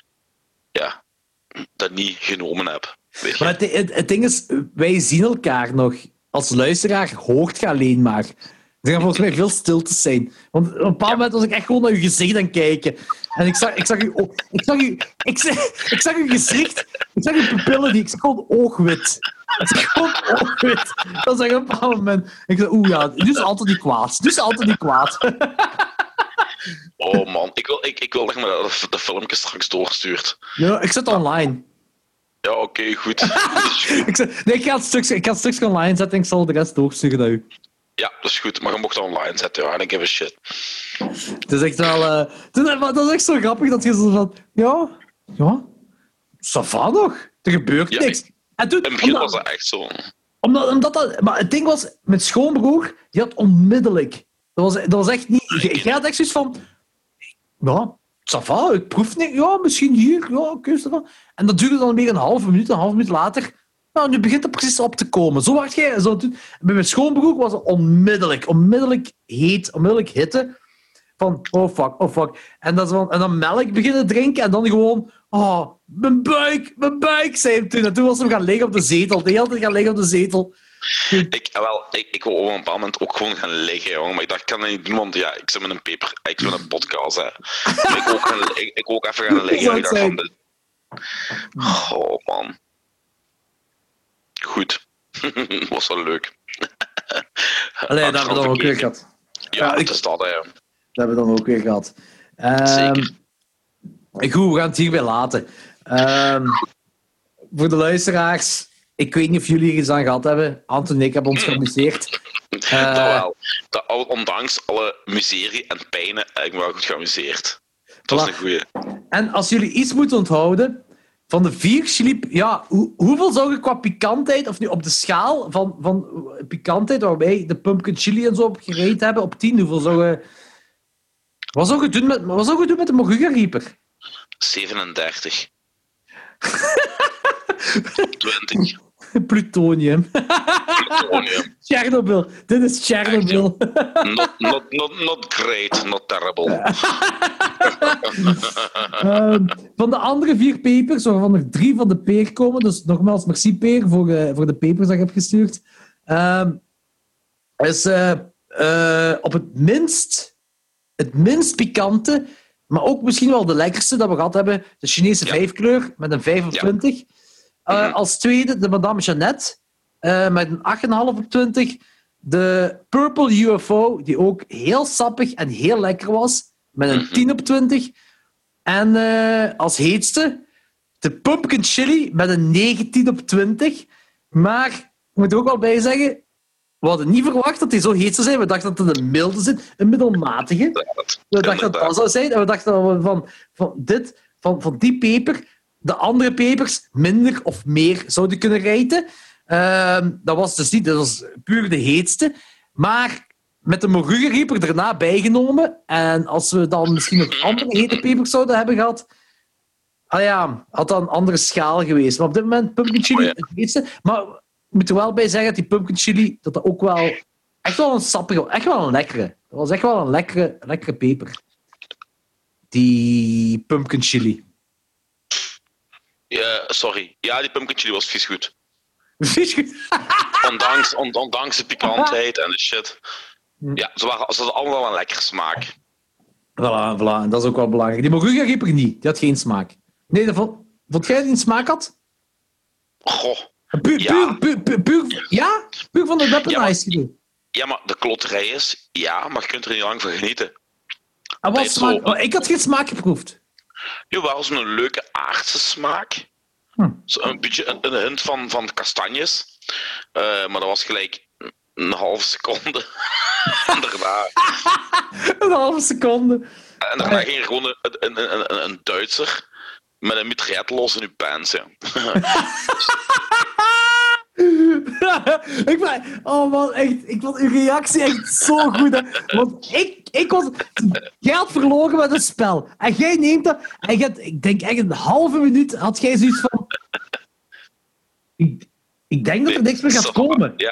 Speaker 2: dat niet genomen heb. Weet je?
Speaker 1: Maar het ding is, wij zien elkaar nog. Als luisteraar hoort je alleen maar. Er gaan volgens mij veel stiltes zijn. Want op een bepaald moment was ik echt gewoon naar je gezicht aan het kijken. En ik zag uw gezicht. Ik zag uw pupillen niet. Ik zag gewoon oogwit. Ik zag gewoon oogwit. Dat is echt op een bepaald moment. Ik zei, nu is altijd niet kwaad.
Speaker 2: Oh man, ik wil echt maar de filmpje straks doorstuurt.
Speaker 1: Ja, ik zet online.
Speaker 2: Ja, oké, goed.
Speaker 1: Ik ga het stukje online zetten en ik zal de rest doorsturen naar u.
Speaker 2: Ja, dat is goed, maar je mocht het online zetten, ja. I don't give a shit.
Speaker 1: Het is echt wel... dat is echt zo grappig dat je zo van... Ja, ça va nog. Er gebeurt niks. En toen,
Speaker 2: in het begin was dat echt zo.
Speaker 1: Maar het ding was, mijn schoonbroer, die had onmiddellijk... Dat was echt niet... Je had echt zoiets van... Ja, ça va, ik proef niet. Ja, misschien hier. Ja, oké, ça va. En dat duurde dan weer een halve minuut later... Nou, nu begint het precies op te komen. Zo wacht jij. Bij mijn schoonbroer was het onmiddellijk heet, onmiddellijk hitte. Van, oh fuck. En dan melk beginnen drinken en dan gewoon... Oh, mijn buik, zei hem toen. En toen was hij gaan liggen op de zetel. De hele tijd gaan liggen op de zetel.
Speaker 2: Ik wil op een bepaald moment ook gewoon gaan liggen, jongen. Maar ik dacht, ik kan dat niet doen, want ja, ik zit met een podcast, hè. Ik wil ook even gaan liggen. Ik dacht van... Oh, man. Goed. Was wel leuk.
Speaker 1: Allee, dat hebben we dan ook weer gehad.
Speaker 2: Ja, dat is dat, hè.
Speaker 1: Dat hebben we dan ook weer gehad.
Speaker 2: Zeker.
Speaker 1: Goed, we gaan het hierbij laten. Voor de luisteraars, ik weet niet of jullie er iets aan gehad hebben. Anton en ik hebben ons geamuseerd.
Speaker 2: Dat wel. Ondanks alle miserie en pijnen heb ik me wel goed geamuseerd. Dat was een goeie.
Speaker 1: En als jullie iets moeten onthouden, van de 4 chili... Ja, hoeveel zou je qua pikantheid, of nu op de schaal van pikantheid, waar wij de pumpkin chili en zo op gereed hebben, op 10, hoeveel zou je... Wat zou je doen met de Moruga Reaper?
Speaker 2: 37. 20.
Speaker 1: Plutonium.
Speaker 2: Plutonium.
Speaker 1: Chernobyl. Dit is Chernobyl.
Speaker 2: Not great, not terrible.
Speaker 1: Van de andere 4 pepers, waarvan er 3 van de peer komen, dus nogmaals, merci Peer voor de pepers dat je hebt gestuurd, is op het minst pikante, maar ook misschien wel de lekkerste dat we gehad hebben, de Chinese 5-kleur met een 5 op 20. Als tweede de Madame Jeannette met een 8,5 op 20. De Purple UFO, die ook heel sappig en heel lekker was, met een 10 op 20. En als heetste de Pumpkin Chili met een 19 op 20. Maar ik moet er ook wel bij zeggen, we hadden niet verwacht dat die zo heet zou zijn. We dachten dat het een milde zit, een middelmatige. We dachten dat dat zou zijn. En we dachten dat we van die peper de andere pepers minder of meer zouden kunnen rijten. Dat was dus niet, dat was puur de heetste. Maar met de Moruga Reaper erna bijgenomen. En als we dan misschien nog andere hete pepers zouden hebben gehad, had dat een andere schaal geweest. Maar op dit moment pumpkin chili het heetste. Maar ik moet er wel bij zeggen dat die pumpkin chili dat ook wel echt wel een sappige, echt wel een lekkere. Dat was echt wel een lekkere peper. Die pumpkin chili.
Speaker 2: Sorry. Ja, die pumpkin chili was vies goed.
Speaker 1: Vies goed?
Speaker 2: Ondanks de pikantheid en de shit. Ja, ze hadden allemaal wel een lekker smaak.
Speaker 1: Voilà. En dat is ook wel belangrijk. Die Moruga Reaper niet. Die had geen smaak. Nee, vond jij die een smaak had?
Speaker 2: Goh.
Speaker 1: Puur van de weaponized.
Speaker 2: Ja, maar de klotterij is... Ja, maar je kunt er niet lang van genieten.
Speaker 1: En wat smaak? Ik had geen smaak geproefd.
Speaker 2: Jawel, zo'n leuke aardse smaak. Zo een beetje een hint van kastanjes. Maar dat was gelijk een halve seconde. En daarna...
Speaker 1: Een halve seconde.
Speaker 2: En daarna ging er gewoon een Duitser met een mitraillette los in uw pants. Ja.
Speaker 1: Ik vond uw reactie echt zo goed. Hè? Want jij had verloren met een spel. En jij neemt dat... En ik denk echt een halve minuut had jij zoiets van... Ik denk dat er niks meer gaat komen.
Speaker 2: Ja.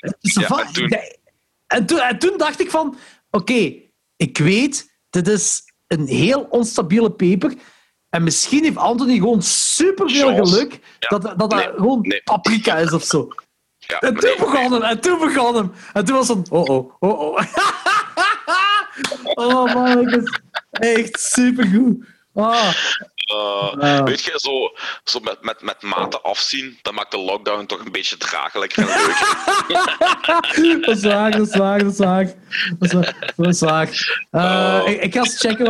Speaker 1: En toen dacht ik van... Oké, ik weet, dit is een heel onstabiele peper. En misschien heeft Anthony gewoon superveel geluk dat gewoon paprika is of zo.
Speaker 2: Ja,
Speaker 1: en toen begon hem. En toen was het oh. Oh man, ik is echt supergoed.
Speaker 2: Weet je, zo met mate afzien, dat maakt de lockdown toch een beetje draaglijker en leuker.
Speaker 1: Dat is waar. Ik ga eens checken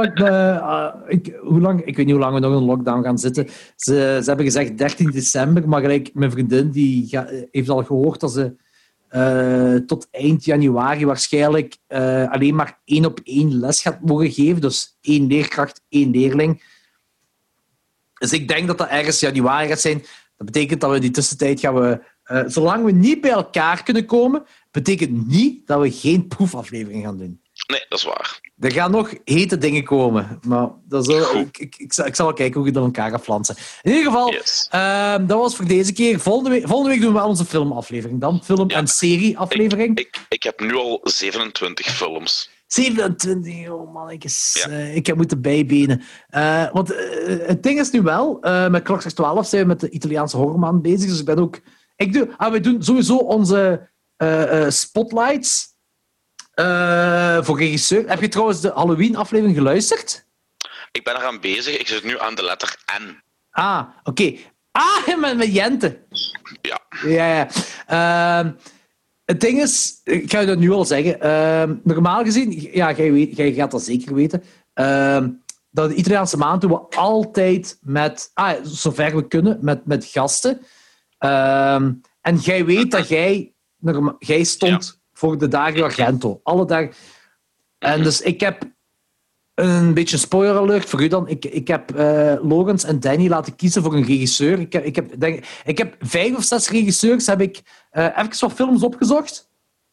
Speaker 1: ik weet niet hoe lang we nog in een lockdown gaan zitten. Ze hebben gezegd 13 december, maar gelijk mijn vriendin die heeft al gehoord dat ze tot eind januari waarschijnlijk alleen maar 1-op-1 les gaat mogen geven. Dus 1 leerkracht, 1 leerling. Dus ik denk dat dat ergens januari gaat zijn. Dat betekent dat we in die tussentijd gaan we... zolang we niet bij elkaar kunnen komen, betekent niet dat we geen proefaflevering gaan doen.
Speaker 2: Nee, dat is waar.
Speaker 1: Er gaan nog hete dingen komen. Maar dat is ik zal wel kijken hoe je dat in elkaar gaat flansen. In ieder geval, dat was voor deze keer. Volgende week doen we wel onze filmaflevering. Dan film- en serieaflevering.
Speaker 2: Ik heb nu al 27 films.
Speaker 1: 27, oh man, ik heb moeten bijbenen. Want het ding is nu wel, met Klokslag 12 zijn we met de Italiaanse horrorman bezig, dus ik ben ook... we doen sowieso onze spotlights voor regisseur. Heb je trouwens de Halloween-aflevering geluisterd?
Speaker 2: Ik ben eraan bezig, ik zit nu aan de letter N.
Speaker 1: Oké. Met Jente.
Speaker 2: Ja.
Speaker 1: Ja. Het ding is, ik ga je dat nu al zeggen, normaal gezien, jij gaat dat zeker weten, dat de Italiaanse maand doen we altijd met, zover we kunnen, met gasten. En jij weet dat jij stond voor de Dario Argento. Alle dagen. En dus ik heb Een beetje spoiler alert voor u dan. Ik heb Logans en Danny laten kiezen voor een regisseur. Ik heb 5 of 6 regisseurs. Heb ik even wat films opgezocht.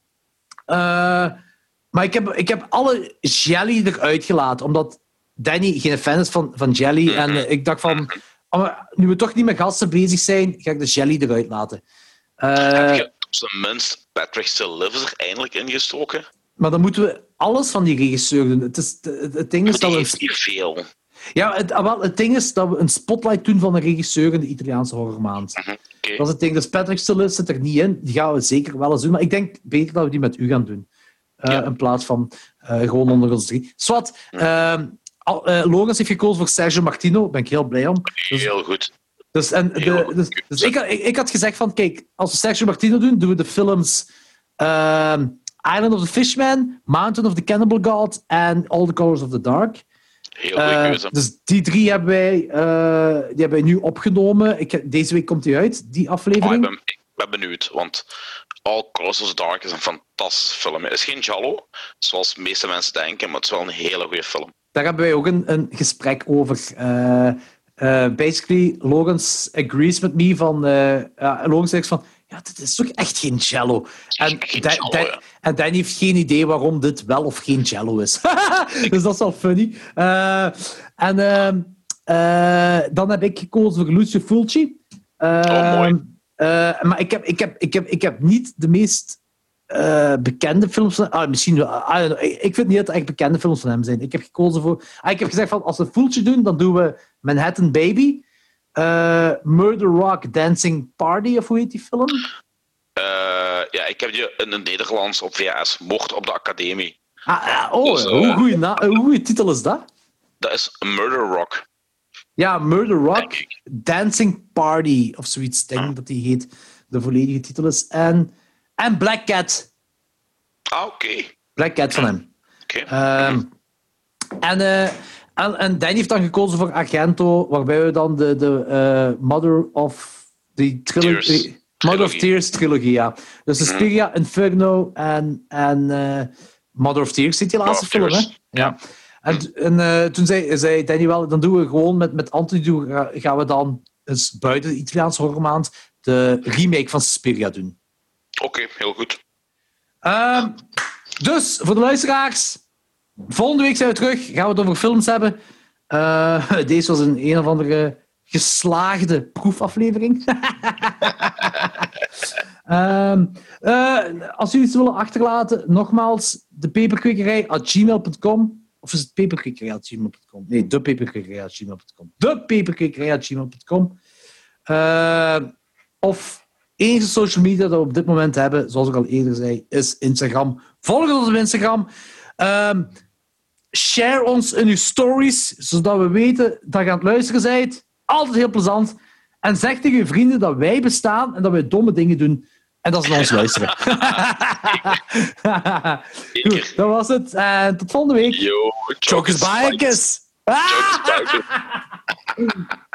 Speaker 1: Maar ik heb alle Jelly eruit gelaten. Omdat Danny geen fan is van Jelly. En ik dacht van... nu we toch niet met gasten bezig zijn, ga ik de Jelly eruit laten.
Speaker 2: Heb je op zijn minst Patrick Still Lives er eindelijk ingestoken?
Speaker 1: Maar dan moeten we alles van die regisseur doen. Het ding is dat
Speaker 2: Die
Speaker 1: we...
Speaker 2: heeft niet veel.
Speaker 1: Ja, het ding is dat we een spotlight doen van een regisseur in de Italiaanse horrormaand.
Speaker 2: Okay.
Speaker 1: Dat is het ding. Dus Patrick Still Lives zit er niet in. Die gaan we zeker wel eens doen. Maar ik denk beter dat we die met u gaan doen. In plaats van gewoon onder ons 3. Swat. Logans heeft gekozen voor Sergio Martino. Daar ben ik heel blij om.
Speaker 2: Heel goed.
Speaker 1: Dus ik had gezegd van, kijk, als we Sergio Martino doen we de films Island of the Fishman, Mountain of the Cannibal God en All the Colors of the Dark.
Speaker 2: Heel goede keuze.
Speaker 1: Dus die 3 hebben wij nu opgenomen. Deze week komt die uit, die aflevering.
Speaker 2: Ik ben benieuwd, want All Colors of the Dark is een fantastische film. Het is geen giallo, zoals de meeste mensen denken, maar het is wel een hele goede film.
Speaker 1: Daar hebben wij ook een gesprek over. Basically, Logans agrees met me van... Logans zegt van... Ja, dit is toch echt geen jello. En Danny heeft geen idee waarom dit wel of geen jello is. Dus dat is wel funny. Dan heb ik gekozen voor Lucio Fulci.
Speaker 2: Mooi.
Speaker 1: Maar ik heb niet de meest bekende films van... misschien wel. Ik vind niet dat het echt bekende films van hem zijn. Ik heb gekozen voor... ik heb gezegd van als we Fulci doen, dan doen we Manhattan Baby... Murder Rock Dancing Party, of hoe heet die film?
Speaker 2: Ja, ik heb die in het Nederlands op VHS. Moord op de Academie.
Speaker 1: Hoe goede titel is dat?
Speaker 2: Dat is Murder Rock.
Speaker 1: Ja, Murder Rock Dancing Party, of zoiets. Ik denk dat die heet. De volledige titel is. En Black Cat.
Speaker 2: Oké.
Speaker 1: Black Cat van hem. En Danny heeft dan gekozen voor Argento, waarbij we dan de Mother of Tears trilogie, ja. Dus Suspiria, Inferno en Mother of Tears, zit die laatste film, hè? Ja. En toen zei Danny wel, dan doen we gewoon met Anthony gaan we dan dus buiten de Italiaanse horrormaand de remake van Suspiria doen.
Speaker 2: Oké, heel goed.
Speaker 1: Dus, voor de luisteraars... Volgende week zijn we terug. Gaan we het over films hebben. Deze was een of andere geslaagde proefaflevering. Als jullie iets willen achterlaten, nogmaals, depeperkwekerij@gmail.com. Of is het peperkwekerij@gmail.com? Nee, depeperkwekerij@gmail.com. Depeperkwekerij@gmail.com. Of enige social media dat we op dit moment hebben, zoals ik al eerder zei, is Instagram. Volg ons op Instagram. Share ons in uw stories, zodat we weten dat je aan het luisteren bent. Altijd heel plezant. En zeg tegen je vrienden dat wij bestaan en dat wij domme dingen doen. En dat ze naar ons luisteren. Goed, dat was het. En tot volgende week.
Speaker 2: Yo,
Speaker 1: Chokers Bikers.